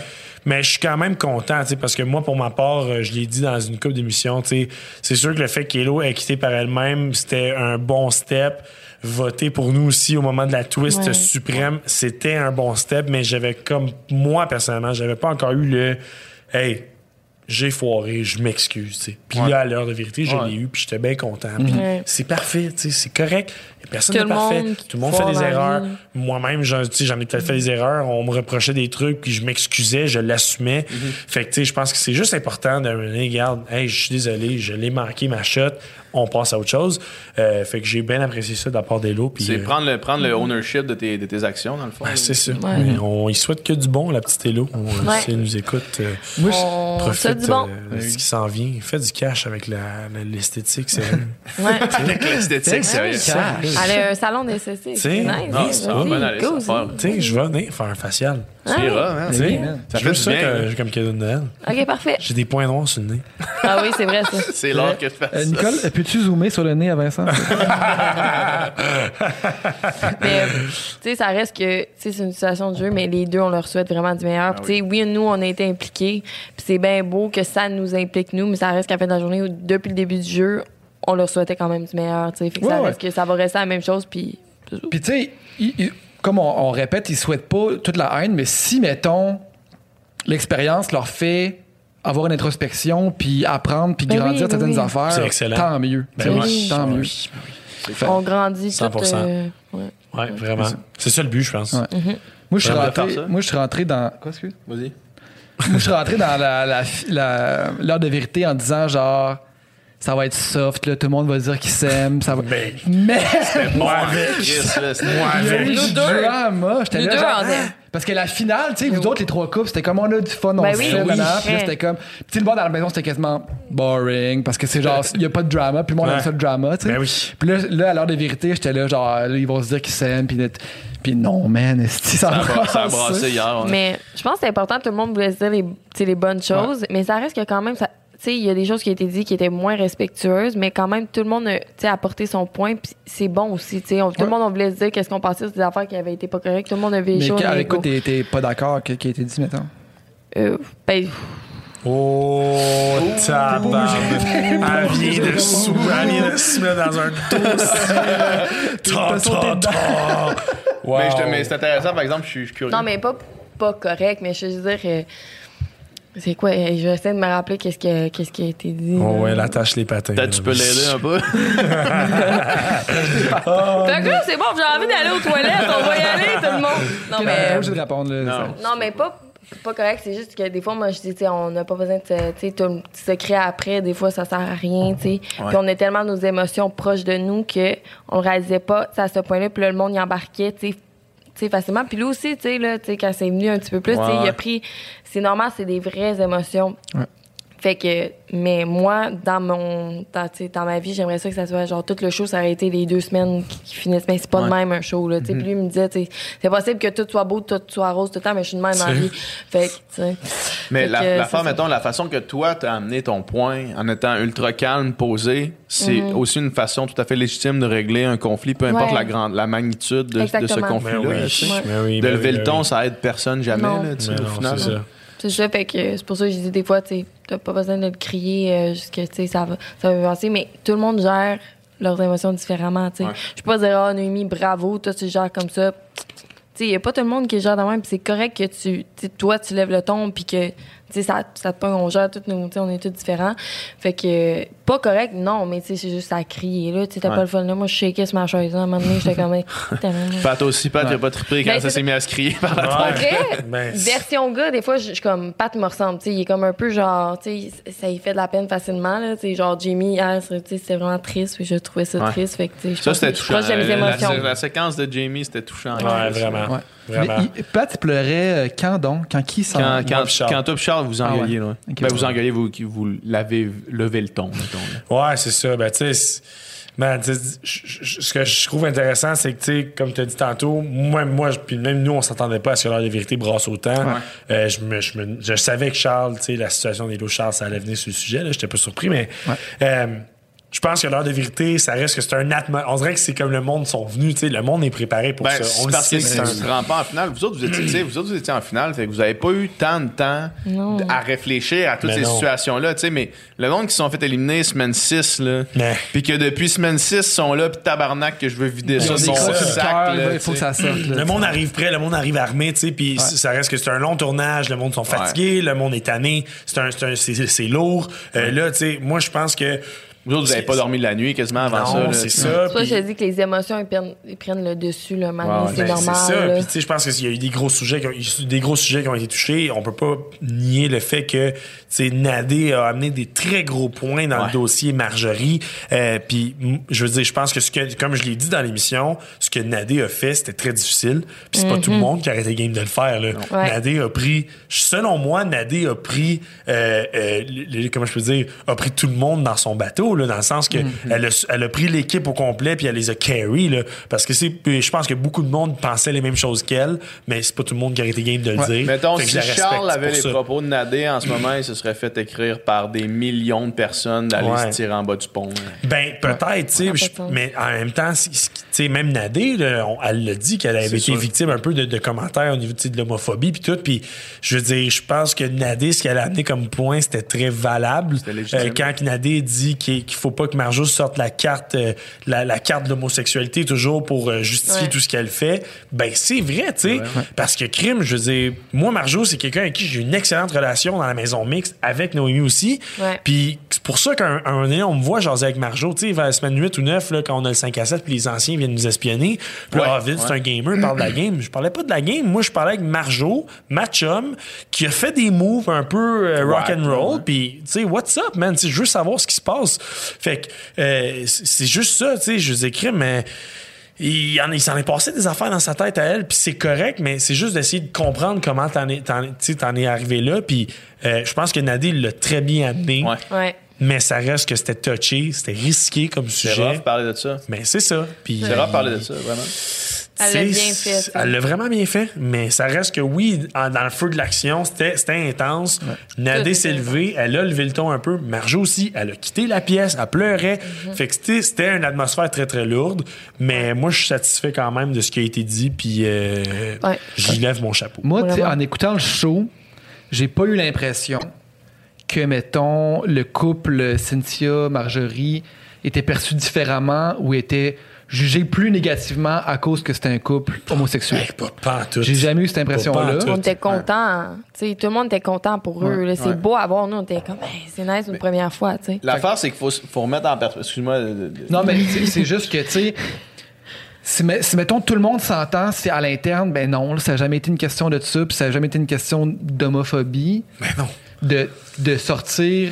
Mais je suis quand même content, tu sais, parce que moi, pour ma part, je l'ai dit dans une couple d'émissions, tu sais, c'est sûr que le fait qu'Elo ait quitté par elle-même, c'était un bon step. Voter pour nous aussi au moment de la twist ouais. suprême, c'était un bon step, mais j'avais comme, moi, personnellement, j'avais pas encore eu le « Hey, j'ai foiré, je m'excuse. » Puis ouais. là, à l'heure de vérité, je ouais. l'ai eu, puis j'étais bien content. Puis ouais. c'est parfait, c'est correct. Personne n'est parfait. Tout le monde fait des erreurs. Vie. Moi-même, j'en, j'en ai peut-être mm-hmm. fait des erreurs. On me reprochait des trucs, puis je m'excusais, je l'assumais. Mm-hmm. Fait que, tu sais, je pense que c'est juste important de me dire, regarde, hey, je suis désolé, je l'ai manqué ma shot, on passe à autre chose. Euh, fait que j'ai bien apprécié ça de la part d'Elo. C'est euh, prendre, le, prendre le ownership de tes, de tes actions, dans le fond. Ben, c'est ça. Ouais. Mais on y souhaite que du bon, la petite Elo. On, ouais. Si elle nous écoute, euh, Moi, on profite du bon. euh, de ce qui s'en vient. Fait du cash avec la, la, l'esthétique, c'est ouais. Avec l'esthétique, sérieux. Elle a un salon d'esthétique. C'est nice. Non, ça va bien aller, cool, ça. Tu sais, je vais venir faire un facial. Tu iras, hein? Ça fait ça que, comme cadeau de Noël. OK, parfait. J'ai des points noirs sur le nez. Ah oui, c'est vrai, ça. C'est l'heure que je fais ça. Euh, Nicole, peux-tu zoomer sur le nez à Vincent? Mais, tu sais, ça reste que, tu sais, c'est une situation de jeu, mais les deux, on leur souhaite vraiment du meilleur. Ah oui. Tu sais, oui, nous, on a été impliqués, puis c'est bien beau que ça nous implique, nous, mais ça reste qu'à la fin de la journée, depuis le début du jeu, on leur souhaitait quand même du meilleur, tu sais. Fait que ouais, ça reste ouais. que ça va rester la même chose, puis... Puis, tu sais, comme on, on répète, ils souhaitent pas toute la haine, mais si, mettons, l'expérience leur fait avoir une introspection, puis apprendre, puis ben grandir oui, certaines oui. affaires, c'est excellent. Tant mieux. Ben oui. Tant mieux. Oui. Oui. On grandit cent pour cent. tout. Euh, ouais. ouais, vraiment. C'est ça le but, je pense. Ouais. Mm-hmm. Moi, je suis rentré, moi, je suis rentré dans... Quoi, excuse? Vas-y. Moi, je suis rentré dans la, la, la, l'heure de vérité en disant, genre... Ça va être soft, là, tout le monde va dire qu'ils s'aiment. Ça va... Mais, mais... moi avec. Moi avec. Nous deux. Drama. J'étais Nous là, deux genre, en ah, parce que la finale, tu sais, vous autres, les trois couples, c'était comme on a du fun, on ben se oui, fait, oui, là, puis là, c'était comme... Puis tu sais, le bord dans la maison, c'était quasiment boring, parce que c'est genre, il y a pas de drama, puis moi, on ouais. aime ça le drama, tu sais. Ben oui. Puis là, là, à l'heure de vérité, j'étais là, genre, là, ils vont se dire qu'ils s'aiment, puis... Puis non, man, est-ce ça, ça, ça a brassé hier. Ouais. Mais je pense que c'est important, tout le monde voulait se dire les, les bonnes choses, ouais. mais ça reste que quand même... ça tu sais, il y a des choses qui ont été dites qui étaient moins respectueuses, mais quand même, tout le monde a apporté son point, puis c'est bon aussi. Tu sais, on, tout ouais. le monde, on voulait se dire qu'est-ce qu'on pensait, des affaires qui avaient été pas correctes. Tout le monde a vu les mais choses. Mais avec quoi t'es, t'es pas d'accord, qu'est-ce qui a été dit, mettons? Euh, ben... Oh, tabarnak! Elle vient de se mettre dans un dossier. Ta, ta, ta. Wow. Mais, je, mais c'est intéressant, par exemple, je suis curieux. Non, mais pas, pas correct, mais je veux dire... Euh, c'est quoi? Je vais essayer de me rappeler qu'est-ce qui a, qu'est-ce qui a été dit. Oh ouais, elle attache les patins. Peut-être tu peux l'aider un peu. oh, fait que là, c'est bon, j'ai envie d'aller aux toilettes, on va y aller, tout le monde. Non, mais... Pas obligé de répondre, là. Non. non, mais pas, pas correct, c'est juste que des fois, moi, je dis, tu sais, on n'a pas besoin de se, tu se créer après, des fois, ça sert à rien, tu sais. Ouais. Puis on a tellement nos émotions proches de nous qu'on le réalisait pas, à ce point-là, puis là, le monde y embarquait, tu sais. T'sais, facilement. Puis lui aussi, tu sais, là, tu sais, quand c'est venu un petit peu plus, ouais, il a pris... C'est normal, c'est des vraies émotions. Ouais. Fait que... Mais moi, dans mon... Dans, dans ma vie, j'aimerais ça que ça soit... Genre, tout le show, ça aurait été les deux semaines qui, qui finissent. Mais c'est pas ouais. de même, un show, là. Mm-hmm. Puis lui, il me disait, tu sais, c'est possible que tout soit beau, tout soit rose tout le temps, mais je suis de même dans la vie. Fait que, tu sais... Mais fait la, que, la fa- mettons, la façon que toi, t'as amené ton point en étant ultra calme, posé, c'est mm-hmm. aussi une façon tout à fait légitime de régler un conflit, peu importe ouais. la, grande, la magnitude de, de ce conflit-là. Mais oui. Mais oui, de mais lever oui, le ton, oui. ça aide personne jamais, là, au final. C'est ça. C'est ça, fait que c'est pour ça que j'ai dit des fois, tu sais, t'as pas besoin de le crier euh, jusqu'à, tu sais, ça va, ça va avancer, mais tout le monde gère leurs émotions différemment, tu sais. Ouais. Je peux pas dire, ah, oh, Noémie, bravo, toi, tu gères comme ça. Tu sais, y a pas tout le monde qui gère de même, puis c'est correct que tu, tu toi, tu lèves le ton, puis que, tu sais, ça, ça te pogne, on gère toutes nos, tu sais, on est tous différents. Fait que, pas correct, non, mais tu sais, c'est juste à crier, là, tu sais, t'as ouais. pas le fun, là. Moi, je shakais sur ma chaise, là, à un moment donné, j'étais comme, Pat aussi, Pat, ouais. il a pas trippé quand ben, ça s'est mis à se crier par la tête. Vrai, ben, version gars, des fois, je suis comme, Pat me ressemble, tu sais, il est comme un peu genre, tu sais, ça y fait de la peine facilement, là, tu sais, genre, Jamie, hier, tu sais, c'était vraiment triste, puis je trouvais ça ouais. triste, fait que, tu sais, je ça, c'était touchant. J'aime les émotions. La, la séquence de Jamie, c'était touchant. Ouais, vraiment. Ouais. Vraiment. Mais, il, Pat, il pleurait quand donc? Quand qui s'en... Quand, quand, quand toi Charles vous engueuliez, ah ouais. là. Okay, ben, ouais. vous engueulez, vous, vous l'avez levé le ton, mettons, là. Ouais, c'est ça. Ben, tu sais, man, ce que je trouve intéressant, c'est que, tu sais, comme tu as dit tantôt, moi, moi puis même nous, on s'entendait pas à ce que l'heure de vérité brasse autant. Ouais. Euh, je, me, je, me, je savais que Charles, tu sais, la situation des lots Charles, ça allait venir sur le sujet, là. J'étais pas surpris, mais... Ouais. Euh, je pense que l'heure de vérité, ça reste que c'est un atmosphère. On dirait que c'est comme le monde sont venus, tu sais, le monde est préparé pour ben, ça. On parce le sait que c'est un... un... pas en finale. Vous autres, vous étiez, vous autres, vous étiez en finale, fait que vous avez pas eu tant de temps non. à réfléchir à toutes mais ces non. situations-là, tu sais, mais le monde qui se sont fait éliminer semaine six, là, puis que depuis semaine six, sont là, puis tabarnak que je veux vider ça de mon sac, il faut que ça sorte. Le monde arrive prêt, le monde arrive armé, tu sais, puis ouais. ça reste que c'est un long tournage, le monde sont fatigués, ouais. le monde est tanné, c'est un, c'est, un, c'est, c'est lourd. Ouais. Euh, là, tu sais, moi, je pense que vous autres, vous n'avez pas dormi de la nuit quasiment avant non, ça. Non, c'est ça. Toi, je te dis que les émotions, ils prennent, ils prennent le dessus, là, maintenant. Ouais, c'est ben, normal. C'est ça. Puis, tu sais, je pense qu'il y a eu des gros sujets qui ont, des gros sujets qui ont été touchés. On peut pas nier le fait que, tu sais, Nadé a amené des très gros points dans ouais. le dossier Marjorie. Euh, puis, je veux dire, je pense que, ce que, comme je l'ai dit dans l'émission, ce que Nadé a fait, c'était très difficile. Puis, c'est mm-hmm. pas tout le monde qui a arrêté game de le faire, là. Ouais. Nadé a pris, selon moi, Nadé a pris, euh, euh, le, comment je peux dire, a pris tout le monde dans son bateau, là, dans le sens que, mm-hmm. Elle a, elle a pris l'équipe au complet puis elle les a carry là, parce que c'est je pense que beaucoup de monde pensait les mêmes choses qu'elle, mais c'est pas tout le monde qui a été game de le ouais. dire. Mettons si Charles avait les ça. propos de Nadé en ce moment, il se serait fait écrire par des millions de personnes d'aller ouais. se tirer en bas du pont. Là. Ben peut-être, tu sais, mais en même temps, tu sais même Nadé, là, on, elle l'a dit qu'elle avait c'est été sûr. victime un peu de, de commentaires au niveau de l'homophobie puis tout, puis je veux dire, je pense que Nadé, ce qu'elle a amené comme point, c'était très valable. C'était euh, quand Nadé dit qu'il, qu'il faut pas que Marjo sorte la carte euh, la, la carte de l'homosexualité toujours pour euh, justifier ouais. tout ce qu'elle fait, ben c'est vrai, tu sais, ouais, ouais. parce que crime, je veux dire, moi Marjo, c'est quelqu'un avec qui j'ai une excellente relation dans la maison mixte, avec Noémie aussi, ouais. puis c'est pour ça qu'un un moment donné, on me voit jaser avec Marjo, tu sais, vers la semaine huit ou neuf, là, quand on a le cinq à sept puis les anciens viennent nous espionner, puis là, ouais. ah, vite, ouais. c'est un gamer, parle de la game, je parlais pas de la game, moi je parlais avec Marjo, ma chum, qui a fait des moves un peu euh, rock and roll, puis tu sais, what's up, man, je veux savoir ce qui se passe, fait que euh, c'est juste ça, tu sais, je vous écris, mais il, en, il s'en est passé des affaires dans sa tête à elle, puis c'est correct, mais c'est juste d'essayer de comprendre comment t'en es, t'en, t'en es arrivé là, puis euh, je pense que Nadé l'a très bien amené, ouais. Ouais. mais ça reste que c'était touché, c'était risqué comme c'est sujet. C'est rough parler de ça. Mais c'est ça. Puis, c'est rough parler de ça, vraiment. Elle l'a bien fait. Ça. Elle l'a vraiment bien fait, mais ça reste que oui, en, dans le feu de l'action, c'était, c'était intense. Ouais. Nadé s'est levée, elle a levé le ton un peu. Marjo aussi, elle a quitté la pièce, elle pleurait. Mm-hmm. Fait que c'était, c'était une atmosphère très, très lourde. Mais moi, je suis satisfait quand même de ce qui a été dit, puis euh, ouais. j'y lève mon chapeau. Moi, en écoutant le show, j'ai pas eu l'impression que, mettons, le couple Cynthia-Marjorie était perçu différemment ou était jugé plus négativement à cause que c'était un couple homosexuel. Hey, pas, pas tout. J'ai jamais eu cette impression-là. On était contents. Ouais. Tout le monde était content pour eux. Ouais. Là, c'est ouais. beau à voir. Nous, on était comme, hey, c'est nice une mais première fois. T'sais. L'affaire, c'est qu'il faut, faut remettre en perspective. Excuse-moi. De, de... Non, mais c'est juste que, tu sais, si, si, mettons, tout le monde s'entend, c'est à l'interne, ben non, ça n'a jamais été une question de ça, puis ça n'a jamais été une question d'homophobie. Ben non. De, de sortir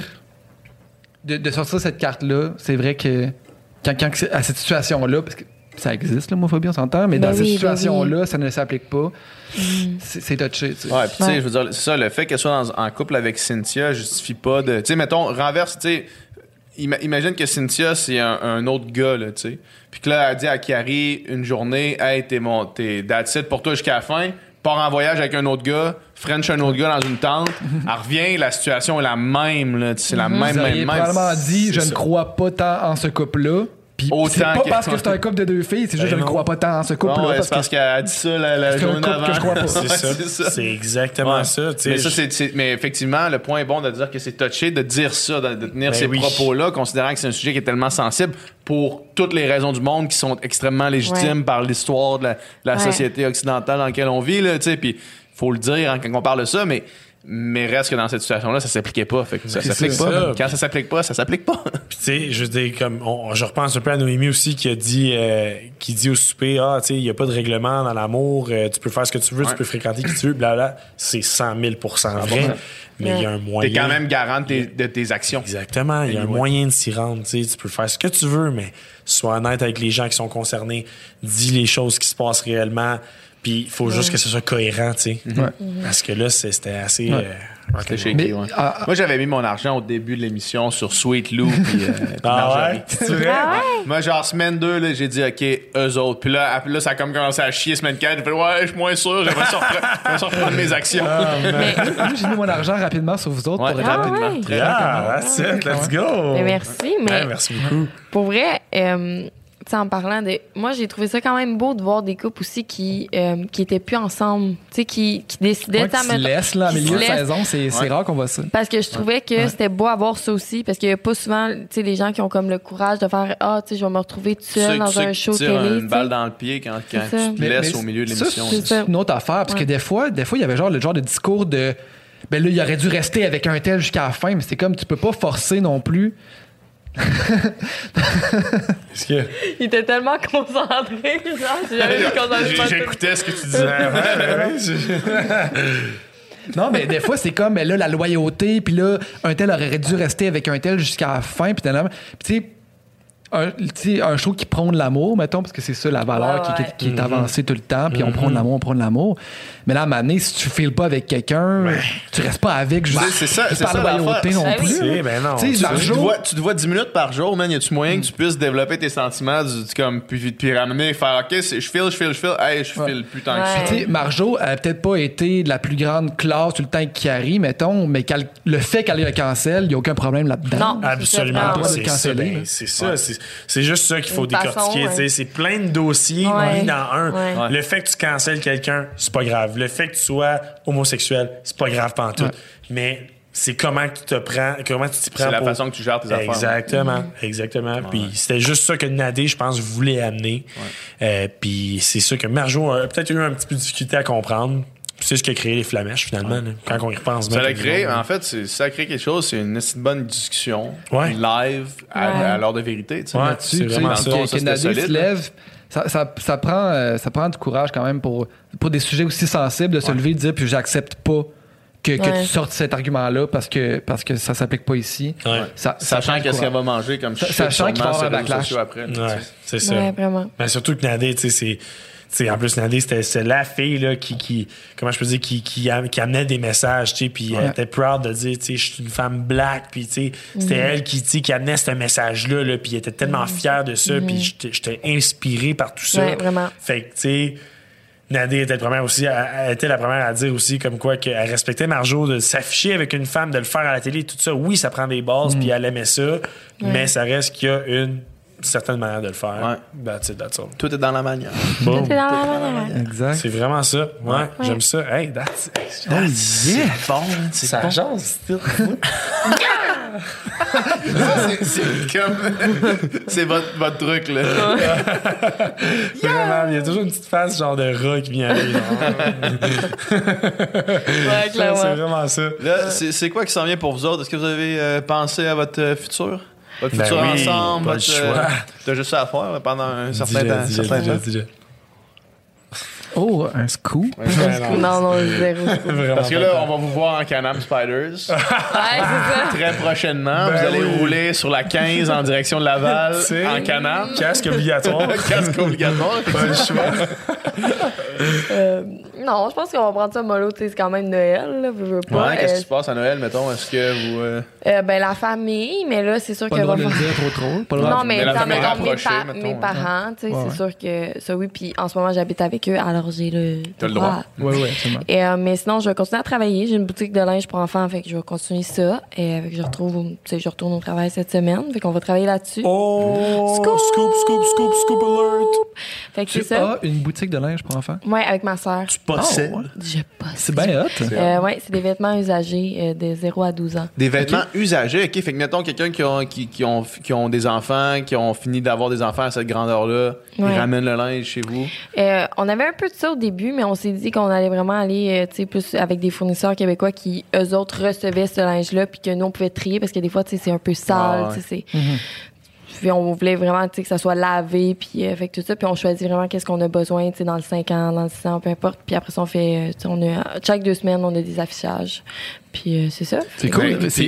de, de sortir cette carte-là, c'est vrai que quand, quand à cette situation-là, parce que ça existe, l'homophobie, on s'entend, mais ben dans oui, cette situation-là, ben oui. ça ne s'applique pas. Mm. C'est, c'est touché, tu sais. Ouais, puis tu sais, je veux dire, c'est ça, le fait qu'elle soit dans, en couple avec Cynthia justifie pas de... Tu sais, mettons, renverse, tu sais, imagine que Cynthia, c'est un, un autre gars, là, tu sais. Puis que là, elle dit à Carrie, une journée, « Hey, t'es mon... T'es that's it pour toi jusqu'à la fin. » Part en voyage avec un autre gars, French un autre gars dans une tente, elle revient, la situation est la même, là, c'est la mm-hmm. même, Vous même, même. probablement dit, c'est je ça. ne crois pas tant en ce couple-là. Puis c'est pas que... parce que c'est un couple de deux filles, c'est juste que je ne crois pas tant en ce couple-là. Non, ouais, parce c'est parce que... qu'elle a dit ça la, la journée d'avant. Que je crois pas. C'est, ça. c'est ça. C'est exactement ouais. ça. Mais, ça c'est, c'est, mais effectivement, le point est bon de dire que c'est touché, de dire ça, de, de tenir ben ces oui. propos-là, considérant que c'est un sujet qui est tellement sensible pour toutes les raisons du monde qui sont extrêmement légitimes ouais. par l'histoire de la, de la ouais. société occidentale dans laquelle on vit. Là, il faut le dire hein, quand on parle de ça, mais... Mais reste que dans cette situation-là, ça s'appliquait pas. Fait que ça s'applique pas. Ça. Quand ça s'applique pas, ça s'applique pas. Puis tu sais, je dis comme on, je repense un peu à Noémie aussi qui a dit euh, qui dit au souper, ah tu sais, il y a pas de règlement dans l'amour, euh, tu peux faire ce que tu veux, ouais. tu peux fréquenter qui tu veux, blablabla. C'est cent mille pour cent vrai. Ouais. Mais il ouais. y a un moyen. T'es quand même garant de tes, de tes actions. Exactement. Il y a un ouais. moyen de s'y rendre. Tu sais, tu peux faire ce que tu veux, mais sois honnête avec les gens qui sont concernés. Dis les choses qui se passent réellement. Puis il faut ouais. juste que ce soit cohérent, tu sais. Ouais. Parce que là, c'était assez... Ouais. Euh, C'était shaky, Mais, ouais. ah, Moi, j'avais mis mon argent au début de l'émission sur Sweet Lou puis, euh, puis Ah Marjorie. ouais? C'est vrai? Ah ouais? Moi, genre, semaine deux, là, j'ai dit, OK, eux autres. Puis là, après, là, ça a comme commencé à chier semaine quatre. J'ai fait, ouais, je suis moins sûr. J'aimerais ça repre- j'aimerais ça reprendre mes actions. Mais, moi, j'ai mis mon argent rapidement sur vous autres Ouais, pour être Ah rapidement. ouais? Très Yeah, rapidement. that's it, let's go! mais merci, mais Ouais, merci beaucoup. pour vrai, euh, tu sais, en parlant de. Moi, j'ai trouvé ça quand même beau de voir des couples aussi qui, euh, qui étaient plus ensemble, tu sais, qui, qui décidaient. Moi, qui t'as- se laisse, là, en qui se milieu de laissent. saison, c'est c'est Ouais. rare qu'on voit ça. Parce que je trouvais que c'était beau à voir ça aussi, parce qu'il n'y a pas souvent, tu sais, les gens qui ont comme le courage de faire ah, tu sais, je vais me retrouver tout seul Ceux- dans ceux un qui show tirent télé. une tu balle sais. dans le pied quand, quand C'est ça. tu te Mais- laisses mais au milieu de ça, l'émission. C'est ça. c'est une autre affaire, parce que Ouais. des fois, des fois, il y avait genre le genre de discours de ben là, il aurait dû rester avec un tel jusqu'à la fin, mais c'est comme tu peux pas forcer non plus. Est-ce que. Il était tellement concentré, genre, j'ai jamais vu concentré. J'ai- pas tout. J'écoutais ce que tu disais. Ouais, ouais, ouais, je- Non, mais des fois, c'est comme ben là, la loyauté, puis là, un tel aurait dû rester avec un tel jusqu'à la fin, puis t'as- puis tu sais. Un, tu sais, un show qui prône l'amour, mettons, parce que c'est ça la valeur Ouais, qui- qui, ouais. qui est avancée tout le temps, puis on prône l'amour, on prône l'amour. Mais là, à un moment donné, si tu files pas avec quelqu'un, tu restes pas avec juste Tu sais, c'est ça- c'est par ça loyauté l'affaire. non Ah oui. plus. C'est, ben non. Tu sais, Tu- Tu Marjo- te, vois, tu te vois dix minutes par jour, man. Y a-tu moyen que tu puisses développer tes sentiments, du, du- comme, puis, puis ramener, faire OK, c'est- je file, je file, je file. Hey, je file plus tant que ça. Ouais. Tu sais, Marjo, elle a peut-être pas été de la plus grande classe tout le temps qui arrive, mettons, mais qu'elle- le fait qu'elle ait le cancel, il n'y a aucun problème là-dedans. Non. Absolument C'est pas. ça, C'est vraiment. ça, Canceller, ben, là. c'est ça. C'est, c'est juste ça qu'il faut Une façon, décortiquer. ouais. tu sais. C'est plein de dossiers Ouais. mis dans un. Ouais. Le fait que tu cancelles quelqu'un, c'est pas grave. Le fait que tu sois homosexuel, c'est pas grave pantoute. Ouais. Mais c'est comment tu te prends, comment tu t'y prends C'est la pour- façon que tu gères tes affaires. Exactement, exactement. Puis c'était juste ça que Nadé, je pense, voulait amener. Euh, puis c'est ça que Marjo a peut-être eu un petit peu de difficulté à comprendre. Puis c'est ce qui a créé les flamèches, finalement, là, quand on y repense. Ça bien, a tout le créé, monde. en fait, c'est- ça a créé quelque chose, c'est une assez bonne discussion Ouais. live à, Ouais. à l'heure de vérité. Tu sais. Ouais, Là-dessus, c'est tu sais, vraiment dans ça. le fond, que, ça, que c'était Nadé solide, se là. lève, ça, ça, ça prend, euh, ça prend du courage quand même pour, pour des sujets aussi sensibles de se lever et de dire puis j'accepte pas que, que Ouais. tu sortes cet argument-là parce que, parce que ça s'applique pas ici. Ouais. Ça, ça Sachant prend du qu'est-ce qu'elle courage. va manger comme Sa- shit sachant qu'il va sûrement y avoir sur un les réseaux backlash. sociaux après. là, tu Ouais, sais. c'est ça. Ouais, vraiment. Mais surtout que Nadé, tu sais, c'est. Tu sais, en plus, Nadé, c'était c'est la fille là, qui, qui, comment je peux dire, qui, qui, am- qui amenait des messages, tu sais, puis elle Ouais. était proud de dire, tu sais, je suis une femme black, puis tu sais, c'était elle qui, tu sais, qui amenait ce message-là, là, puis elle était tellement fière de ça, puis j'étais- j'étais inspiré par tout ça. Ouais, vraiment. Fait que, tu sais, Nadé était la première aussi, elle, elle était la première à dire aussi comme quoi qu'elle respectait Marjo de s'afficher avec une femme, de le faire à la télé, tout ça. Oui, ça prend des bases, puis elle aimait ça, mais ça reste qu'il y a une certaine manière de le faire. Ouais. That's it, that's all. Tout est dans la manière. Boom. C'est dans la manière. Exact. C'est vraiment ça. Ouais, j'aime ça. Hey, that's, Oh yeah! C'est bon, hein, c'est ça bon. jase, c'est C'est- C'est comme. C'est votre, votre truc, là. Vraiment, il y a toujours une petite face genre de rat qui vient aller. genre. Ouais, c'est clairement. vraiment ça. Là, c'est c'est quoi qui s'en vient pour vous autres? Est-ce que vous avez euh, pensé à votre euh, futur? Votre Ben futur oui, ensemble? pas le votre, choix. T'as juste ça à faire là, pendant un certain Dis-le, temps. dis-le, certain dis-le, temps. dis-le. Oh, un scoop. Ouais, non, Non, non, zéro. vraiment Parce que pas là, le on va vous voir en Can-Am Spiders. Ouais, c'est ça. Très prochainement, Ben vous allez oui. rouler sur la quinze en direction de Laval C'est- en Can-Am. Casque obligatoire. Casque obligatoire. Pas le choix. Euh, non, je pense qu'on va prendre ça mollo. Tu sais, c'est quand même Noël, là. Je veux pas. Ouais, qu'est-ce Euh, qui se passe à Noël, mettons? Est-ce que vous. euh, euh, ben, la famille, mais là, c'est sûr Pas qu'elle le va droit de le faire. dire trop trop. Pas le droit Non, de- mais, mais la dans- famille mettons, mes, rapprochée, pa- mettons, mes ouais. parents, tu sais, Ouais, c'est ouais. sûr que ça, oui. Puis en ce moment, j'habite avec eux, alors j'ai le, T'as le droit. Ouais, ouais, absolument. Et, euh, mais sinon, je vais continuer à travailler. J'ai une boutique de linge pour enfants, fait que je vais continuer ça. Et avec, je retrouve, tu sais, je retourne au travail cette semaine, fait qu'on va travailler là-dessus. Oh, Scoop! scoop, scoop, scoop, scoop alert. Fait que c'est Tu ça. as une boutique de linge pour enfants? Ouais, avec ma sœur. Tu possèdes Oh, ouais. Je poste. C'est bien hot. Euh, ouais, c'est des vêtements usagés euh, de zéro à douze ans. des vêtements usagés. OK, fait que mettons quelqu'un qui, ont- qui, qui, ont, qui ont des enfants, qui ont fini d'avoir des enfants à cette grandeur-là, ils Ouais. ramènent le linge chez vous. Euh, on avait un peu de ça au début, mais on s'est dit qu'on allait vraiment aller euh, tu sais, plus avec des fournisseurs québécois qui, eux autres, recevaient ce linge-là, puis que nous, on pouvait trier parce que des fois, tu sais, c'est un peu sale. Ah ouais. tu sais, c'est... Puis on voulait vraiment tu sais, que ça soit lavé, puis euh, fait que tout ça. Puis on choisit vraiment qu'est-ce qu'on a besoin tu sais, dans le cinq ans, dans le six ans, peu importe. Puis après ça, on fait. euh, tu sais, on a, chaque deux semaines, on a des affichages. Puis euh, c'est ça. C'est cool. Ben, C'est puis- où?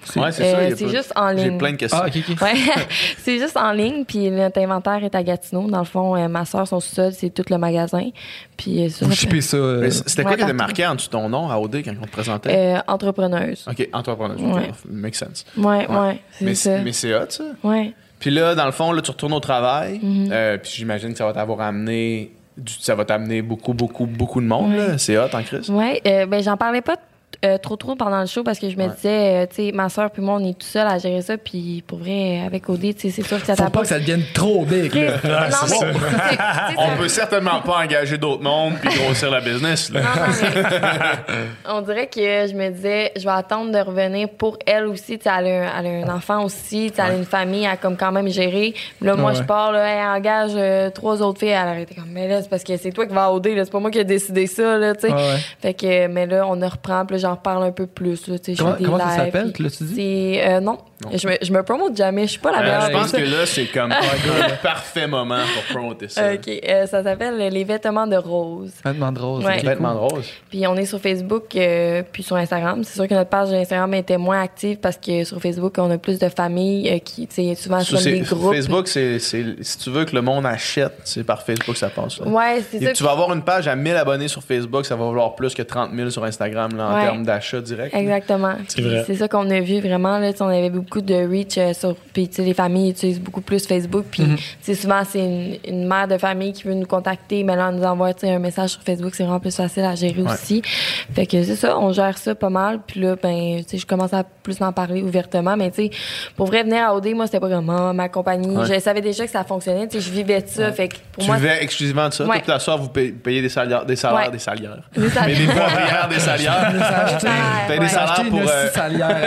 Ouais, c'est Euh, ça. y a c'est pas- juste en ligne. J'ai plein de questions. Ah, ok, ok. Ouais, c'est juste en ligne, puis notre inventaire est à Gatineau. Dans le fond, euh, ma soeur, son sous-sol, c'est tout le magasin. Puis euh, ça, Vous ça fait- shippez ça. euh, Mais C'était quoi Ouais, qui était partout. marqué en dessous de ton nom à O D quand on te présentait? euh, entrepreneuse. OK, entrepreneur. Ouais. OK, make sense. Ouais, ouais, c'est Mais ça. c'est, mais c'est hot, ça. Ouais. Puis là, dans le fond, là, tu retournes au travail. Mm-hmm. euh, puis j'imagine que ça va t'avoir amené... du- Ça va t'amener beaucoup, beaucoup, beaucoup de monde. Ouais. Là. C'est hot en crise. Ouais, euh, ben j'en parlais pas euh, trop trop pendant le show parce que je me Ouais. disais, euh, tu sais, ma soeur puis moi, on est tout seul à gérer ça. Puis pour vrai, avec O D, tu sais, c'est sûr que ça Faut pas t'apporte. que ça devienne trop big. Chris, Là. non, mais c'est c'est- ça. c'est- c'est- On peut certainement pas engager d'autres mondes puis grossir la business. Là. Non, non, mais on dirait que je me disais, je vais attendre de revenir pour elle aussi. Tu sais, elle, a un, elle a un enfant aussi, tu sais, elle a une famille, elle a comme quand même géré. Là, moi, Ouais. je pars, là, elle engage euh, trois autres filles. Elle aurait été comme, mais là, c'est parce que c'est toi qui vas à O D, là, c'est pas moi qui ai décidé ça, là, tu sais. Ouais, ouais. Fait que, mais là, on en reprend, puis là, j'en reparle un peu plus, là, tu sais. je Comment- fais des comment ça lives, s'appelle, puis tu l'as-tu dit? C'est, euh, non. Je me, je me promote jamais, je suis pas la Euh, meilleure. je pense pour que ça. là, c'est comme un parfait moment pour promoter ça. OK, euh, ça s'appelle Les vêtements de rose. Vêtements de rose. Ouais. ok, Vêtements cool. de rose. Puis on est sur Facebook, euh, puis sur Instagram. C'est sûr que notre page Instagram était moins active parce que sur Facebook, on a plus de familles euh, qui, tu sais, souvent, Ça, c'est comme c'est- des groupes. Facebook, c'est, c'est- si tu veux que le monde achète, c'est par Facebook que ça passe. Là. Ouais, c'est Et ça. tu vas avoir une page à mille abonnés sur Facebook, ça va valoir plus que trente mille sur Instagram là, en Ouais. termes d'achat direct. Exactement. C'est Puis vrai. C'est ça qu'on a vu vraiment. Là, tu sais, on avait beaucoup de reach euh, sur. Puis tu sais, les familles utilisent beaucoup plus Facebook. Puis Mm-hmm. tu sais, souvent, c'est une, une mère de famille qui veut nous contacter. Mais là, on nous envoie tu sais, un message sur Facebook. C'est vraiment plus facile à gérer aussi. Fait que c'est ça, on gère ça pas mal. Puis là, ben, tu sais, je commence à plus en parler ouvertement. Mais tu sais, pour vrai, venir à O D, moi, c'était pas comme ah, ma compagnie. Ouais. Je savais déjà que ça fonctionnait. Tu sais, je vivais de ça. Fait que pour Tu moi, vivais exclusivement de ça. Ouais. Toute la soir, vous payez, payez des salaires, des salaires, Ouais. des salaires. Des salaires. Mais des poivrières, des salaires. Acheter- Payez Ouais. des salaires acheter pour. une euh, hostie salière.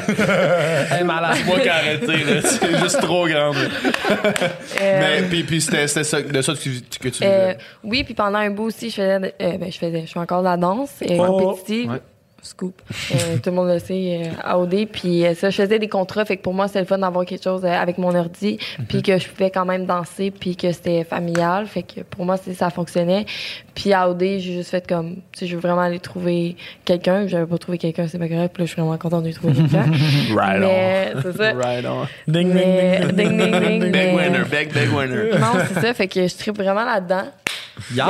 Elle est malade. moi qui ai arrêté, là. C'est juste trop grande. euh, Mais puis, puis c'était, c'était ça, de ça que tu, que tu Euh, vivais. oui, puis pendant un bout aussi, je faisais, de- euh, ben, je faisais, je fais encore de la danse euh, Oh. compétitive. Ouais. Scoop. Euh, tout le monde le sait, euh, à O D. Puis euh, ça, je faisais des contrats. Fait que pour moi, c'était le fun d'avoir quelque chose euh, avec mon ordi. Puis que je pouvais quand même danser. Puis que c'était familial. Fait que pour moi, c'est- ça fonctionnait. Puis à O D, j'ai juste fait comme, tu sais, je veux vraiment aller trouver quelqu'un. J'avais pas trouvé quelqu'un, c'est pas grave. Puis là, je suis vraiment contente de trouver quelqu'un. Right Mais c'est ça. on. Right on. Ding, ding, Mais- ding, ding, ding, ding, Big mais- winner, big, big winner. Non, c'est ça. Fait que je tripe vraiment là-dedans. Yeah.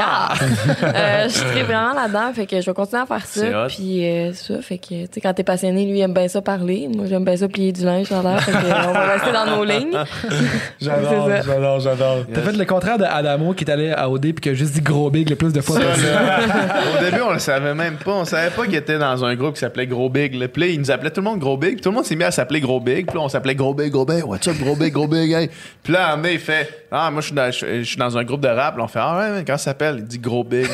Euh, je tripe vraiment là-dedans, fait que je vais continuer à faire C'est ça. hot. Puis euh, ça, fait que, tu sais, quand t'es passionné, lui, il aime bien ça parler. Moi, j'aime bien ça plier du linge, ça a l'air. Fait que, euh, on va rester dans nos lignes. J'adore, C'est ça. j'adore, j'adore. T'as fait le contraire de Adamo qui est allé à O D puis qui a juste dit gros big le plus de fois Ça, possible. là, au début, on le savait même pas. On savait pas qu'il était dans un groupe qui s'appelait Gros Big. Là. Puis là, il nous appelait tout le monde Gros Big. Puis tout le monde s'est mis à s'appeler Gros Big. Puis là, on s'appelait Gros Big, Gros Big. What's up, Gros Big, Gros Big, hey. Puis là, un moment donné, il fait Ah, moi, je suis dans, je, je suis dans un groupe de rap. Là, on fait Ah, ouais, mais comment ça s'appelle Il dit Gros Big.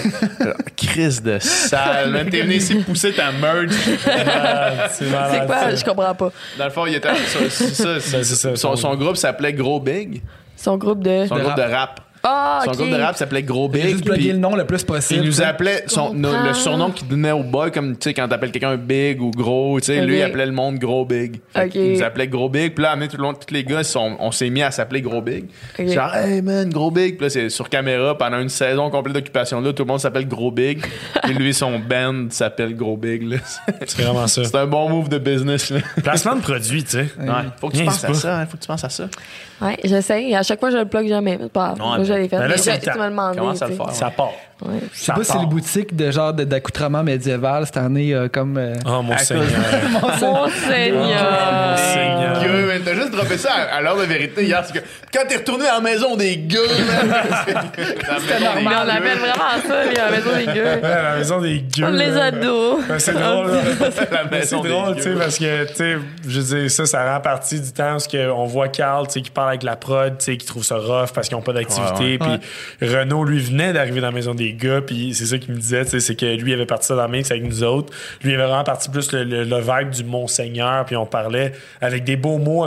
Crise de sale. Man, t'es venu ici pousser ta merch. C'est C'est malade. quoi? ça. Je comprends pas. Dans le fond, il était. C'est ça. Ben, c'est ça, son, son- son groupe s'appelait Gros Big. Son groupe de. Son De groupe rap. de rap. Ah, Son ok. groupe de rap s'appelait Gros Il a Big. juste bloqué puis- le nom le plus possible. Il nous tu sais. appelait son, no- comprends. le surnom qu'il donnait au boy, comme tu sais, quand t'appelles quelqu'un big ou gros, tu sais, Ok. lui il appelait le monde Gros Big. Fait Ok. qu'il nous appelait Gros Big. Puis là, amené tout le long, tous les gars, ils sont- on s'est mis à s'appeler Gros Big. Ok. Genre, hey man, Gros Big. Puis là, c'est sur caméra, pendant une saison complète d'occupation là, tout le monde s'appelle Gros Big. Et lui, son band s'appelle Gros Big. Là. C'est vraiment ça. C'est un bon move de business. Là. Placement de produit, tu sais. Ouais. Faut que tu Niaise penses à pas. ça. Hein. Faut que tu penses à ça. Ouais, j'essaye. À chaque fois, je le plug jamais. mais C'est pas grave. Ouais, Moi, je l'ai fait. ben là, Mais c'est je- le temps. tu m'as demandé. Commence à le tu sais. faire. Ça part. Ouais. Je sais pas si les boutiques de genre de- d'accoutrement médiéval cette année euh, comme. euh, Oh, mon À Seigneur. Mon Seigneur. Seigneur. Des gars, man, t'as juste droppé ça à, à l'heure de vérité hier. C'est que quand t'es retourné à la maison des gars, man, c'était Mais on appelle vraiment ça, lui, à la maison des Ouais, gueux. à la maison des gueux. Comme les là. ados. Ben, c'est drôle, là. la Mais c'est maison des drôle, tu sais, gueux. parce que, tu sais, je veux dire, ça, ça rend partie du temps où on voit Carl, tu sais, qui parle avec la prod, tu sais, qui trouve ça rough parce qu'ils n'ont pas d'activité. Ouais, Puis Renaud, lui, venait d'arriver dans la maison des gars, puis c'est ça qu'il me disait, tu sais, c'est que lui avait parti ça dans le mix avec nous autres. Lui, il avait vraiment parti plus le, le, le vibe du Monseigneur, puis on parlait avec des beaux mots, avec un,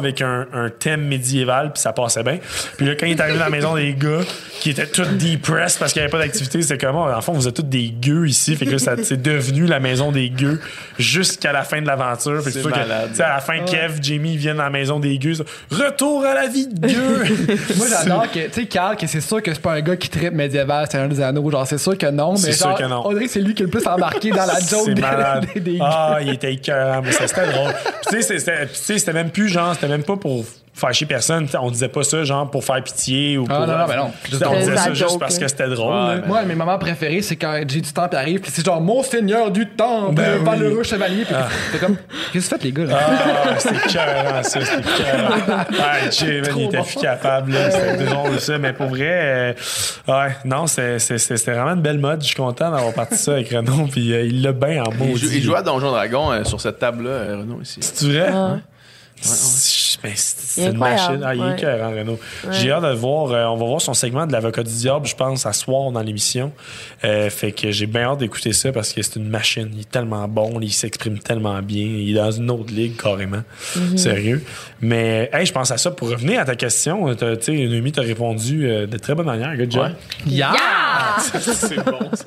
un, un thème médiéval, puis ça passait bien. Puis là, quand il est arrivé dans la maison des gars, qui étaient tous depressed parce qu'il n'y avait pas d'activité, c'est comme, oh, en fond, vous êtes tous des gueux ici. Fait que là, ça, c'est devenu la maison des gueux jusqu'à la fin de l'aventure. Fait que c'est malade. Que, à la fin, Kev, Jamie, ils viennent dans la maison des gueux. Ça, retour à la vie de gueux! Moi, j'adore que, tu sais, Carl, que c'est sûr que c'est pas un gars qui trippe médiéval, c'est un des anneaux. Genre, c'est sûr que non, mais c'est genre, sûr que non. on dirait que c'est lui qui est le plus embarqué dans la joke des, des, des Ah, il était écœurant, mais ça, c'était drôle. Tu sais, c'était, c'était même plus genre, c'était même pas pour fâcher personne. On disait pas ça, genre, pour faire pitié ou pour. Ah, non, non, mais non. Juste, on disait ça joke, juste parce que c'était drôle. Ouais, moi, mes moments préférés, c'est quand Jay du Temple arrive, puis c'est genre, mon seigneur du Temple, ben oui. Valeureux chevalier, puis ah. C'est comme, qu'est-ce que tu fais, les gars, là? Ah, c'était écœurant, ça, c'était écœurant. Ouais, Jay, man, il était plus capable, là. C'était drôle, ça, mais pour vrai, euh, ouais, non, c'est, c'est, c'est, c'était vraiment une belle mode. Je suis content d'avoir parti ça avec Renaud, puis euh, il l'a bien en maudit. Il, il jouait à Donjon Dragon euh, sur cette table-là, euh, Renaud, ici. C'est vrai? Ah. Ouais. Ouais, ouais. Ben, c'est une machine. Ah, il est cœur, hein, Renaud. Ouais. J'ai hâte de le voir. Euh, on va voir son segment de l'avocat du diable, je pense, à soir dans l'émission. Euh, fait que j'ai bien hâte d'écouter ça parce que c'est une machine. Il est tellement bon, il s'exprime tellement bien. Il est dans une autre ligue, carrément. Mm-hmm. Sérieux. Mais, hey, je pense à ça. Pour revenir à ta question, tu sais, Noémie t'a répondu euh, de très bonne manière. Good job. Ouais. Yeah! yeah! C'est bon, ça.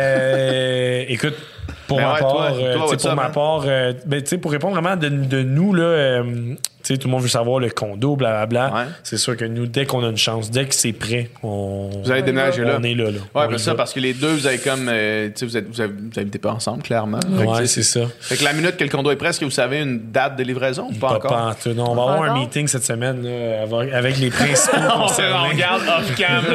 Euh, écoute, pour ben ma ouais, part, toi, euh, toi, pour ça, ma part, euh, ben, pour répondre vraiment de, de nous, là, euh, tout le monde veut savoir le condo, blablabla. Ouais. C'est sûr que nous, dès qu'on a une chance, dès que c'est prêt, on, vous allez déménager là. On est là. là. Ouais, ben ça, parce que les deux, vous avez comme. Euh, vous, êtes, vous, avez, vous habitez pas ensemble, clairement. Ouais, ouais c'est, c'est ça. Fait que la minute que le condo est prêt, est-ce que vous savez une date de livraison ou pas, pas encore? Pas en tout. Non, on va avoir un meeting cette semaine là, avec les principaux concernés. On regarde off-cam.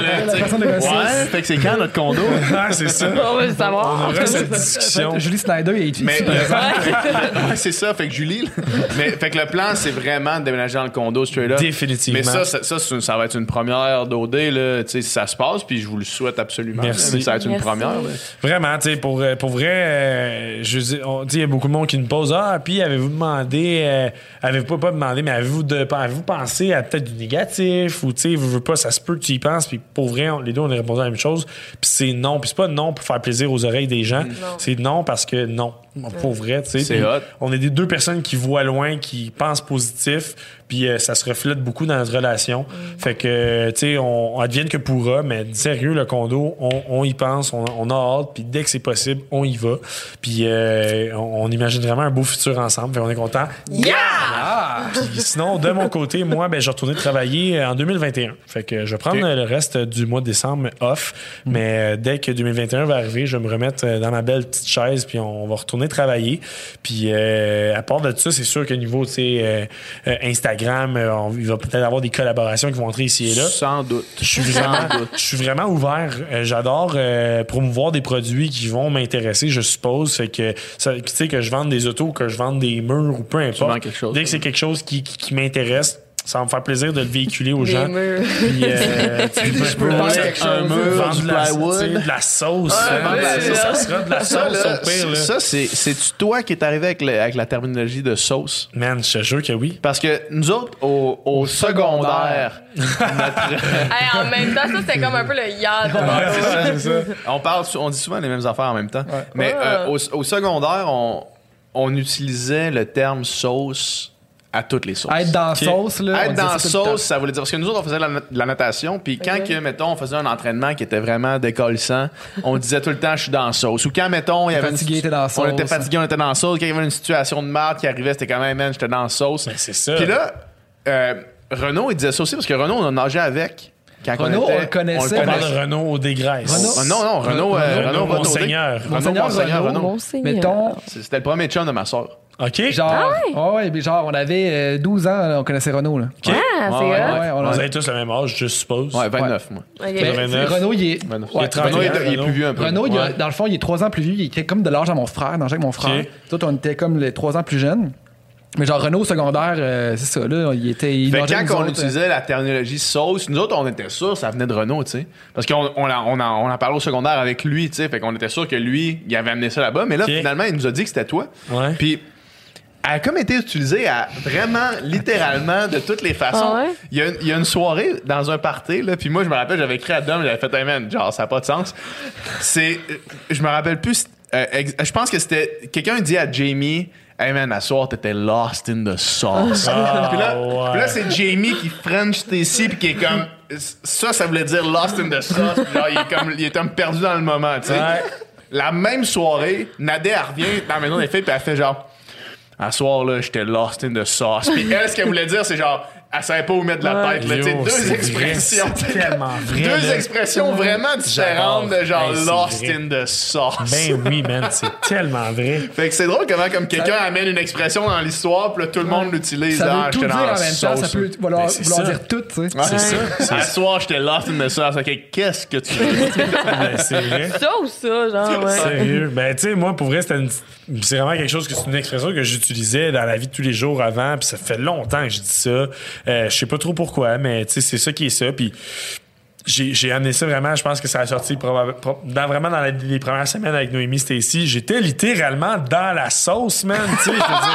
Ouais, fait que c'est quand notre condo? Ouais, c'est ça. On va le savoir. On aura cette discussion. Julie Snyder, il est mais, ouais, c'est ça. Fait que Julie. Mais fait que le plan, c'est vraiment de déménager dans le condo straight up. Définitivement. Mais ça, ça, ça, ça, ça va être une première d'O D, là. Tu sais, si ça se passe, puis je vous le souhaite absolument. Merci. Mais ça va être une Merci. première. Là. Vraiment, tu sais, pour, pour vrai, euh, je il y a beaucoup de monde qui nous pose ah, puis avez-vous demandé, euh, avez-vous pas, pas demandé, mais avez-vous, de, avez-vous pensé à peut-être du négatif ou tu sais, vous veux pas, ça se peut que tu y penses, puis pour vrai, on, les deux, on a répondu à la même chose, puis c'est non, puis c'est pas non pour faire plaisir aux oreilles des gens, non. C'est non parce que non. Pour vrai, tu sais. C'est hot. On est des deux personnes qui voient loin, qui pensent positif, puis euh, ça se reflète beaucoup dans notre relation. Mm. Fait que, tu sais, on, on advienne que pourra, mais sérieux, le condo, on, on y pense, on, on a hâte, puis dès que c'est possible, on y va. Puis euh, on, on imagine vraiment un beau futur ensemble, fait qu'on est content. Yeah! Ah! Puis sinon, de mon côté, moi, ben, je vais retourner travailler en deux mille vingt et un. Fait que je vais prendre okay. le reste du mois de décembre off, mm. mais euh, dès que deux mille vingt et un va arriver, je vais me remettre dans ma belle petite chaise, puis on va retourner travailler. Puis euh, à part de ça, c'est sûr qu'au niveau, tu sais, euh, euh, Instagram, euh, on, il va peut-être avoir des collaborations qui vont entrer ici et là. Sans doute. Je suis vraiment, je suis vraiment ouvert. Euh, j'adore euh, promouvoir des produits qui vont m'intéresser, je suppose. Fait que, tu sais, que je vende des autos, que je vende des murs ou peu importe. Chose, dès que c'est quelque chose qui, qui, qui m'intéresse, ça va me faire plaisir de le véhiculer aux des gens. Murs. Puis, euh, tu je peux vendre quelque chose. Un mur, vendre du de la, plywood. de la sauce. Ah, hein, ouais, ça, ouais, ça sera de la ça, sauce là, au pire. Là. Ça, c'est, c'est-tu toi qui est arrivé avec, le, avec la terminologie de sauce? Man, je te jure que oui. Parce que nous autres, au, au secondaire, notre... hey, en même temps, ça, c'était comme un peu le yad. Ouais, c'est ça, c'est ça. On, parle, on dit souvent les mêmes affaires en même temps. Ouais. Mais ouais. euh, au, au secondaire, on, on utilisait le terme sauce à toutes les sauces. Être dans la okay. sauce, là. Être dans la sauce, ça voulait dire... Parce que nous autres, on faisait de la, la natation, puis quand, okay. que, mettons, on faisait un entraînement qui était vraiment décollissant, on disait tout le temps « je suis dans la sauce ». Ou quand, mettons, il y avait fatigué, une... dans la sauce. On était fatigué, on était dans la sauce. Quand il y avait une situation de merde qui arrivait, c'était quand même « man, j'étais dans la sauce ben, ». C'est ça. Puis là, euh, Renaud, il disait ça aussi, parce que Renaud, on a nagé avec... Quand Renaud, on, était, on le connaissait. On, on parle de Renaud au dégraisse. Renaud, oh, non, non, Renaud, Renaud, euh, Renaud, Renaud Monseigneur. Renaud, Monseigneur, Renaud. Monseigneur. Mettons, c'était le premier chum de ma soeur. OK. Genre, ah ouais? Oh ouais, mais genre, on avait euh, douze ans, là, on connaissait Renaud. Là. Okay. Ah, c'est ouais, ouais, ouais, on Vous avez tous le même âge, je suppose. Ouais, vingt-neuf, ouais. moi. Okay. Mais, vingt-neuf. Renaud, il est. vingt-neuf. Ouais, il est Renaud, il est, il est plus vieux un peu. Renaud, ouais. il a, dans le fond, il est trois ans plus vieux. Il était comme de l'âge à mon frère, dans avec mon frère. Okay. Tout, on était comme les trois ans plus jeunes. Mais genre, Renaud, secondaire, euh, c'est ça, là, il était... Il fait quand on autres, utilisait euh... la terminologie sauce, nous autres, on était sûrs ça venait de Renaud, tu sais. Parce qu'on on a, on a, on a parlé au secondaire avec lui, tu sais. Fait qu'on était sûrs que lui, il avait amené ça là-bas. Mais là, okay. finalement, il nous a dit que c'était toi. Ouais. Puis, elle a comme été utilisée à vraiment, littéralement, de toutes les façons. Ah ouais? Il y a une, il y a une soirée dans un party, là, puis moi, je me rappelle, j'avais écrit à Dom, j'avais fait, hey man, genre, ça n'a pas de sens. C'est... Je me rappelle plus... Euh, ex- je pense que c'était... Quelqu'un dit à Jamie... Hey man, à soir, t'étais lost in the sauce. Ah, puis là, ouais. puis là, c'est Jamie qui French Stacy, puis qui est comme. Ça, ça voulait dire lost in the sauce. Puis genre, il est, comme, il est comme perdu dans le moment, tu sais. Ouais. La même soirée, Nadia, elle revient dans la maison des filles, puis elle fait genre. À soir, là, j'étais lost in the sauce. Puis elle, ce qu'elle voulait dire, c'est genre. Elle savait pas où mettre la Ouais. tête, là, tu sais, Yo, deux c'est expressions. vrai, c'est tellement vrai. Deux là. expressions vraiment différentes de genre Hey, c'est lost vrai. in the sauce. Ben oui, man, c'est tellement vrai. Fait que c'est drôle comment comme quelqu'un amène une expression dans l'histoire, puis là, tout le monde l'utilise. Ça Ah, veut tout j'étais dire dans en la même temps. sauce. Ça peut vouloir, Ben, c'est vouloir ça. dire tout, tu sais. Ouais. C'est ça. À soir, j'étais lost in the sauce. Ok, qu'est-ce que tu veux? Ben, c'est vrai. Ça ou ça, genre, ouais. Sérieux. Ben, tu sais, moi, pour vrai, c'était une... c'est vraiment quelque chose que c'est une expression que j'utilisais dans la vie de tous les jours avant, puis ça fait longtemps que je dis ça. Euh, je sais pas trop pourquoi, mais tu sais, c'est ça qui est ça. Puis j'ai, j'ai amené ça vraiment, je pense que ça a sorti probab- pro- dans, vraiment dans la- les premières semaines avec Noémie Stacy. J'étais littéralement dans la sauce, man. Tu sais,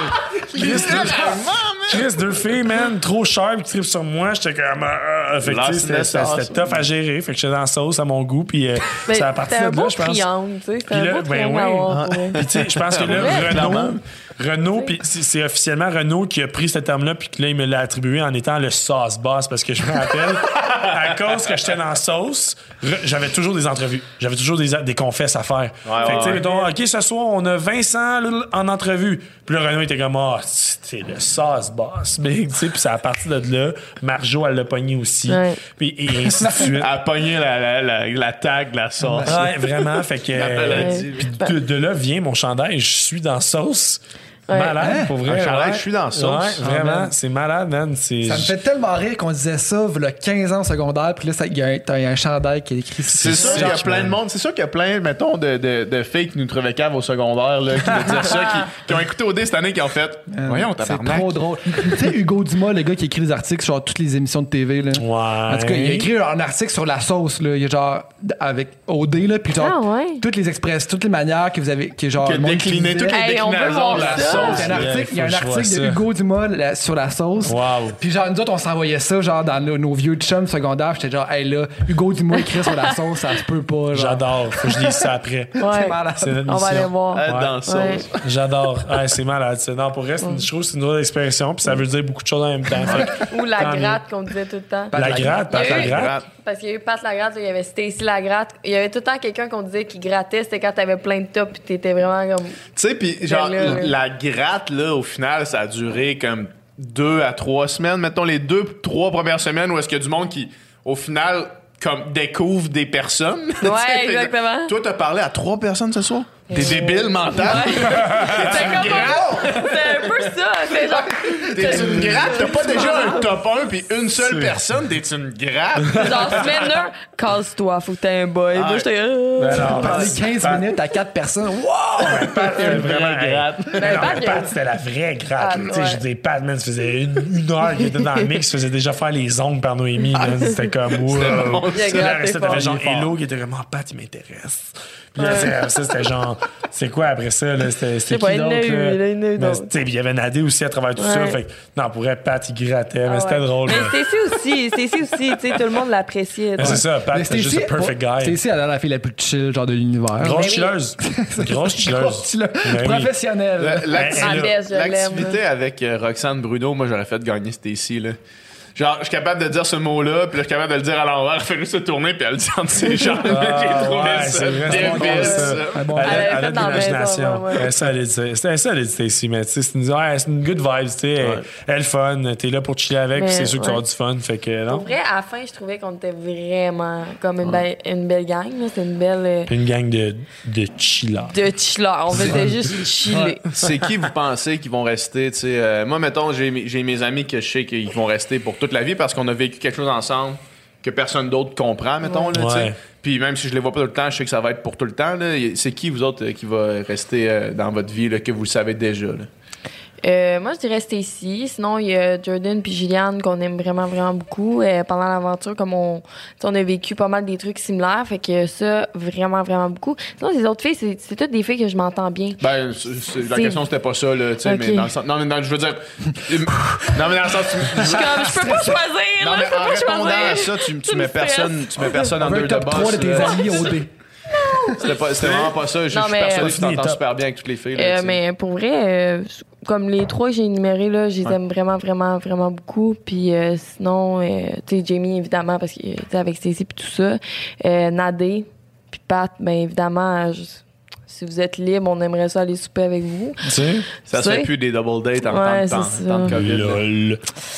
je veux dire. Chris, deux, Chris, deux filles, man, trop sharp qui trippent sur moi. J'étais comme. Euh, fait que, tu sais, c'était, c'était, c'était tough à gérer. Fait que j'étais dans la sauce à mon goût. Puis euh, Ben, c'est à partir c'était un de là, beau je pense. triangle, tu sais. C'était Puis un là, beau ben triangle oui. à avoir, pour vrai. Puis tu sais, je pense que là, Ouais, Renaud, Renaud, puis c'est, c'est officiellement Renaud qui a pris ce terme-là, puis que là, il me l'a attribué en étant le sauce boss, parce que je me rappelle, à cause que j'étais dans la sauce, re- j'avais toujours des entrevues. J'avais toujours des, des confesses à faire. Ouais, fait que, tu sais, ouais, mettons, OK, ce soir, on a Vincent là, en entrevue. Puis là, Renaud était comme, ah, oh, c'est le sauce boss, big, tu sais, puis c'est à partir de là, Marjo, elle l'a pogné aussi. Ouais. Puis et ainsi de suite. À pogner la, la, la, la tag de la sauce. Ouais, vraiment, fait que. La maladie. Puis de, de là vient mon chandail, je suis dans sauce. Ouais. Malade, Hein? pour vrai. Un chandail, ouais. je suis dans sauce. Ouais, Ah, vraiment, man. c'est malade, man. C'est... Ça me fait tellement rire qu'on disait ça, il y a quinze ans au secondaire, puis là, ça- il y, a un- t'as un chandail qui est écrit. C'est sûr qu'il y a plein de monde. C'est sûr qu'il y a plein, mettons, de, de, de filles qui nous trouvaient cave au secondaire, là, qui veulent dire ça, qui, qui ont écouté O D cette année, qui ont fait. Voyons, C'est tabarnak. trop drôle. Tu sais, Hugo Dumas, le gars qui écrit des articles sur toutes les émissions de T V, là. Ouais. En tout cas, il a écrit un article sur la sauce, là. Il y a genre, avec O D, là, puis genre, Ah ouais. toutes les expresses, toutes les manières que vous avez, que genre, Qui a le monde décliné utilisait. toutes les Hey, on veut déclinaisons voir de la ça. sauce. Il y a un article, il y a un Faut que je vois article de ça. Hugo Dumas là, sur la sauce. Wow. Puis genre, nous autres, on s'envoyait ça, genre, dans nos, nos vieux chums secondaires. Puis j'étais genre, hey là, Hugo Dumas écrit sur la sauce, ça se peut pas. Genre. J'adore. Faut que je lise ça après. C'est Ouais. malade. C'est notre On va aller mission. voir. Être dans la Ouais. sauce. J'adore. Ouais, c'est malade. C'est... Non, pour vrai, c'est une, je trouve que c'est une drôle d'expression, puis ça veut dire beaucoup de choses en même temps. Fait que- Ou la Tant mieux. gratte qu'on disait tout le temps. Pat la la gratte, Pat Il y a la eu- gratte. Parce qu'il y a eu Pat Lagratte, là, il y avait Stacy Lagratte. Il y avait tout le temps quelqu'un qu'on disait qui grattait, c'était quand t'avais plein de tops pis t'étais vraiment comme. Tu sais, puis genre, là, là. la gratte, là, au final, ça a duré comme deux à trois semaines. Mettons les deux, trois premières semaines où est-ce qu'il y a du monde qui, au final, comme découvre des personnes. Tu sais, fait que- exactement. Toi, t'as parlé à trois personnes ce soir? T'es débile mental? C'était comme C'est un peu ça. C'est genre. T'es une gratte? T'as pas déjà un top un puis une seule personne? T'es une gratte? Genre, semaine un, casse-toi, faut que t'aies un boy. Moi, j'étais. euh, Ben non, Parler Pat- quinze Pat- minutes à quatre personnes. Wow! Pat, c'est vraiment gratte. Ben, non, Pat, mais il y a- Pat, c'était la vraie gratte. Ah, là. Tu sais, ouais. je dis, Pat, man, ça faisait une, une heure qu'il était dans le mix, il faisait déjà faire les ongles par Noémie. man. C'était comme, wow. bon, Il a Puis là, gratté restait, t'avais fort. genre Il est fort. Hello qui était comme, oh, Pat, il m'intéresse. Puis là, c'est- après ça, c'était genre, c'est quoi après ça? Là? C'était, c'était sais pas, qui il y en a d'autre? eu, là? il y en a eu Mais, d'autres. tu sais, puis il y avait Nadé aussi à travers tout ça. Ouais. Fait que, non, pour être Pat, il grattait, mais Ah c'était ouais. drôle. Mais là. Stacy aussi, Stacy aussi, tu sais, tout le monde l'appréciait. Mais c'est ça, Pat, Mais c'était juste un perfect guy. Stacy, elle a la fille la plus chill, genre de l'univers. Grosse Ben oui. chilleuse. Grosse Grosse chilleuse. chilleuse. Ben oui. Professionnelle. La- l'acti- Ah, best, je l'aime, L'activité avec euh, Roxane Bruno, moi, j'aurais fait gagner Stacy, là. Genre, je suis capable de dire ce mot-là, puis là, je suis capable de le dire à l'envers. Elle fait juste se tourner, puis elle le dit entre ses jambes. J'ai trouvé ouais, ça c'est vrai, c'est bon, débile, ça. ça. Un bon Elle, Elle avait a- elle fait a de dans la l'imagination. maison, ouais, ouais. Elle, ça, elle est- C'était ça, elle est Stacy, mais tu sais, c'est une, ouais, c'est une good vibe, tu sais. Elle, elle est fun, t'es là pour chiller avec, Mais, puis c'est sûr que tu vas ouais. avoir du fun, fait que Pour non. vrai, à la fin, je trouvais qu'on était vraiment comme une, belle, une belle gang. là. C'était une belle. euh, Une gang de, de chillers. de chiller. On faisait juste chiller. C'est qui vous pensez qui vont rester, tu sais? euh, moi, mettons, j'ai, mes- j'ai mes amis que je sais qu'ils vont rester pour toute la vie parce qu'on a vécu quelque chose ensemble que personne d'autre comprend, mettons, là, tu sais. Ouais. Puis même si je les vois pas tout le temps, je sais que ça va être pour tout le temps, là. Y- C'est qui, vous autres, euh, qui va rester euh, dans votre vie, là, que vous le savez déjà, là? Euh, moi, je dirais Stacy. Sinon, il y a Jordan puis Juliane qu'on aime vraiment, vraiment beaucoup. Euh, pendant l'aventure, comme on, tu sais, on a vécu pas mal des trucs similaires. Fait que ça, vraiment, vraiment beaucoup. Sinon, les autres filles, c'est, c'est toutes des filles que je m'entends bien. Ben, c'est- c'est- la C'est- question, c'était pas ça, là, tu sais, Ok. mais dans le sens... Non, mais non, je veux dire... non, mais dans le sens... Tu, Je suis comme, je peux pas choisir, non, là, mais je peux en pas répondant à choisir. ça, tu, tu Tu mets me stresses. personne, tu mets personne On en veut deux un de top trois de boss, tes là. amis O D. C'était, pas, c'était vraiment pas ça. Je, Non, je suis mais- persuadé que tu Fini, t'entends top. super bien avec toutes les filles, là, Euh, tu sais. mais pour vrai, euh, comme les trois que j'ai énumérés, là, je les Ouais. aime vraiment, vraiment, vraiment beaucoup. Puis euh, sinon, euh, tu sais, Jamie, évidemment, parce que, tu sais, avec Stacey puis tout ça. Euh, Nadé, puis Pat, bien évidemment, je- si vous êtes libre, on aimerait ça aller souper avec vous. Tu sais? Ça se C'est- fait plus des double dates en Ouais, temps, c'est temps, temps de ça. COVID. là. Lol.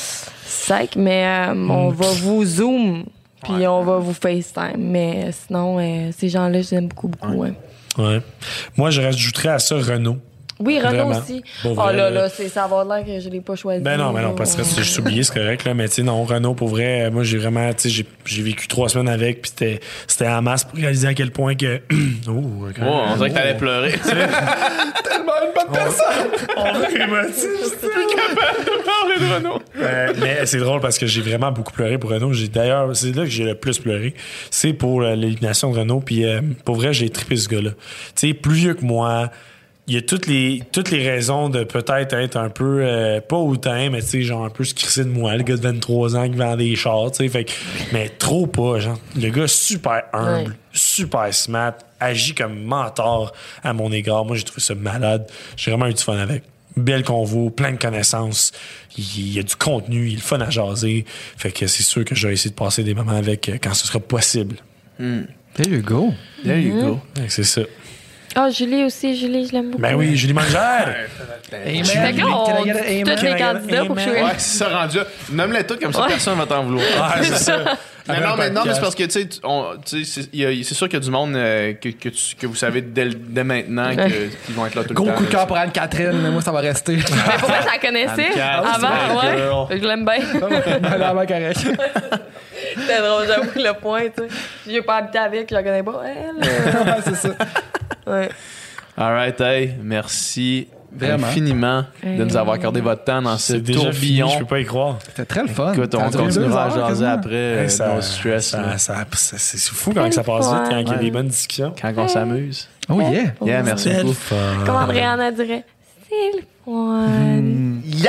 Sac, mais euh, on va vous Zoom, puis on va vous FaceTime. Mais sinon, euh, ces gens-là, je les aime beaucoup, beaucoup. Ouais. Ouais. Moi, je rajouterais à ça Renaud. Oui, Renaud Vraiment. aussi. Pour Oh vrai, là, là. là, c'est, ça va l'air que je l'ai pas choisi. Ben non, mais non, parce que je suis oublié, c'est correct, là. Mais tu sais, non, Renaud, pour vrai, euh, moi, j'ai vraiment, tu sais, j'ai, j'ai vécu trois semaines avec, puis c'était, c'était en masse pour réaliser à quel point que. oh, okay. Oh, on dirait que t'allais pleurer. Tellement une bonne personne. On thématise. Parler de Renaud. Euh, mais c'est drôle parce que j'ai vraiment beaucoup pleuré pour Renaud. J'ai, d'ailleurs, c'est là que j'ai le plus pleuré. C'est pour euh, l'élimination de Renaud. Puis euh, pour vrai, j'ai trippé ce gars-là. Tu sais, plus vieux que moi. Il y a toutes les, toutes les raisons de peut-être être un peu, euh, pas hautain, mais tu sais, genre un peu se crisser de moi, le gars de vingt-trois ans qui vend des chars, tu sais, fait que, mais trop pas, genre. Le gars super humble, Ouais. super smart, agit comme mentor à mon égard. Moi, j'ai trouvé ça malade. J'ai vraiment eu du fun avec. Belle convo, plein de connaissances. Il, il y a du contenu, il est le fun à jaser. Fait que c'est sûr que je vais essayer de passer des moments avec euh, quand ce sera possible. There you go. There you go. Fait que c'est ça. Ah, Julie aussi, Julie, je l'aime beaucoup. Ben oui, Julie Mangère! Amen. Fait que là, on Can I get dit an amen? tous les Can I get an candidats pour que je amen? Ouais, c'est ça rendu là. Nomme-les tous comme ça, Ouais. personne va t'en vouloir. Ah, c'est ça. Mais Après non, le mais, non, mais c'est podcast. parce que, tu sais, tu- on- tu sais, c'est il y a- c'est sûr qu'il y a du monde euh, que, que, tu- que vous savez dès, le- dès maintenant que- qu'ils vont être là tout le Gros temps. coup de cœur pour Anne-Catherine, mais moi, ça va rester. Mais pour moi, je la connaissais Anne-Cat, avant, c'est ouais. girl. Fait que je l'aime bien. Elle a la correct. C'était drôle, j'avoue, le point, tu sais. J'ai pas habité avec, je la connais pas, elle. euh, c'est ça. Ouais. All right, hey, merci Vraiment. infiniment de nous avoir accordé votre temps dans ce C'est déjà fini, tourbillon. je peux pas y croire. C'était très le fun. Écoute, on Ça a duré deux continuera à heures, jaser quasiment. après, euh, Hey, ça- no stress, ça- là, ça- ça- c'est fou quand ça passe vite, quand il y a des bonnes discussions. quand on s'amuse. Oh yeah. Yeah, merci C'est le beaucoup. fun. Comme Andréana dirait, c'est le fun. Yeah!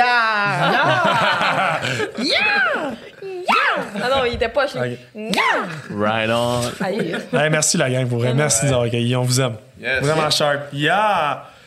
Ah non, il était pas chez Ok. Right on. Aïe. Hey, merci la gang, pour vrai. Merci de nous avoir accueillis. On vous aime. Yes. Vraiment sharp. Yeah!